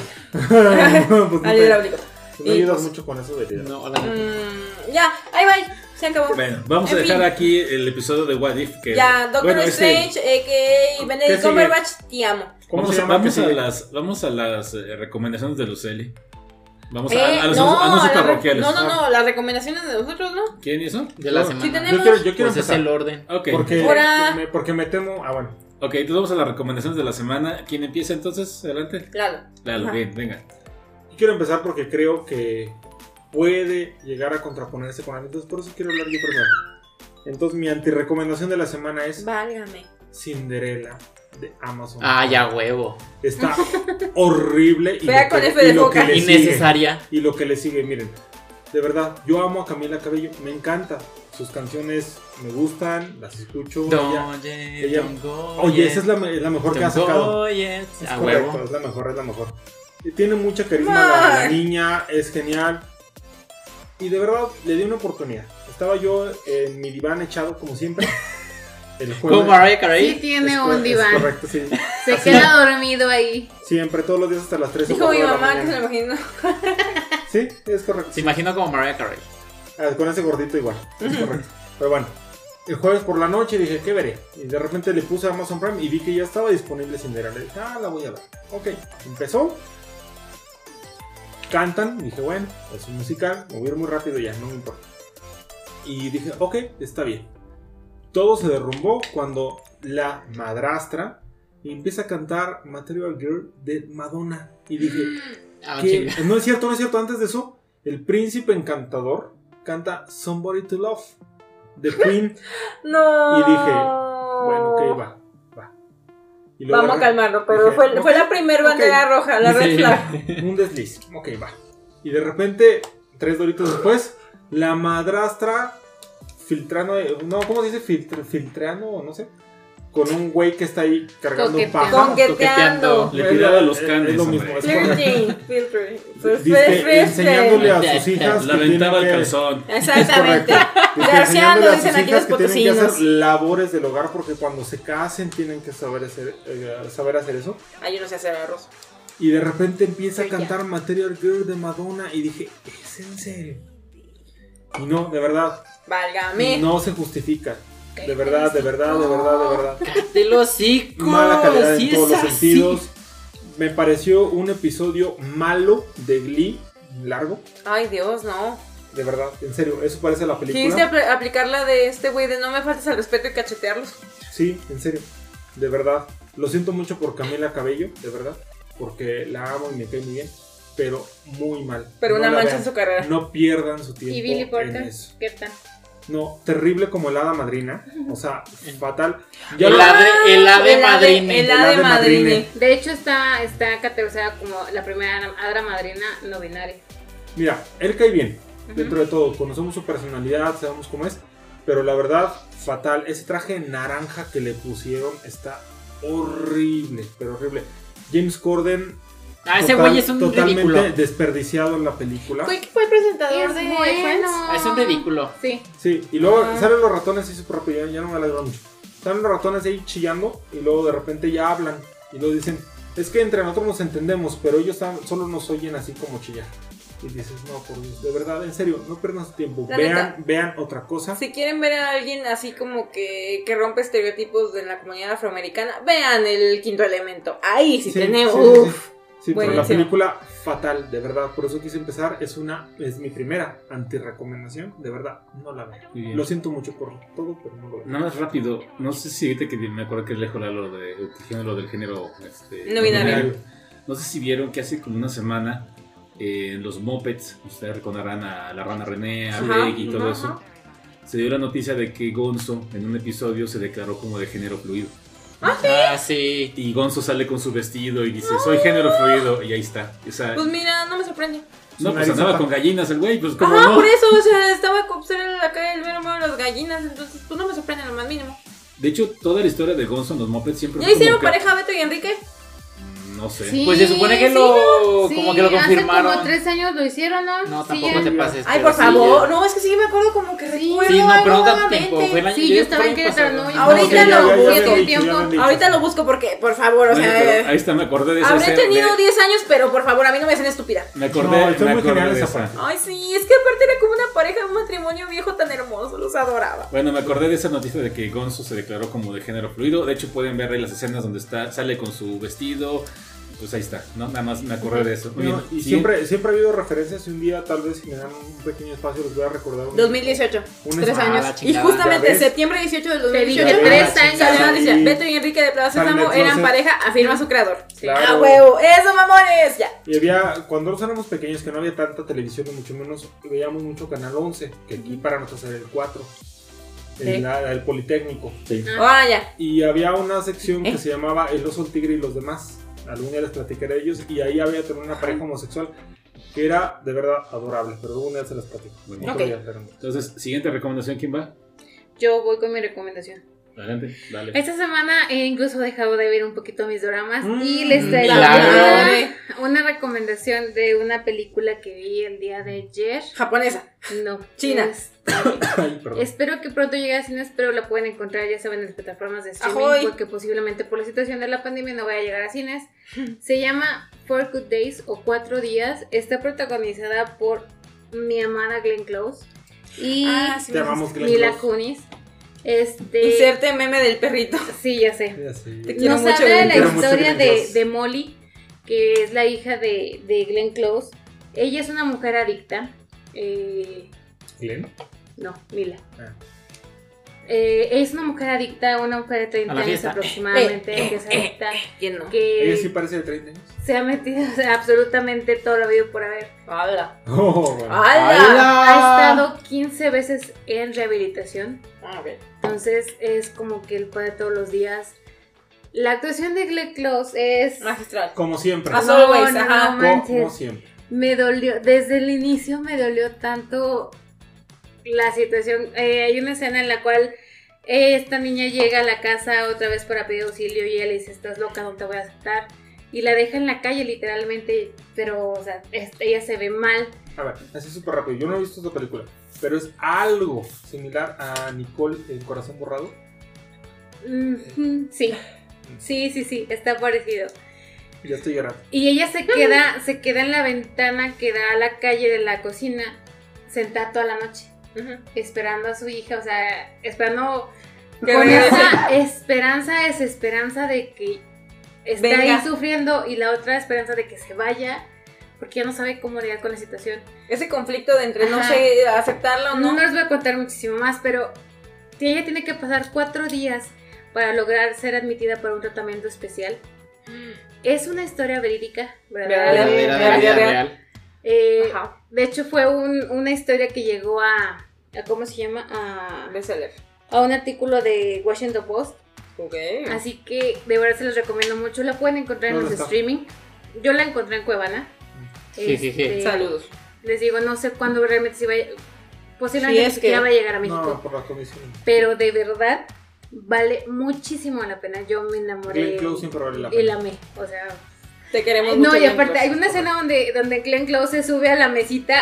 Al hidráulico. No ayudas mucho con eso de vida. No, ya, ahí va. Se acabó. Bueno, vamos a dejar aquí el episodio de What If. Que, ya, Doctor Strange, que Benedict Cumberbatch, te amo. Vamos a las recomendaciones de Luceli. Vamos a los anuncios parroquiales. No, las recomendaciones de nosotros, ¿no? ¿Quién hizo? De la semana. Sí tenemos. Yo quiero pues es el orden. Ok. Porque me temo. Bueno. Ok, entonces vamos a las recomendaciones de la semana. ¿Quién empieza entonces? Adelante. Lalo, bien, venga. Yo quiero empezar porque creo que puede llegar a contraponerse con algo. Entonces por eso quiero hablar yo primero. Entonces mi antirecomendación de la semana es Válgame. Cinderella de Amazon. Ya huevo. Está horrible y Vea con F de boca. Innecesaria. Y lo que le sigue, miren. De verdad, yo amo a Camila Cabello, me encanta. Sus canciones me gustan, las escucho. Oye, esa es la mejor que ha sacado. Es correcto, es la mejor. Y tiene mucha carisma la niña, es genial. Y de verdad, le di una oportunidad. Estaba yo en mi diván echado, como siempre. Como Mariah Carey. Sí tiene un diván. Es correcto, sí. Se queda dormido ahí. Siempre, todos los días hasta las 3 Dijo mi mamá que se lo imagino. Sí, es correcto. Se imagina como Mariah Carey. Con ese gordito igual, es correcto. Pero bueno, el jueves por la noche dije, ¿qué veré? Y de repente le puse a Amazon Prime y vi que ya estaba disponible Cinderella. Le dije, la voy a ver. Ok, empezó. Cantan, dije, bueno, es un musical, me voy a ir muy rápido ya, no me importa. Y dije, ok, está bien. Todo se derrumbó cuando la madrastra empieza a cantar Material Girl de Madonna. Y dije, no es cierto, antes de eso, el príncipe encantador canta Somebody to Love. de Queen. No. Y dije, bueno, ok, va. Y luego Vamos a calmarlo, pero dije, fue la primera bandera roja, la red flag. un desliz. Ok, va. Y de repente, 3 doritos después, la madrastra filtrando, no, ¿cómo se dice? Filtreando, no sé. Con un güey que está ahí cargando paja. Coqueteando. Le tiraba los canes. Es lo mismo. Enseñándole a sus hijas. La aventaba el calzón. Exactamente. Garciando, dicen aquí los que tienen que potosinos. hacer labores del hogar porque cuando se casen tienen que saber hacer eso. Ay, yo no sé hacer arroz. Y de repente empieza a cantar Material Girl de Madonna y dije, ¿es en serio? Y no, de verdad. Válgame. No se justifica. De verdad. Cállate los hocico. Mala calidad sí en todos es los así. sentidos. Me pareció un episodio malo de Glee, largo. Ay, Dios, no. De verdad, en serio, eso parece la película. ¿Quisiste aplicar la de este güey de no me faltes al respeto y cachetearlos? Sí, en serio, de verdad. Lo siento mucho por Camila Cabello, de verdad. Porque la amo y me cae muy bien. Pero muy mal. Pero No una la mancha vean. en su carrera. No pierdan su tiempo ¿Y Billy en Porter? eso. ¿Qué tal? No, terrible como el hada madrina. O sea, fatal. El ave madrina. El ave madrina. De hecho, está categorizada como la primera hada madrina no binaria. Mira, él cae bien. Dentro de todo, conocemos su personalidad, sabemos cómo es. Pero la verdad, fatal. Ese traje naranja que le pusieron está horrible, pero horrible. James Corden. Ese güey es un totalmente ridículo. desperdiciado en la película. Fue el presentador Es de bueno. Friends. Es un ridículo. Sí. Sí, y luego salen los ratones así súper rápido, ya no me alegro mucho. Salen los ratones ahí chillando y luego de repente ya hablan y luego dicen, es que entre nosotros nos entendemos, pero ellos solo nos oyen así como chillar. Y dices, no, por Dios, de verdad, en serio, no pierdan su tiempo. Vean otra cosa. Si quieren ver a alguien así como que rompe estereotipos de la comunidad afroamericana, vean El Quinto Elemento. Ahí sí tenemos. Uf. Sí, pero la buenísimo. película fatal, de verdad, por eso quise empezar, es mi primera antirecomendación, de verdad, no la Muy veo. bien. Lo siento mucho por todo, pero no lo veo. Nada más rápido, no sé si ahorita que me acuerdo que lejos lo del género No binario. No sé si vieron que hace como una semana en los Muppets, ustedes recordarán a la rana René, a Ajá, Beck y todo ajá. eso, se dio la noticia de que Gonzo en un episodio se declaró como de género fluido. Ah, sí. Y Gonzo sale con su vestido y dice, soy género fluido, y ahí está. O sea, Pues mira, no me sorprende. no, pues nariz andaba tapa. con gallinas el güey, pues como Ajá, no. por eso, o sea, estaba con acá el mero de las gallinas, entonces pues no me sorprende lo más mínimo. De hecho, toda la historia de Gonzo en los Muppets siempre ¿Ya fue hicieron como que- pareja Beto y Enrique? No sé. Sí, Pues se supone que sí, lo sí, como que lo Hace confirmaron. como 3 años lo hicieron, ¿no? No, Sí, tampoco ya. te pases. Ay, pero por sí, favor. ya. No, es que sí me acuerdo como que Sí. recuerdo Sí, no, pero no algo tanto tiempo. Fue el año. Sí, yo estaba en Querétaro, pasado. ¿no? Ahorita Sí, lo ya busco. habían dicho, tiempo. ya habían dicho. Ahorita lo busco porque, por favor, o Bueno, sea, pero ahí está, me acordé de esa habré escena, tenido 10 años, pero por favor, a mí no me hacen estúpida. Me acordé, No, está me muy acordé genial de esa esa. parte. Ay, sí, es que aparte era como una pareja, un matrimonio viejo tan hermoso, los adoraba. Bueno, me acordé de esa noticia de que Gonzo se declaró como de género fluido. De hecho, pueden ver ahí las escenas donde sale con su vestido. Pues ahí está, ¿no? Nada más me acordé de eso. Muy No, bien. y Sí. siempre ha habido referencias y un día, tal vez, si me dan un pequeño espacio, les voy a recordar. 2018, Un 3 esmalte. años. la Y chingada. justamente ¿Ya ves? septiembre 18 del Te dije 2018 3 la años. salió la Sí. noticia. Beto y Enrique de Plaza Salen Sésamo del eran closet. pareja, afirma su creador. Claro. ¡Ah, huevo! ¡Eso, mamones! Ya. Y había, cuando nosotros éramos pequeños, que no había tanta televisión, ni mucho menos, veíamos mucho Canal 11, que aquí para nosotros era el 4, Sí. el Politécnico. Sí. Ah, ya. Y había una sección ¿Eh? que se llamaba El oso, el tigre y los demás. Algún día les platicaré de ellos. Y ahí había también una pareja homosexual que era de verdad adorable. Pero algún día se las platico. Muy Otro bien. día, pero no. Entonces, siguiente recomendación, ¿quién va? Yo voy con mi recomendación. Adelante, dale. Esta semana he incluso dejado de ver un poquito mis dramas y les traigo Claro. una recomendación de una película que vi el día de ayer. Japonesa. No. China. Ay, perdón. Espero que pronto llegue a cines, pero la pueden encontrar, ya saben, en las plataformas de streaming, Ajoy. porque posiblemente por la situación de la pandemia no vaya a llegar a cines. Se llama 4 Good Days o 4 días. Está protagonizada por mi amada Glenn Close y Te amamos, Glenn Mila Close. Kunis. Inserte meme del perrito. Sí, ya sé. Ya sé. Te quiero Nos mucho, habla de Glenn la Quiero mucho, historia Glenn Close. de Molly, que es la hija de Glenn Close. Ella es una mujer adicta. ¿Glenn? No, Mila. Ah. es una mujer adicta, una mujer de 30 años aproximadamente, que es adicta. ¿Quién no? Que ella sí parece de 30 años. se ha metido absolutamente todo lo habido por haber. ¡Hala! Oh, bueno. ¡Hala! Ha estado 15 veces en rehabilitación. A ver. Entonces es como que el pan de todos los días. La actuación de Glenn Close es Magistral. Como siempre. As always, no ajá. manches. Como siempre. Me dolió, desde el inicio me dolió tanto la situación. Hay una escena en la cual esta niña llega a la casa otra vez para pedir auxilio y ella le dice, estás loca, no te voy a aceptar. Y la deja en la calle literalmente, pero o sea, ella se ve mal. A ver, así súper rápido. Yo no he visto esta película, pero es algo similar a Nicole en Corazón Borrado. Sí, está parecido. Ya estoy llorando. Y ella se queda en la ventana que da a la calle de la cocina, sentada toda la noche, esperando a su hija, o sea, esperando con esa esperanza, desesperanza de que está ahí sufriendo y la otra esperanza de que se vaya, porque ya no sabe cómo lidiar con la situación. Ese conflicto de entre no sé aceptarla o no. No les voy a contar muchísimo más, pero ella tiene que pasar 4 días para lograr ser admitida para un tratamiento especial. Es una historia verídica, ¿verdad? Real. De hecho fue una historia que llegó a ¿cómo se llama? Bestseller. A un artículo de Washington Post. Okay. Así que de verdad se los recomiendo mucho. La pueden encontrar en los streaming. Yo la encontré en Cuevana. Sí. Saludos. Les digo, no sé cuándo realmente se vaya. Posiblemente ni siquiera va a llegar a México. No, por la comisión. Pero de verdad vale muchísimo la pena. Yo me enamoré. Glenn Close siempre vale la pena. Y la amé. O sea, te queremos mucho. No, y aparte hay una escena donde Glenn Close se sube a la mesita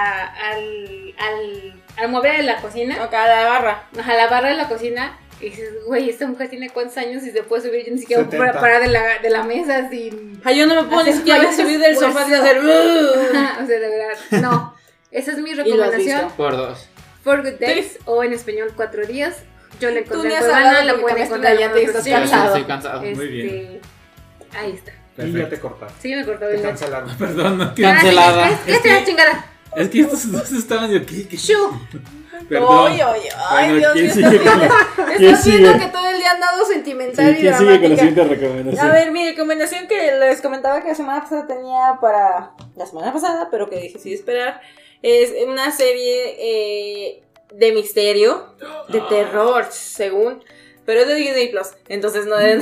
al mueble de la cocina. Acá a la barra. A la barra de la cocina. Y dices, güey, esta mujer tiene cuántos años y se puede subir. Yo ni siquiera 70. puedo parar de la mesa sin. Yo no me puedo ni siquiera subir del sofá sin hacer. O sea, de verdad. No. Esa es mi recomendación. Por 2. 4 Good Days o en español 4 días. Yo la encontré en Cuevana, Cuevana, la pueden encontrar ya te estás cansado. Estoy cansado. Muy bien. Ahí está. Y ya te cortaron. Sí, me cortó Te bien. cancelaron. Perdón, no, Cancelada. ¿Qué te da chingada? es que estos dos estaban de ¿qué? Shu. Perdón. Ay, Bueno, Dios ¿quién mío. sigue con Estás viendo que todo el día han dado sentimental y ¿quién sigue con la dramática. siguiente recomendación? A ver, mi recomendación que les comentaba que la semana pasada tenía para la semana pasada, pero que decidí esperar, es una serie de misterio, de terror, según, pero es de Disney Plus, entonces no es...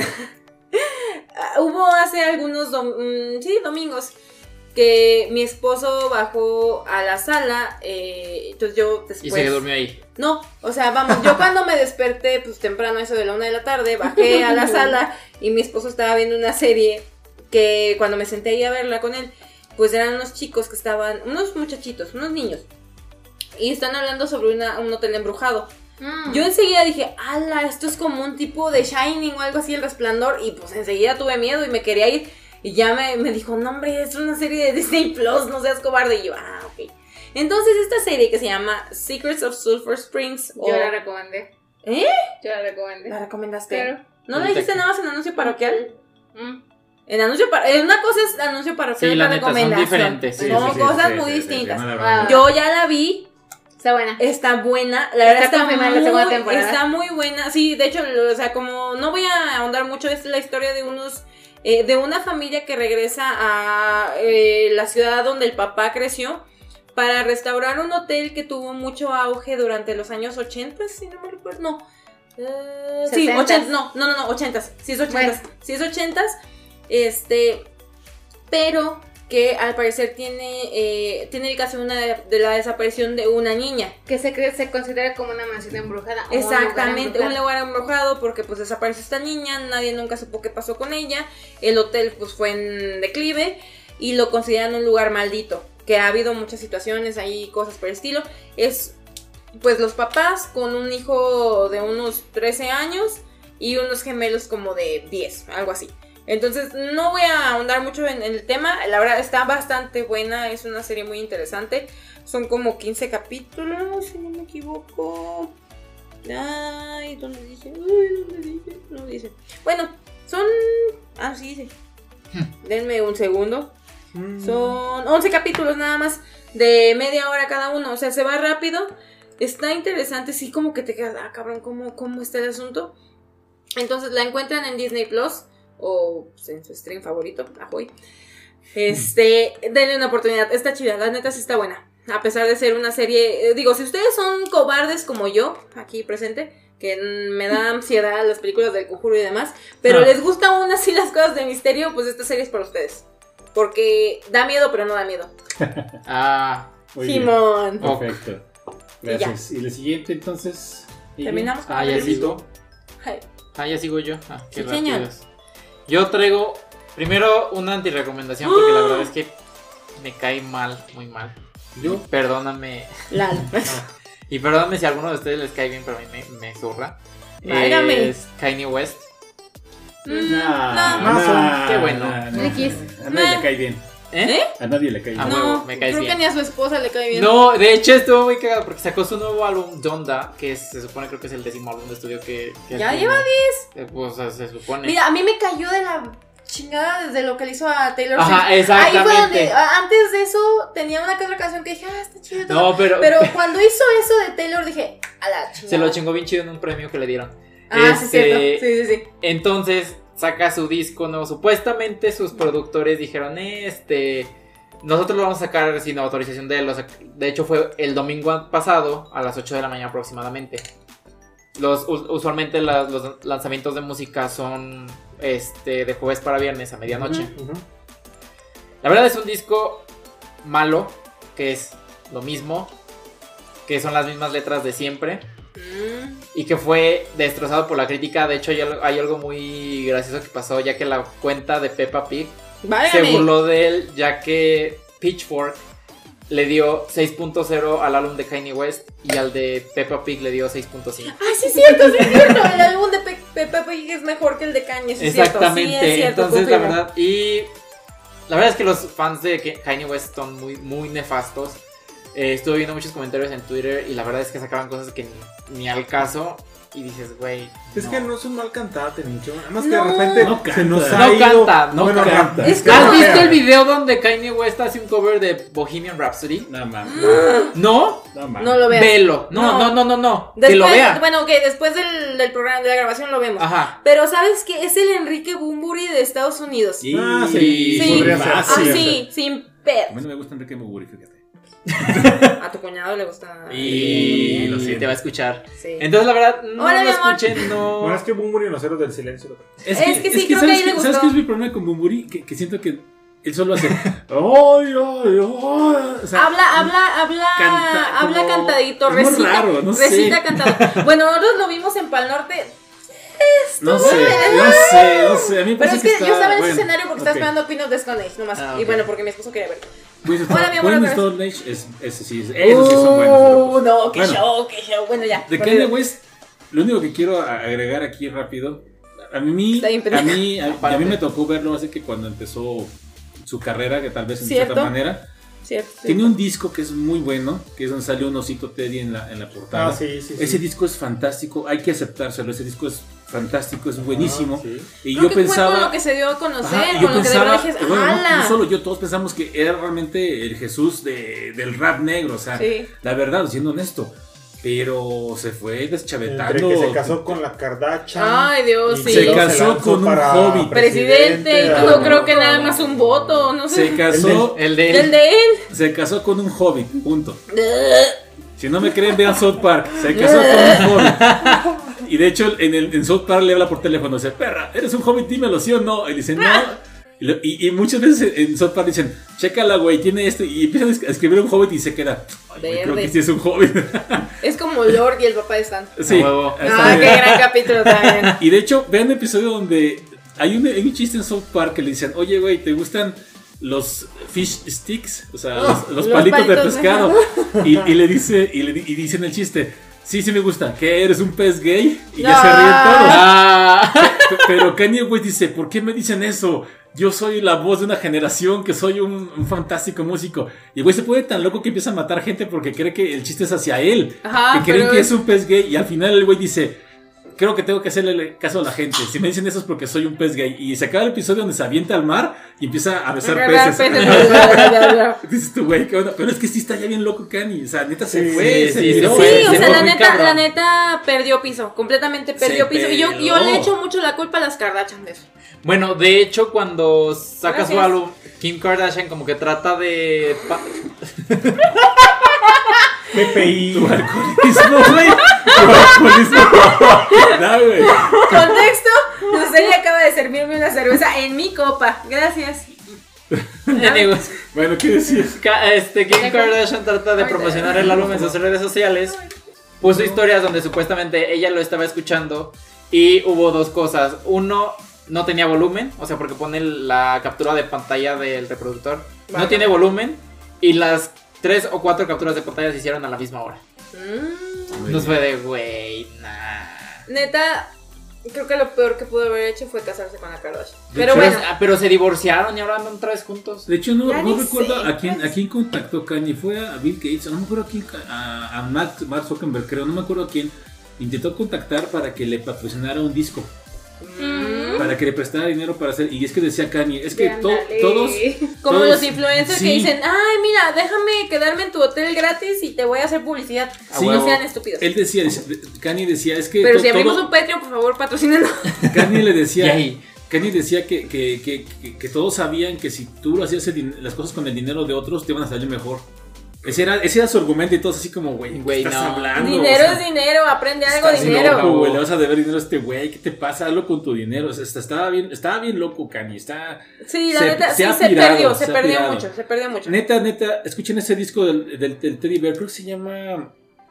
Hubo hace algunos domingos que mi esposo bajó a la sala, entonces yo después... Y se durmió ahí. No, o sea, vamos, yo cuando me desperté, pues temprano, eso de la 1 de la tarde, bajé a la sala y mi esposo estaba viendo una serie que cuando me senté ahí a verla con él, pues eran unos chicos que estaban, unos muchachitos, unos niños, y están hablando sobre un hotel embrujado. Yo enseguida dije, ala, esto es como un tipo de Shining o algo así, El Resplandor, y pues enseguida tuve miedo y me quería ir. Y ya me dijo, no hombre, es una serie de Disney Plus, no seas cobarde. Y yo, ok. Entonces esta serie que se llama Secrets of Sulphur Springs. Yo la recomendé. ¿Eh? Yo la recomendé. ¿La recomendaste? Claro. ¿No la dijiste nada más en anuncio parroquial? En anuncio una cosa es anuncio parroquial, Sí, la otra neta, son recomendación. diferentes. Son cosas muy distintas. Wow. Yo ya la vi. Está buena. Está buena, la verdad está confirmada la segunda temporada. Está muy buena. Sí, de hecho, o sea, como no voy a ahondar mucho, es la historia de una familia que regresa a la ciudad donde el papá creció para restaurar un hotel que tuvo mucho auge durante los años 80, si no me recuerdo, no. Sí, 80, no, 80, sí es 80, bueno. Sí es 80, pero que al parecer tiene el caso de la desaparición de una niña. Que se considera como una mansión embrujada. Exactamente, un lugar embrujado porque pues desapareció esta niña, nadie nunca supo qué pasó con ella, el hotel pues fue en declive y lo consideran un lugar maldito, que ha habido muchas situaciones ahí, cosas por el estilo. Es pues los papás con un hijo de unos 13 años y unos gemelos como de 10, algo así. Entonces no voy a ahondar mucho en el tema, la verdad está bastante buena, es una serie muy interesante, son como 15 capítulos, si no me equivoco. Ay, ¿dónde dice? No dice. Bueno, son... sí dice. Denme un segundo. Son 11 capítulos nada más, de media hora cada uno, o sea, se va rápido. Está interesante, sí, como que te quedas, cabrón, ¿cómo está el asunto? Entonces la encuentran en Disney Plus o pues, en su stream favorito, Ahoy. Denle una oportunidad, está chida, la neta sí está buena. A pesar de ser una serie, digo, si ustedes son cobardes como yo, aquí presente, que me da ansiedad las películas del Conjuro y demás, pero les gusta aún así las cosas de misterio, pues esta serie es para ustedes. Porque da miedo, pero no da miedo. Simón. Perfecto. Gracias. ¿Y la siguiente entonces? Terminamos con ya sigo. Ya sigo yo. Qué rápido. Yo traigo primero una antirecomendación porque la verdad es que me cae mal, muy mal. ¿Yo? Perdóname. Y perdóname si a alguno de ustedes les cae bien, pero a mí me zurra. Es Kanye West. Qué bueno. A nadie le cae bien. A nadie le cae bien. No, me caes creo bien. que ni a su esposa le cae bien. No, de hecho estuvo muy cagado porque sacó su nuevo álbum, Donda, que se supone, creo que es el 10º álbum de estudio que ya lleva 10. Pues se supone. Mira, a mí me cayó de la chingada desde lo que le hizo a Taylor Swift. Ajá, exactamente. Ahí fue donde, antes de eso, tenía una que otra canción que dije, está chido. No, pero cuando hizo eso de Taylor dije, a la chingada. Se lo chingó bien chido en un premio que le dieron. Sí, cierto. Sí. Entonces, saca su disco nuevo. Supuestamente sus productores dijeron, nosotros lo vamos a sacar sin autorización de él. De hecho, fue el domingo pasado a las 8 de la mañana aproximadamente. Usualmente los lanzamientos de música son de jueves para viernes a medianoche. La verdad es un disco malo, que es lo mismo, que son las mismas letras de siempre, y que fue destrozado por la crítica. De hecho, hay algo muy gracioso que pasó, ya que la cuenta de Peppa Pig se burló de él, ya que Pitchfork le dio 6.0 al álbum de Kanye West y al de Peppa Pig le dio 6.5. Sí es cierto. El álbum de Peppa Pig es mejor que el de Kanye, exactamente. Sí, es cierto, entonces confirmo. la verdad es que los fans de Kanye West son muy, muy nefastos. Estuve viendo muchos comentarios en Twitter y la verdad es que sacaban cosas que ni al caso. Y dices, güey. Es que no es un mal cantante, Nicho. Además que de repente se nos ha no ido. Canta. ¿Has visto el video donde Kanye West hace un cover de Bohemian Rhapsody? No mames. ¿No? No lo veas. Velo. No. Después, que lo vea. Bueno, que después del programa, de la grabación lo vemos. Ajá. Pero ¿sabes qué? Es el Enrique Bunbury de Estados Unidos. Sí. Podría ser. Sí, sin pedo. A mí no me gusta Enrique Bunbury, fíjate. A tu cuñado le gusta. Y lo sé, te va a escuchar. Sí. Entonces, la verdad, no lo escuchen, no. Bueno, es que Bunbury en los héroes del silencio. Es que sí, creo que ahí le gustó. ¿Sabes qué es mi problema con Bunbury? Que siento que él solo hace. O sea, habla cantadito, recita cantado. Bueno, nosotros lo vimos en Pal Norte. No sé. A mí me pero es que está, yo estaba en ese escenario porque estaba esperando Queen of the Stone Age nomás. Y bueno, porque mi esposo quería verlo. Queen of the Stone Age, esos sí son buenos. No, qué show. Bueno, ya. De Kanye West, lo único que quiero agregar aquí rápido. A mí me tocó verlo hace que cuando empezó su carrera, que tal vez en cierta manera. Cierto. Tiene un disco que es muy bueno, que es donde sale un osito Teddy en la portada. Ese disco es fantástico, hay que aceptárselo. Ese disco es fantástico, es buenísimo. Y yo pensaba. Fue con lo que se dio a conocer, con lo que de verdad dije, no solo yo, todos pensamos que era realmente el Jesús del rap negro, o sea, la verdad, siendo honesto. Pero se fue deschavetando. Entre que se casó con la Kardashian. Ay, Dios, sí. Se casó con un hobbit. Presidente, no creo que nada más un voto, no sé. Se casó. El de él. Se casó con un hobbit, punto. Si no me creen, vean South Park. Se casó con un hobbit. Y de hecho, en South Park le habla por teléfono. Dice, perra, ¿eres un hobbit? Dímelo, ¿sí o no? Y dice, no. Y muchas veces en South Park dicen, chécala, güey, tiene esto. Y empiezan a escribir un hobbit y se queda. Ay, creo que sí es un hobbit. Es como Lord y el papá de Stan. Sí. Qué gran capítulo también. Y de hecho, vean el episodio donde hay un chiste en South Park que le dicen, oye, güey, ¿te gustan los fish sticks? O sea, los palitos de pescado. Y le dice, y dicen el chiste. Sí, me gusta. ¿Qué? ¿Eres un pez gay? Y ya se ríen todos. Pero Kanye West dice, ¿por qué me dicen eso? Yo soy la voz de una generación, que soy un fantástico músico. Y el güey se pone tan loco que empieza a matar gente porque cree que el chiste es hacia él. Que creen que es un pez gay. Y al final el güey dice, creo que tengo que hacerle caso a la gente. Si me dicen eso es porque soy un pez gay. Y se acaba el episodio donde se avienta al mar y empieza a besar peces. Dices tú, güey, ¿qué onda? Pero es que sí está ya bien loco Kanye. O sea, neta se fue. Sí, o sea, la neta perdió piso. Completamente perdió piso. Y yo le echo mucho la culpa a las Kardashian de eso. Bueno, de hecho, cuando saca su álbum, Kim Kardashian como que trata de... PPI. Tu alcoholismo, güey. Tu alcoholismo. No, güey. Contexto, Lucely acaba de servirme una cerveza en mi copa. Gracias. Bueno, ¿qué decías? Kim Kardashian trata de promocionar el álbum en sus redes sociales. Puso historias donde supuestamente ella lo estaba escuchando y hubo dos cosas. Uno, no tenía volumen, o sea, porque pone la captura de pantalla del reproductor. Vale. No tiene volumen y las 3 o 4 capturas de pantalla se hicieron a la misma hora. Nos fue de güey, nah. Neta, creo que lo peor que pudo haber hecho fue casarse con la Kardashian. Pero se divorciaron y ahora andan otra vez juntos. De hecho, no recuerdo a quién contactó Kanye. Fue a Bill Gates, no me acuerdo a quién, a Mark Zuckerberg, creo, no me acuerdo a quién. Intentó contactar para que le patrocinara un disco. Para que le prestara dinero para hacer. Y es que decía Kanye, es que todos como los influencers que dicen, ay, mira, déjame quedarme en tu hotel gratis y te voy a hacer publicidad. No sean estúpidos. Él decía, Kanye decía, es que pero si abrimos un Patreon, por favor, patrocínenos. Kanye le decía Kanye decía que todos sabían que si tú hacías las cosas con el dinero de otros te iban a salir mejor. Ese era su argumento y todos así como, güey, ¿qué estás hablando? Dinero es dinero, aprende algo, dinero. Loco, güey, le vas a deber dinero a este güey, ¿qué te pasa? Hazlo con tu dinero. O sea, estaba bien loco, Kanye. Sí, la neta, se perdió mucho. Neta, escuchen ese disco del Teddy Bear, creo que se llama...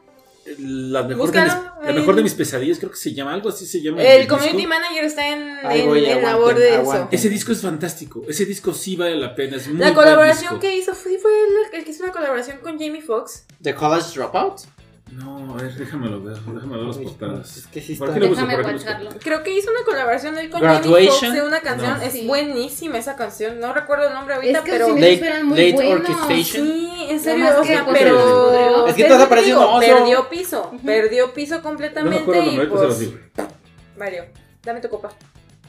La mejor de mis pesadillas, creo que se llama, algo así se llama. El community manager está en labor de eso. Ese disco es fantástico, ese disco sí vale la pena, es muy La colaboración que hizo fue el que hizo una colaboración con Jamie Foxx. ¿The College Dropout? No, a ver, déjamelo ver las portadas. Es que sí está. Déjame guacharlo. Creo que hizo una colaboración con Jamie Foxx de una canción. Es buenísima esa canción. No recuerdo el nombre ahorita, pero Late Orchestration. Sí, en serio, pero es que todo apareció perdió piso completamente y pues Mario, dame tu copa.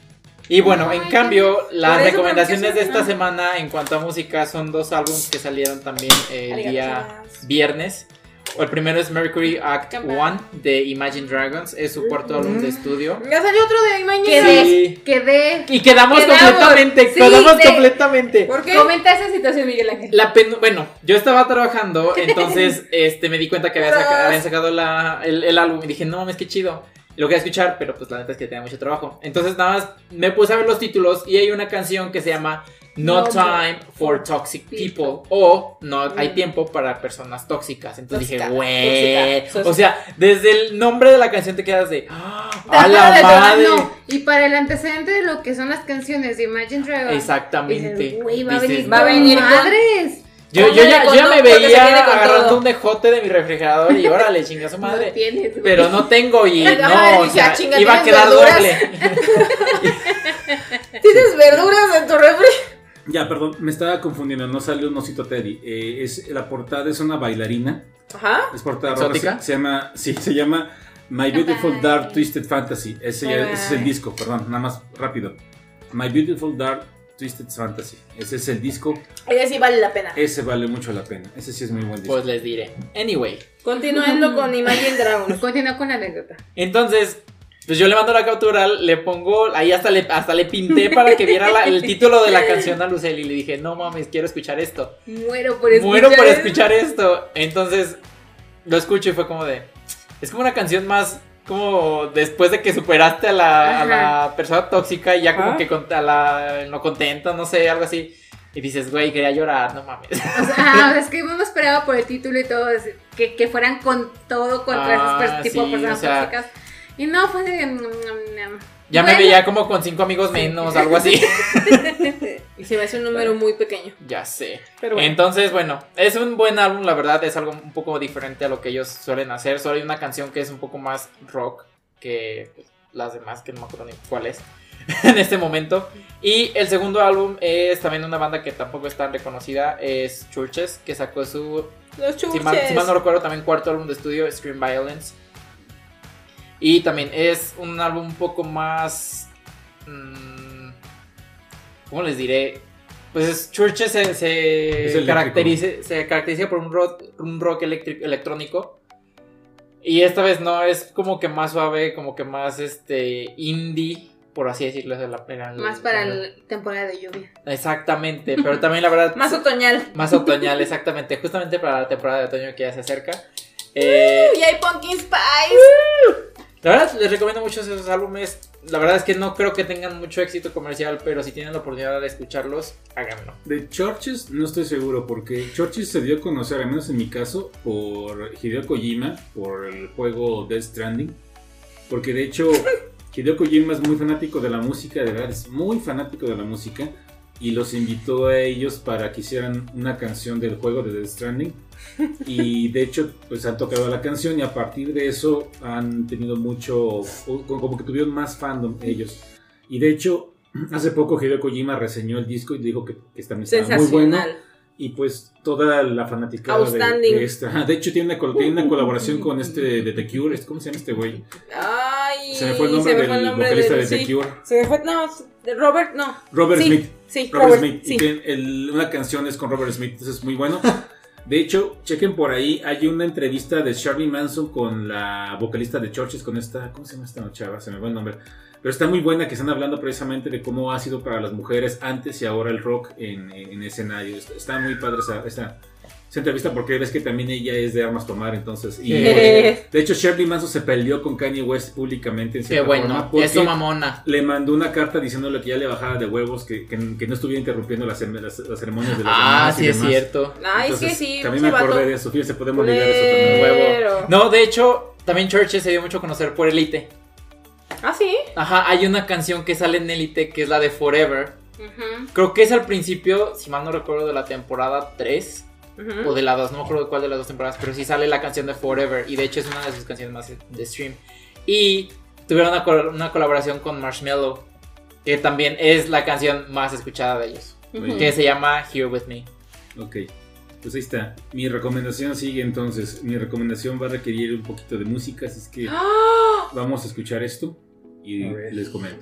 Y bueno, en cambio, las recomendaciones de esta semana en cuanto a música son dos álbumes que salieron también el día viernes. El primero es Mercury Act 1 de Imagine Dragons, es su cuarto álbum de estudio. Ya salió otro de Imagine Dragons. Y quedamos completamente. ¿Por qué? Comenta esa situación, Miguel Ángel. Bueno, yo estaba trabajando, entonces me di cuenta que habían sacado el álbum y dije, no mames, qué chido. Lo quería escuchar, pero pues la neta es que tenía mucho trabajo. Entonces nada más me puse a ver los títulos y hay una canción que se llama No Time for Toxic People o No hay tiempo para personas tóxicas. Entonces dije, güey. O sea, desde el nombre de la canción te quedas de ¡a la madre! Y para el antecedente de lo que son las canciones de Imagine Dragons. Exactamente. Güey, va a venir madres. Yo ya me veía agarrando un dejote de mi refrigerador y órale, chinga su madre. No tienes, pero no tengo y o sea, iba a quedar doble. ¿Tienes verduras en tu refri? Ya, perdón, me estaba confundiendo, no salió un osito Teddy. La portada es una bailarina. Ajá. Es portada roja. Se llama My Beautiful Dark Twisted Fantasy. Ese es el disco, perdón, nada más rápido. My Beautiful Dark Twisted Fantasy. Ese es el disco. Ese sí vale la pena. Ese vale mucho la pena. Ese sí es muy buen disco. Pues les diré. Anyway. Continuando con Imagine Dragons. Continúa con la anécdota. Entonces, pues yo le mando la captura, le pongo, ahí hasta le pinté para que viera el título de la canción a Lucely y le dije, no mames, quiero escuchar esto. Muero por escuchar esto. Entonces, lo escucho y fue como de, es como una canción más como después de que superaste a la persona tóxica y ya como que no contenta, no sé, algo así. Y dices, güey, quería llorar, no mames. O sea, es que uno esperaba por el título y todo, que fueran con todo contra esos tipos de personas tóxicas. Y no, fue de... Ya me veía como con 5 amigos menos, algo así. Y se me hace un número muy pequeño. Ya sé. Pero bueno. Entonces, bueno, es un buen álbum, la verdad. Es algo un poco diferente a lo que ellos suelen hacer. Solo hay una canción que es un poco más rock que las demás, que no me acuerdo ni cuál es en este momento. Y el segundo álbum es también una banda que tampoco es tan reconocida. Es Churches, que sacó su... Los Churches. Si mal no recuerdo, también cuarto álbum de estudio, Scream Violence. Y también es un álbum un poco más... ¿cómo les diré? Pues Churches se caracteriza por un rock electrónico. Y esta vez no, es como que más suave, como que más indie, por así decirlo. Más para la temporada de lluvia. Exactamente, pero también la verdad... Más otoñal. Más otoñal, exactamente. Justamente para la temporada de otoño que ya se acerca. Y hay Pumpkin Spice. La verdad, les recomiendo mucho esos álbumes. La verdad es que no creo que tengan mucho éxito comercial, pero si tienen la oportunidad de escucharlos, háganlo. De Churches no estoy seguro, porque Churches se dio a conocer, al menos en mi caso, por Hideo Kojima, por el juego Death Stranding. Porque de hecho, Hideo Kojima es muy fanático de la música, de verdad, es muy fanático de la música. Y los invitó a ellos para que hicieran una canción del juego de Death Stranding. Y de hecho, pues han tocado la canción y a partir de eso han tenido mucho, como que tuvieron más fandom ellos. Y de hecho, hace poco Hideo Kojima reseñó el disco y dijo que también estaba muy bueno. Y pues toda la fanaticada de esta. De hecho, tiene una colaboración con de The Cure. ¿Cómo se llama este güey? Ay, se me fue el nombre del vocalista de The Cure. Se me fue, Robert Smith. Sí, Robert Smith. Sí. Y una canción es con Robert Smith, entonces es muy bueno. De hecho, chequen por ahí, hay una entrevista de Charlie Manson con la vocalista de Churches, con esta, ¿cómo se llama esta chava? Se me va el nombre. Pero está muy buena, que están hablando precisamente de cómo ha sido para las mujeres antes y ahora el rock en escenario. Está muy padre esa entrevista, porque ves que también ella es de armas tomar, entonces. Y, de hecho, Charlie Manson se peleó con Kanye West públicamente en cierta forma. Eso mamona. Le mandó una carta diciéndole que ya le bajara de huevos, que no estuviera interrumpiendo las ceremonias de los demás. Sí, es cierto. Ay, es que sí. También me acordé de eso, fíjense, podemos ligar eso también. Huevo. No, de hecho, también Churches se dio mucho a conocer por Elite. ¿Ah, sí? Ajá, hay una canción que sale en Elite que es la de Forever. Creo que es al principio, si mal no recuerdo, de la temporada 3. O de la 2, no me acuerdo de cuál de las dos temporadas, pero sí sale la canción de Forever. Y de hecho es una de sus canciones más de stream. Y tuvieron una colaboración con Marshmello, que también es la canción más escuchada de ellos, que se llama Here With Me. Ok, pues ahí está. Mi recomendación sigue entonces. Mi recomendación va a requerir un poquito de música, así es que vamos a escuchar esto y les comento.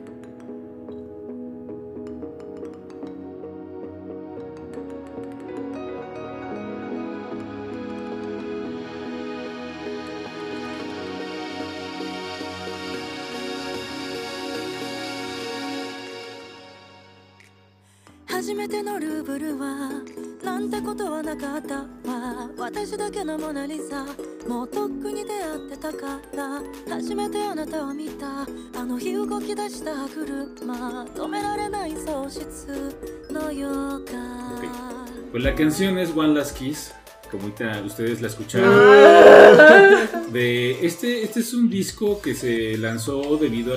初めてのルーブルはなんてことはなかったわ私だけのモナリザもうとっくに出会ってたから初めてあなたを見たあの日動き出した車止められない喪失の予感 Pues la canción es One Last Kiss, como ahorita ustedes la escucharon. Este es un disco que se lanzó debido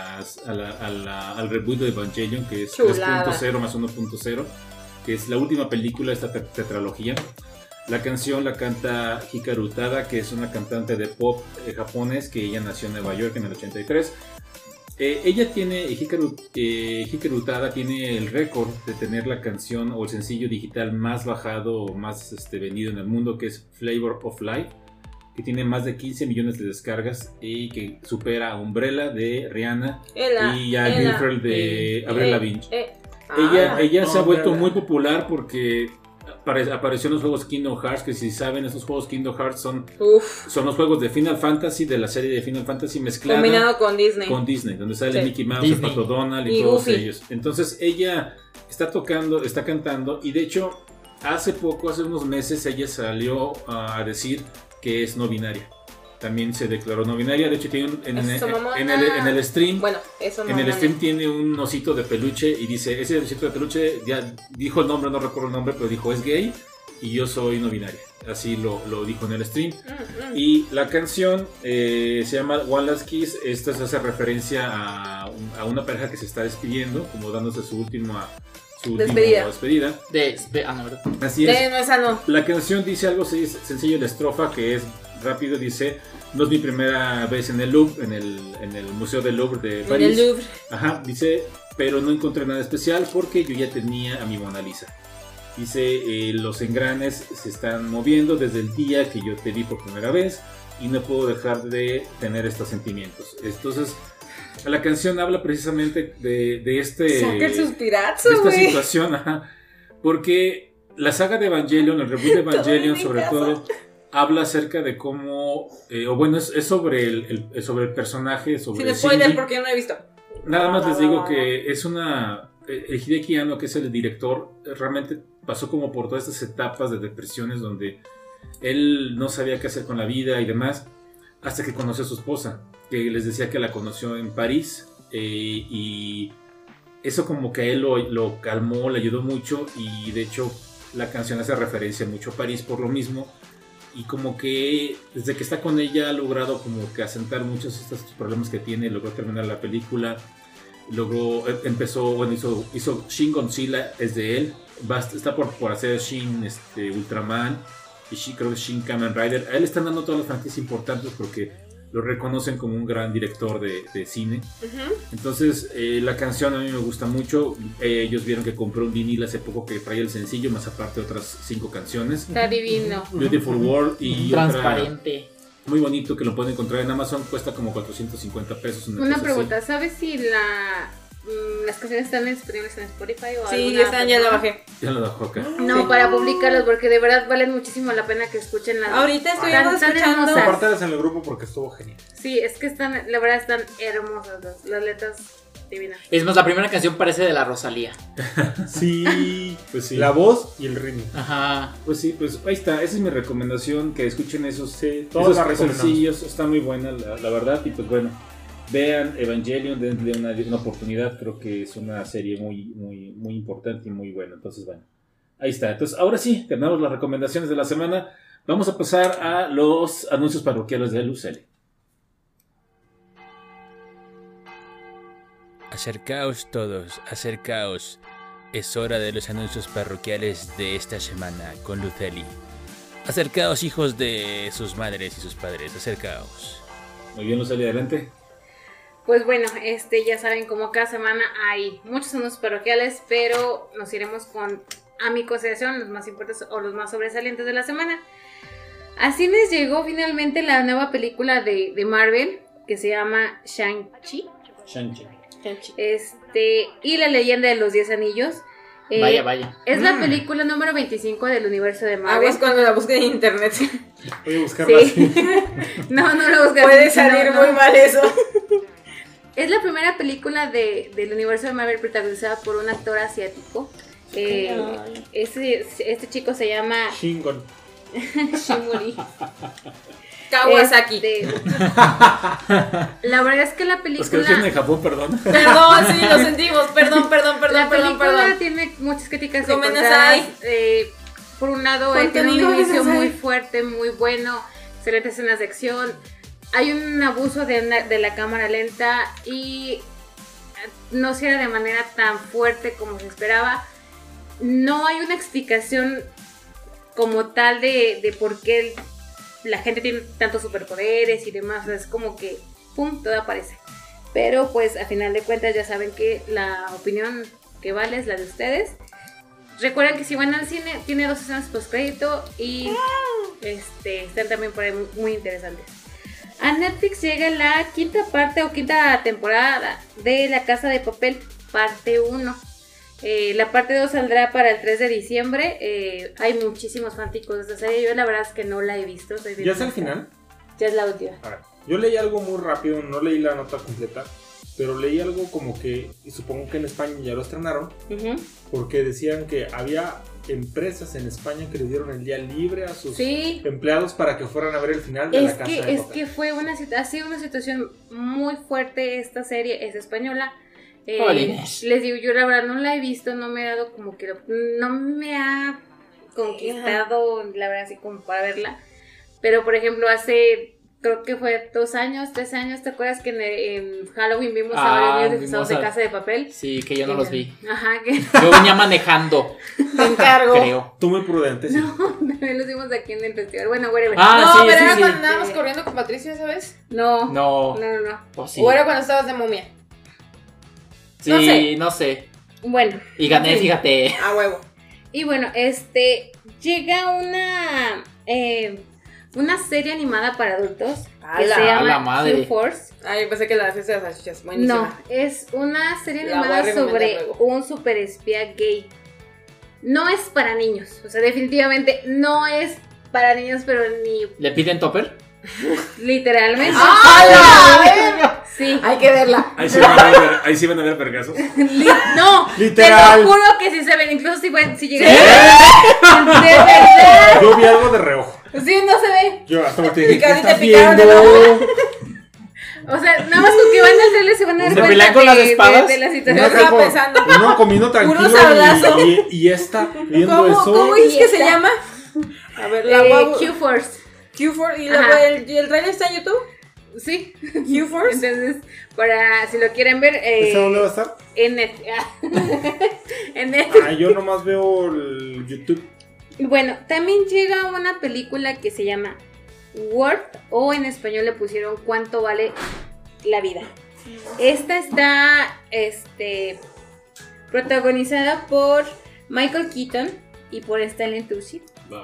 al reboot de Evangelion, que es 3.0 más 1.0, que es la última película de esta tetralogía. La canción la canta Hikaru Utada, que es una cantante de pop japonés, que ella nació en Nueva York en el 83. Ella tiene, Hikaru Utada tiene el récord de tener la canción o el sencillo digital más bajado o más vendido en el mundo, que es Flavor of Life, que tiene más de 15 millones de descargas y que supera a Umbrella de Rihanna y a Girlfriend de Avril Lavigne. Ella se ha vuelto muy popular porque apareció en los juegos Kingdom Hearts, que si saben, esos juegos Kingdom Hearts son los juegos de Final Fantasy, de la serie de Final Fantasy mezclada combinado con Disney, donde sale Mickey Mouse, el Pato Donald y todos ellos. Entonces ella está cantando, y de hecho hace unos meses ella salió a decir que es no binaria. También se declaró no binaria. De hecho tiene en el stream, en el stream tiene un osito de peluche y dice, ese osito de peluche ya dijo el nombre, no recuerdo el nombre, pero dijo es gay y yo soy no binaria. Así lo dijo en el stream. Y la canción se llama One Last Kiss. Esto se hace referencia a una pareja que se está despidiendo, como dándose su última despedida. Así es. No, esa no. La canción dice algo sencillo, la estrofa, que es rápido, dice: no es mi primera vez en el Louvre, en el Museo del Louvre de París. En el Louvre. Ajá, dice, pero no encontré nada especial porque yo ya tenía a mi Mona Lisa. Dice, los engranes se están moviendo desde el día que yo te vi por primera vez. y no puedo dejar de tener estos sentimientos. Entonces, la canción habla precisamente de Saca el suspirazo, de esta güey. situación, ajá, porque la saga de Evangelion, el reboot de Evangelion sobre todo, habla acerca de cómo, o bueno, es sobre el personaje, sobre Sin spoiler Shinji. porque yo no he visto. Nada más les digo que es el Hideki Anno, que es el director, realmente pasó como por todas estas etapas de depresiones donde él no sabía qué hacer con la vida y demás, hasta que conoció a su esposa, que les decía que la conoció en París, y eso como que a él lo calmó, le ayudó mucho, y de hecho la canción hace referencia mucho a París por lo mismo, y como que desde que está con ella ha logrado como que asentar muchos de estos problemas que tiene, logró terminar la película, hizo Shin Godzilla, es de él, está por hacer Shin Ultraman, y creo que Shin Kamen Rider. A él están dando todas las franquicias importantes porque lo reconocen como un gran director de cine. Entonces la canción a mí me gusta mucho. Ellos vieron que compré un vinil hace poco que traía el sencillo, más aparte otras 5 canciones. Está divino. Beautiful World y transparente. Muy bonito, que lo pueden encontrar en Amazon, cuesta como 450 pesos. Una pregunta, así. ¿Sabes si las canciones están disponibles en Spotify o sí, ya la bajé. Ya lo bajó acá. No, sí. Para publicarlos, porque de verdad valen muchísimo la pena que escuchen las. Ahorita estoy escuchando. Compártelas en el grupo porque estuvo genial. Sí, es que la verdad están hermosas las letras divinas. Es más, la primera canción parece de la Rosalía. Sí, pues sí. La voz y el ritmo. Ajá. Pues sí, pues ahí está. Esa es mi recomendación, que escuchen esos sencillos. Está muy buena, la verdad. Y pues bueno, vean Evangelion, denle una oportunidad. Creo que es una serie muy, muy, muy importante y muy buena. Entonces, bueno, ahí está. Entonces, ahora sí, terminamos las recomendaciones de la semana. Vamos a pasar a los anuncios parroquiales de Luceli. Acercaos todos, acercaos. Es hora de los anuncios parroquiales de esta semana con Luceli. Acercaos, hijos de sus madres y sus padres, acercaos. Muy bien, Luceli, adelante. Pues bueno, ya saben, como cada semana hay muchos anuncios parroquiales, pero nos iremos con, a mi consideración, los más importantes o los más sobresalientes de la semana. A cines llegó finalmente la nueva película de Marvel, que se llama Shang-Chi. Y la leyenda de los 10 anillos. Vaya. Es la película número 25 del universo de Marvel. Es cuando la busqué en internet. Voy a buscarla así. No la busqué. Puede salir muy mal eso. Es la primera película del universo de Marvel protagonizada por un actor asiático. Este chico se llama Shingon. Shimuri. Kawasaki. La verdad es que la película. Los que lo tienen en Japón, perdón. Perdón, sí, lo sentimos. Perdón. La película tiene muchas críticas encontradas. Por un lado, tiene un inicio muy fuerte, muy bueno, excelentes escenas de acción. Hay un abuso de la cámara lenta y no se era de manera tan fuerte como se esperaba. No hay una explicación como tal de por qué la gente tiene tantos superpoderes y demás. Es como que pum, todo aparece. Pero pues a final de cuentas ya saben que la opinión que vale es la de ustedes. Recuerden que si van al cine tiene 2 escenas postcrédito y están también por ahí muy interesantes. A Netflix llega la quinta temporada de La Casa de Papel, parte 1. La parte 2 saldrá para el 3 de diciembre. Hay muchísimos fanáticos de esta serie. Yo la verdad es que no la he visto. ¿Ya es el final? Ya es la última. A ver, yo leí algo muy rápido, no leí la nota completa, pero leí algo como que, y supongo que en España ya lo estrenaron, porque decían que había empresas en España que le dieron el día libre a sus empleados para que fueran a ver el final de La Casa de Papel. Es que ha sido una situación muy fuerte. Esta serie es española. Les digo, yo la verdad no la he visto, no me ha dado como que no me ha conquistado, la verdad, así como para verla. Pero por ejemplo, hace creo que fue 2 años, 3 años, ¿te acuerdas que en Halloween vimos a varios niños disfrazados de Casa de Papel? Sí, que yo no los vi. Ajá, que yo venía manejando. Te encargo. Creo. Tú muy prudente, sí. No, también los vimos aquí en el festival. Bueno, whatever. Pero era cuando andábamos corriendo con Patricia, ¿sabes? No. Pues sí. O era cuando estabas de momia. Sí, no sé. Bueno. Y gané, fíjate. A huevo. Y bueno, llega una una serie animada para adultos que ¡Hala! se ¡A la llama madre! Q-Force. Ay, pensé que la fiesta de las salchichas. Buenísima. No, es una serie La voy a animada recomendar sobre luego. un super espía gay. No es para niños, o sea, definitivamente no es para niños, pero ni ¿Le piden topper? literalmente. ¡Hala! Sí. Hay que verla. Ahí sí van a ver vergazos. No, Literal. te lo juro que sí se ven, incluso si llegan. De verdad. Yo vi algo de reojo. Sí, no se ve. Yo hasta te dije, Y ¿qué casi te estás picaron de viendo? O sea, nada más con que van al tele se van a dar ¿Se cuenta pelean con las espadas? de la Yo situación. estaba pensando. Uno comiendo tranquilo Puro sablazo. y esta viendo ¿Cómo, eso. ¿Cómo es que se esta. llama? A ver, la guau- Q-Force. Q4. ¿Y Ajá. el trailer está en YouTube? Sí. Q-Force. Entonces, para si lo quieren ver, ¿Esa dónde va a estar? en Netflix. En Netflix. Ah, yo nomás veo el YouTube. Bueno, también llega una película que se llama Worth, o en español le pusieron ¿Cuánto vale la vida? Esta está protagonizada por Michael Keaton y por Stanley Tucci.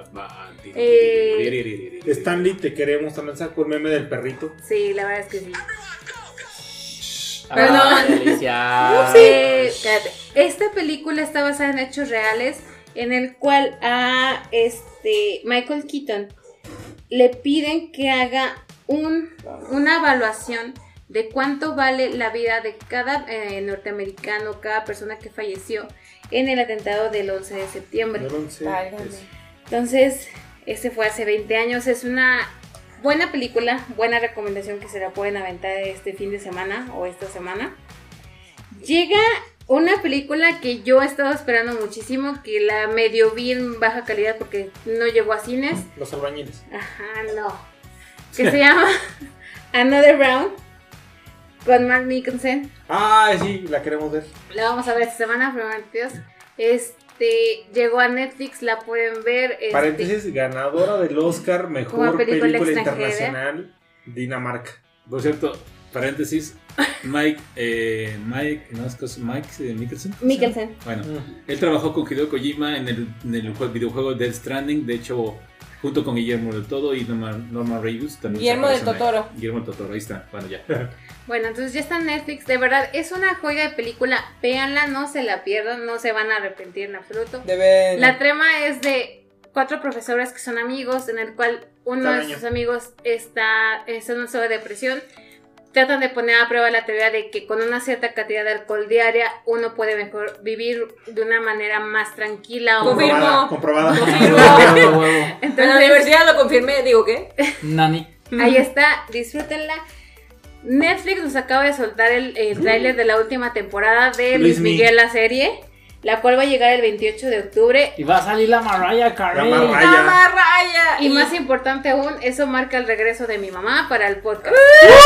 Stanley, te queremos. También sacó el meme del perrito. Sí, la verdad es que sí. Perdón. Ay, Alicia. Cállate. Esta película está basada en hechos reales en el cual a Michael Keaton le piden que haga una evaluación de cuánto vale la vida de cada norteamericano, cada persona que falleció en el atentado del 11 de septiembre. Del 11, Válgame. pues, Entonces, este fue hace 20 años, es una buena película, buena recomendación que se la pueden aventar este fin de semana o esta semana. Llega una película que yo he estado esperando muchísimo, que la medio vi en baja calidad porque no llegó a cines. Los albañiles. Ajá, no. Que se llama Another Round con Mark Nicholson. Ah, sí, la queremos ver. La vamos a ver esta semana, primeramente Dios. Llegó a Netflix, la pueden ver. Paréntesis, ganadora del Oscar Como Mejor película Película extranjera. Internacional, Dinamarca. Por cierto, paréntesis, Mike Mikkelsen. Mikkelsen. Bueno, él trabajó con Hideo Kojima en el videojuego Death Stranding, de hecho, junto con Guillermo del Toro y Norman Reedus también. Guillermo del aparecen ahí. Totoro. Guillermo del Totoro, ahí está, bueno, ya. Bueno, entonces ya está en Netflix. De verdad, es una joya de película. Véanla, no se la pierdan, no se van a arrepentir en absoluto. Deben. La trama es de 4 profesores que son amigos, en el cual uno Cada de año. sus amigos está en una de depresión. Tratan de poner a prueba la teoría de que con una cierta cantidad de alcohol diaria uno puede mejor vivir de una manera más tranquila. Confirmo. Comprobada. Huevo. En la Entonces, universidad lo confirmé, digo, ¿qué? Nani. ahí está, disfrútenla. Netflix nos acaba de soltar el tráiler de la última temporada de Luis Luismi. Miguel, la serie, la cual va a llegar el 28 de octubre. Y va a salir la Mariah Carey. La Mariah. ¡Tama raya! Y más importante aún, eso marca el regreso de mi mamá para el podcast.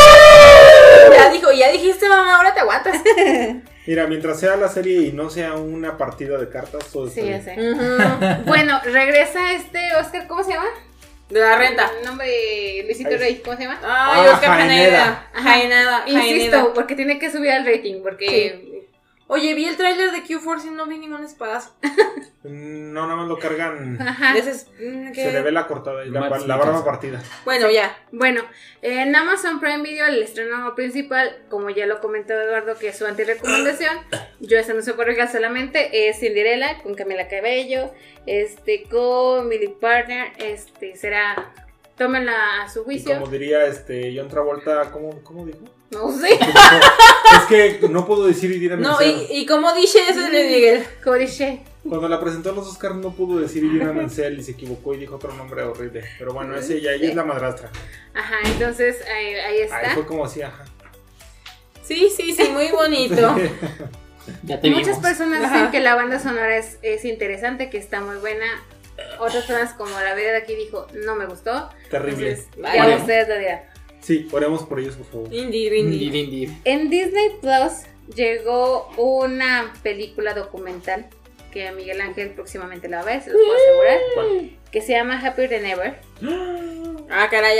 Ya dijiste, mamá, ahora te aguantas. Mira, mientras sea la serie y no sea una partida de cartas, todo está Sí, bien. ya sé. Bueno, regresa Oscar, ¿cómo se llama? De la renta. El nombre de Luisito Rey, ¿cómo se llama? Ay, Ah, Oscar Jaeneda. Jaeneda. Insisto, porque tiene que subir al rating, porque... Oye, vi el tráiler de Q4 y no vi ningún espadazo. No, nada más lo cargan. Ajá. De ese- ¿qué? Se le ve la cortada y la Matt barba Mikkelsen. partida. Bueno, ya. Bueno, en Amazon Prime Video el estreno principal, como ya lo comentó Eduardo, que es su antirecomendación, yo esta no se corrija solamente, es Cinderella con Camila Cabello, con Millie Partner, será, tómenla a su Y juicio. como diría John Travolta, ¿cómo dijo? No sé, Es que no puedo decir Idina No, Menzel. y como dice ese de Miguel. como dice. Cuando la presentó a los Oscars no pudo decir Idina Menzel y se equivocó y dijo otro nombre horrible. Pero bueno, ella es la madrastra. Ajá, entonces ahí Ahí está. fue como así, ajá. Sí, muy bonito. Ya te Muchas vimos. personas Ajá. dicen que la banda sonora es interesante, que está muy buena. Otras personas, como la vida de aquí, dijo, no me gustó. Terrible. Entonces, Vale. ya ustedes lo dirán. Sí, oremos por ellos, por favor. Indeed. Indeed. En Disney Plus llegó una película documental que Miguel Ángel próximamente la va a ver, se los puedo asegurar, ¿Cuál? que se llama Happier Than Ever. Ah, caray.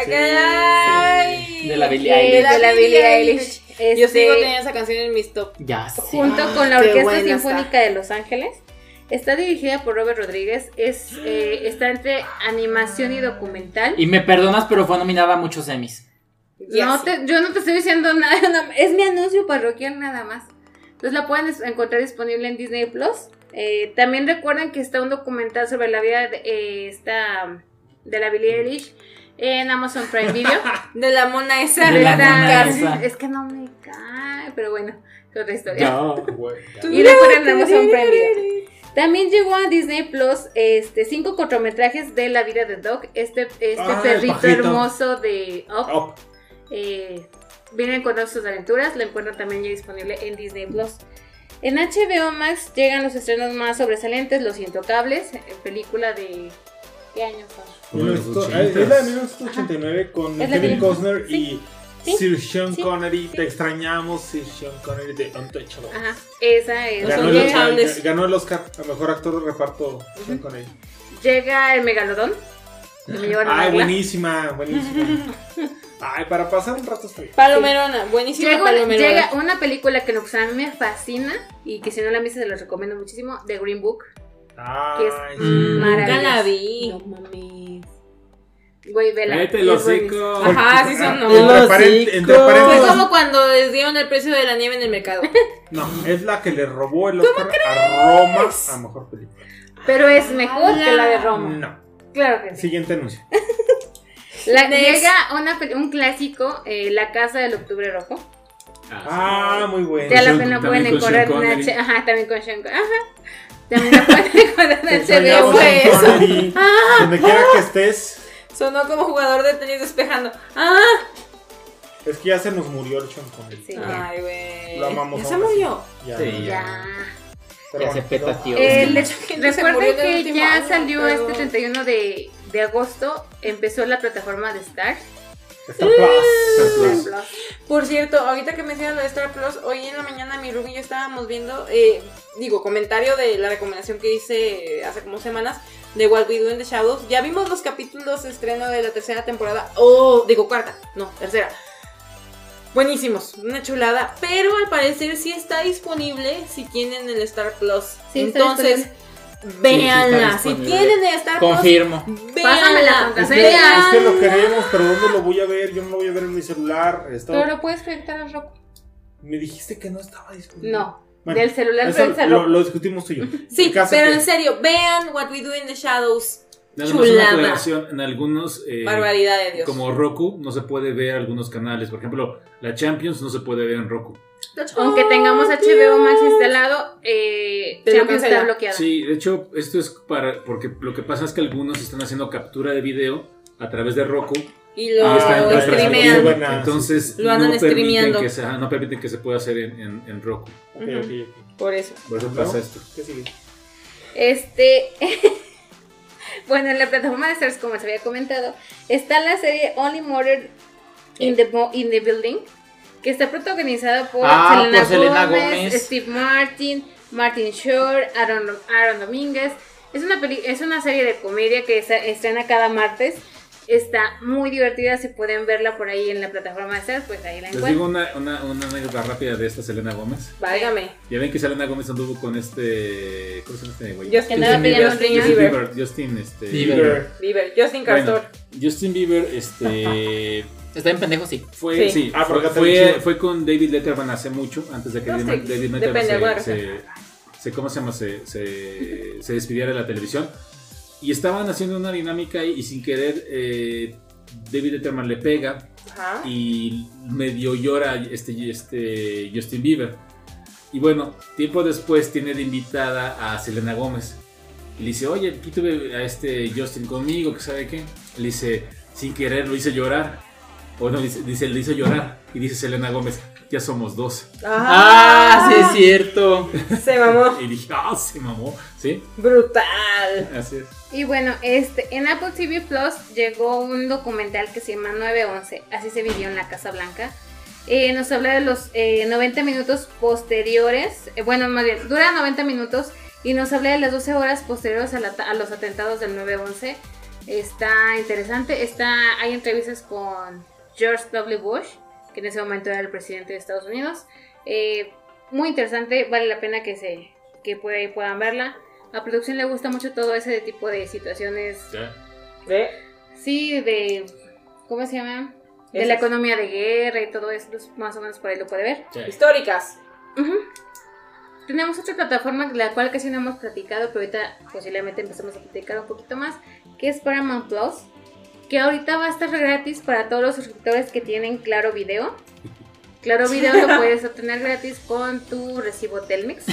De la Billie Que Eilish. es de la Billie Eilish. Yo sigo teniendo esa canción en mis top. Ya sé. Junto con la qué Orquesta buena Sinfónica de Los Ángeles. Está dirigida por Robert Rodríguez, está entre animación y documental. Y me perdonas, pero fue nominada a muchos Emmys. Yo no te estoy diciendo nada, es mi anuncio parroquial nada más. Entonces la pueden encontrar disponible en Disney Plus. También recuerden que está un documental sobre la vida de la Billie Eilish en Amazon Prime Video. De la mona esa. Es que no me cae, pero bueno, es otra historia. No, Y recuerden Amazon Prime Video. También llegó a Disney Plus 5 cortometrajes de la vida de Doc, este perrito hermoso de Up. Vienen con sus aventuras, lo encuentran también ya disponible en Disney Plus. En HBO Max llegan los estrenos más sobresalientes, Los Intocables, película de... ¿Qué años son? Es la de 1989 con Kevin Costner y Sir Sean Connery. Te extrañamos, Sir Sean Connery de Untouchable. Ajá, esa es. Ganó el Oscar a mejor actor de reparto Sean Connery. Llega el Megalodón. Buenísima. Ay, para pasar un rato está bien. Palomerona, buenísima Palomerona. Llega una película que a mí me fascina y que si no la han visto se los recomiendo muchísimo, The Green Book. Que es maravillosa. Nunca la vi. No mames. Güey, vela. Vete los hocico. Ajá, sí son no. Fue como cuando les dieron el precio de la nieve en el mercado. No, es la que le robó el Oscar a Roma a mejor película. Pero es mejor que la de Roma. No. Claro que sí. Siguiente anuncio. Llega un clásico, La Casa del Octubre Rojo. Muy bueno. Ya la pena pueden encontrar en también con Sean Connery. También la pueden encontrar en HBO. Donde quiera que estés. Sonó como jugador de tenis despejando. Es que ya se nos murió el Sean Connery. Sí, ay, güey. Lo amamos. ¿Ya se murió? Ya. Ya se petateó. Recuerden que ya salió este 31 de agosto, empezó la plataforma de Star. Star Plus. Por cierto, ahorita que mencionas lo de Star Plus, hoy en la mañana mi Ruby y yo estábamos viendo, comentario de la recomendación que hice hace como semanas de What We Do in the Shadows. Ya vimos los capítulos de estreno de la tercera temporada, tercera. Buenísimos, una chulada, pero al parecer sí está disponible si tienen el Star Plus. Sí, entonces, véanla. Si tienen el Star Confirmo. Plus, pásame la contraseña. Es que lo queremos, pero ¿dónde lo voy a ver? Yo no lo voy a ver en mi celular. Pero lo puedes conectar al Roku. Me dijiste que no estaba disponible. No, del celular lo discutimos tú y yo. Sí, pero en serio, vean What We Do in the Shadows. Una aclaración, en algunos barbaridad de Dios. Como Roku no se puede ver algunos canales. Por ejemplo, la Champions no se puede ver en Roku. Aunque tengamos HBO Max instalado, Champions está bloqueado. Sí, de hecho, esto es porque lo que pasa es que algunos están haciendo captura de video a través de Roku y lo streamean. Entonces lo andan streameando. No permiten que se pueda hacer en Roku. Okay. Por eso pasa esto. ¿Qué sigue? Bueno, en la plataforma de Stars, como les había comentado, está la serie Only Murder in the Building, que está protagonizada por Selena Gomez, Steve Martin Short, Aaron Domínguez. Es una serie de comedia que se estrena cada martes. Está muy divertida, si pueden verla por ahí en la plataforma de Stars, pues ahí la encuentran. Les digo una anécdota rápida de esta Selena Gómez. Válgame. Ya ven que Selena Gómez anduvo con ¿cómo se llama este güey? Justin Castor. Justin Bieber, está bien pendejo, sí. Fue con David Letterman hace mucho, antes de que David Letterman se despidiera de la televisión. Y estaban haciendo una dinámica y sin querer David Letterman le pega. Ajá. Y medio llora Justin Bieber. Y bueno, tiempo después tiene de invitada a Selena Gómez. Y le dice, oye, aquí tuve a Justin conmigo, que sabe qué. Le dice, sin querer lo hice llorar. O no, dice, le hizo llorar. Y dice Selena Gómez, ya somos dos. Sí es cierto. Se mamó. Y dije, se mamó. ¿Sí? Brutal. Así es. Y bueno, en Apple TV Plus llegó un documental que se llama 9/11. Así se vivió en la Casa Blanca. Nos habla de los 90 minutos posteriores. Más bien, dura 90 minutos. Y nos habla de las 12 horas posteriores a los atentados del 9/11. Está interesante. Hay entrevistas con George W. Bush, que en ese momento era el presidente de Estados Unidos. Muy interesante, vale la pena que puedan verla. a producción le gusta mucho todo ese tipo de situaciones. Sí, de... ¿Cómo se llama? De la economía de guerra y todo eso, más o menos por ahí lo puede ver. Históricas. Tenemos otra plataforma, la cual casi no hemos platicado, pero ahorita posiblemente empezamos a platicar un poquito más, que es Paramount Plus, que ahorita va a estar gratis para todos los suscriptores que tienen Claro Video. Claro Video lo puedes obtener gratis con tu recibo Telmex.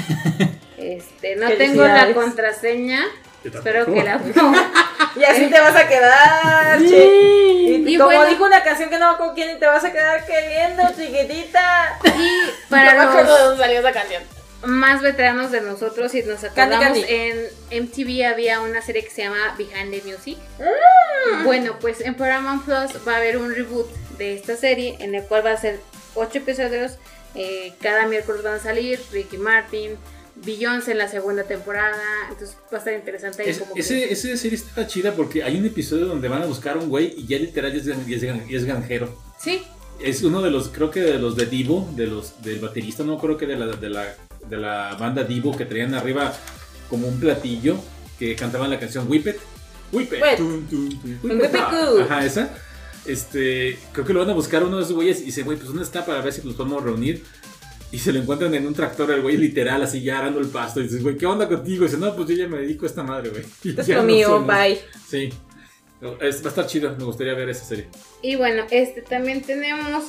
No tengo la contraseña, espero que la y así te vas a quedar, y como bueno, dijo una canción que no con quién te vas a quedar queriendo, chiquitita. Y para no me acuerdo de dónde salió esa canción. Más veteranos de nosotros, si nos acordamos, en MTV había una serie que se llama Behind the Music. Bueno, pues en Paramount Plus va a haber un reboot de esta serie, en el cual va a ser 8 episodios, cada miércoles van a salir Ricky Martin, Beyoncé en la segunda temporada, entonces va a estar interesante ahí. Esa serie está chida porque hay un episodio donde van a buscar a un güey y ya literal es granjero. Sí. Es uno de los, creo que de los de Divo, del baterista, no creo que de la banda Divo, que traían arriba como un platillo que cantaban la canción Whip It. Whip It. Ajá, esa. Creo que lo van a buscar uno de esos güeyes y dice, güey, pues ¿dónde está para ver si nos podemos reunir? Y se lo encuentran en un tractor, el güey literal, así ya arando el pasto. Y dices, güey, ¿qué onda contigo? Y dice, no, pues yo ya me dedico a esta madre, güey. Es lo mío, bye. Sí. Va a estar chido, me gustaría ver esa serie. Y bueno, también tenemos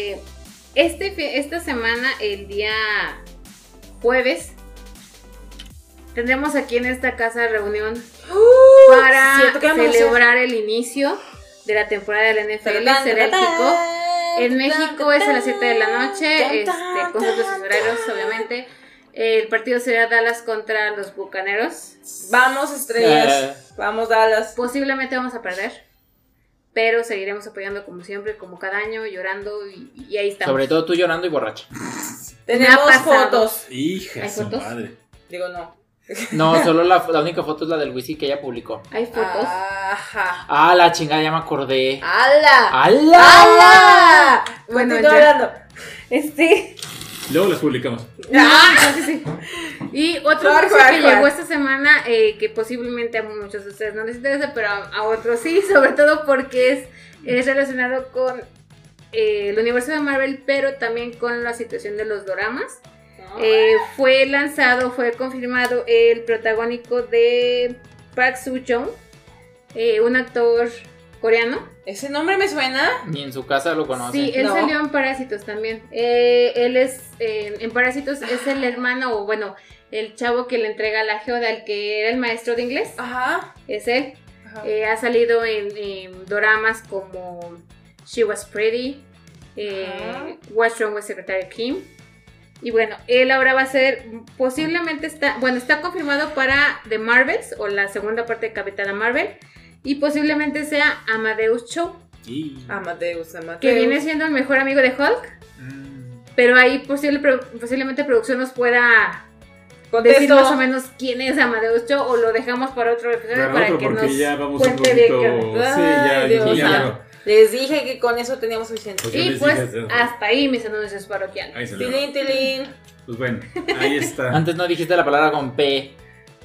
esta semana, el día jueves, tendremos aquí en esta casa reunión para celebrar el inicio de la temporada de la NFL. Será el kickoff. En México es a las 7 de la noche, con otros horarios, obviamente. El partido será Dallas contra los Bucaneros. Vamos, estrellas. Vamos, Dallas. Posiblemente vamos a perder, pero seguiremos apoyando como siempre, como cada año, llorando y ahí estamos. Sobre todo tú llorando y borracha. Tenemos fotos. Hija, ¿hay fotos? Madre. Digo, no. No, solo la única foto es la del Wisi que ella publicó. ¿Hay fotos? Ajá. Ah, la chingada, ya me acordé. ¡Hala! ¡Hala! Bueno, estoy hablando. Luego las publicamos. Sí. Y otro anuncio que llegó esta semana, que posiblemente a muchos de ustedes no les interesa, pero a otros sí, sobre todo porque es relacionado con el universo de Marvel, pero también con la situación de los doramas. Fue confirmado el protagónico de Park Soo-joon, un actor coreano. ¿Ese nombre me suena? Ni en su casa lo conoce. Sí, él salió en Parásitos también. Él es, en Parásitos es el hermano, o bueno, el chavo que le entrega la geoda, el que era el maestro de inglés. Ajá. Es él. Ha salido en doramas como She Was Pretty, What's Wrong with Secretary Kim. Y bueno, él ahora va a ser, posiblemente está confirmado para The Marvels, o la segunda parte de Capitana Marvel, y posiblemente sea Amadeus Cho. Amadeus. Que viene siendo el mejor amigo de Hulk. Pero ahí posiblemente producción nos pueda decir más o menos quién es Amadeus Cho, o lo dejamos para otro episodio para que nos ya vamos cuente bien. Sí, ya. Les dije que con eso teníamos suficiente. Y pues hasta ahí mis anuncios parroquiales. Tilín. Pues bueno, ahí está. Antes no dijiste la palabra con P.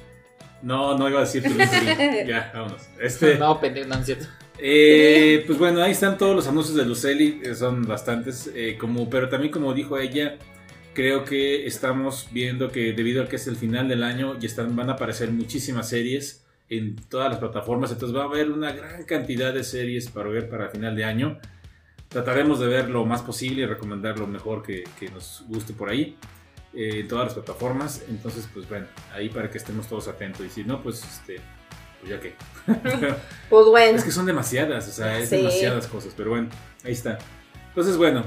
No iba a decir tilín. Ya, vámonos. No, pendejo, no es cierto. Pues bueno, ahí están todos los anuncios de Lucely, son bastantes, pero también como dijo ella, creo que estamos viendo que debido a que es el final del año y van a aparecer muchísimas series en todas las plataformas, entonces va a haber una gran cantidad de series para ver para final de año. Trataremos de ver lo más posible y recomendar lo mejor que nos guste por ahí en todas las plataformas, entonces pues bueno, ahí para que estemos todos atentos, y si no pues pues ya que pues bueno, es que son demasiadas, o sea, es demasiadas cosas, pero bueno, ahí está. Entonces bueno,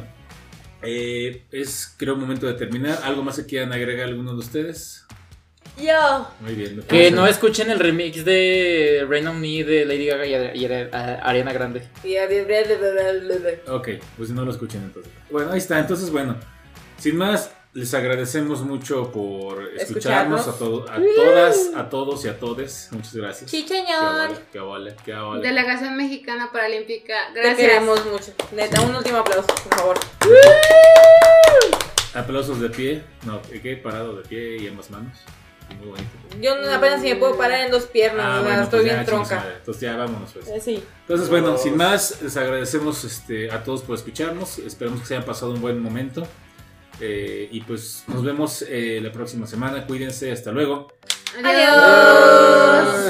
es creo momento de terminar. ¿Algo más que quieran agregar alguno de ustedes? Yo. Muy bien. Que no escuchen el remix de Rain on Me de Lady Gaga y Ariana Grande. Ok, pues no lo escuchen entonces. Bueno, ahí está. Entonces bueno, sin más, les agradecemos mucho por escucharnos a todas, a todos y a todes. Muchas gracias. Sí, señor. Qué vale. Delegación Mexicana Paralímpica, gracias. Te queremos mucho. Neta, un último aplauso, por favor. Aplausos de pie. No, ¿qué? Parado de pie y ambas manos. Muy bonito. Yo apenas si me puedo parar en dos piernas, Bueno, estoy pues bien tronca. Entonces ya vámonos pues. Sí. Entonces bueno, sin más, les agradecemos a todos por escucharnos. Esperamos que se hayan pasado un buen momento. Y pues nos vemos la próxima semana. Cuídense, hasta luego. Adiós.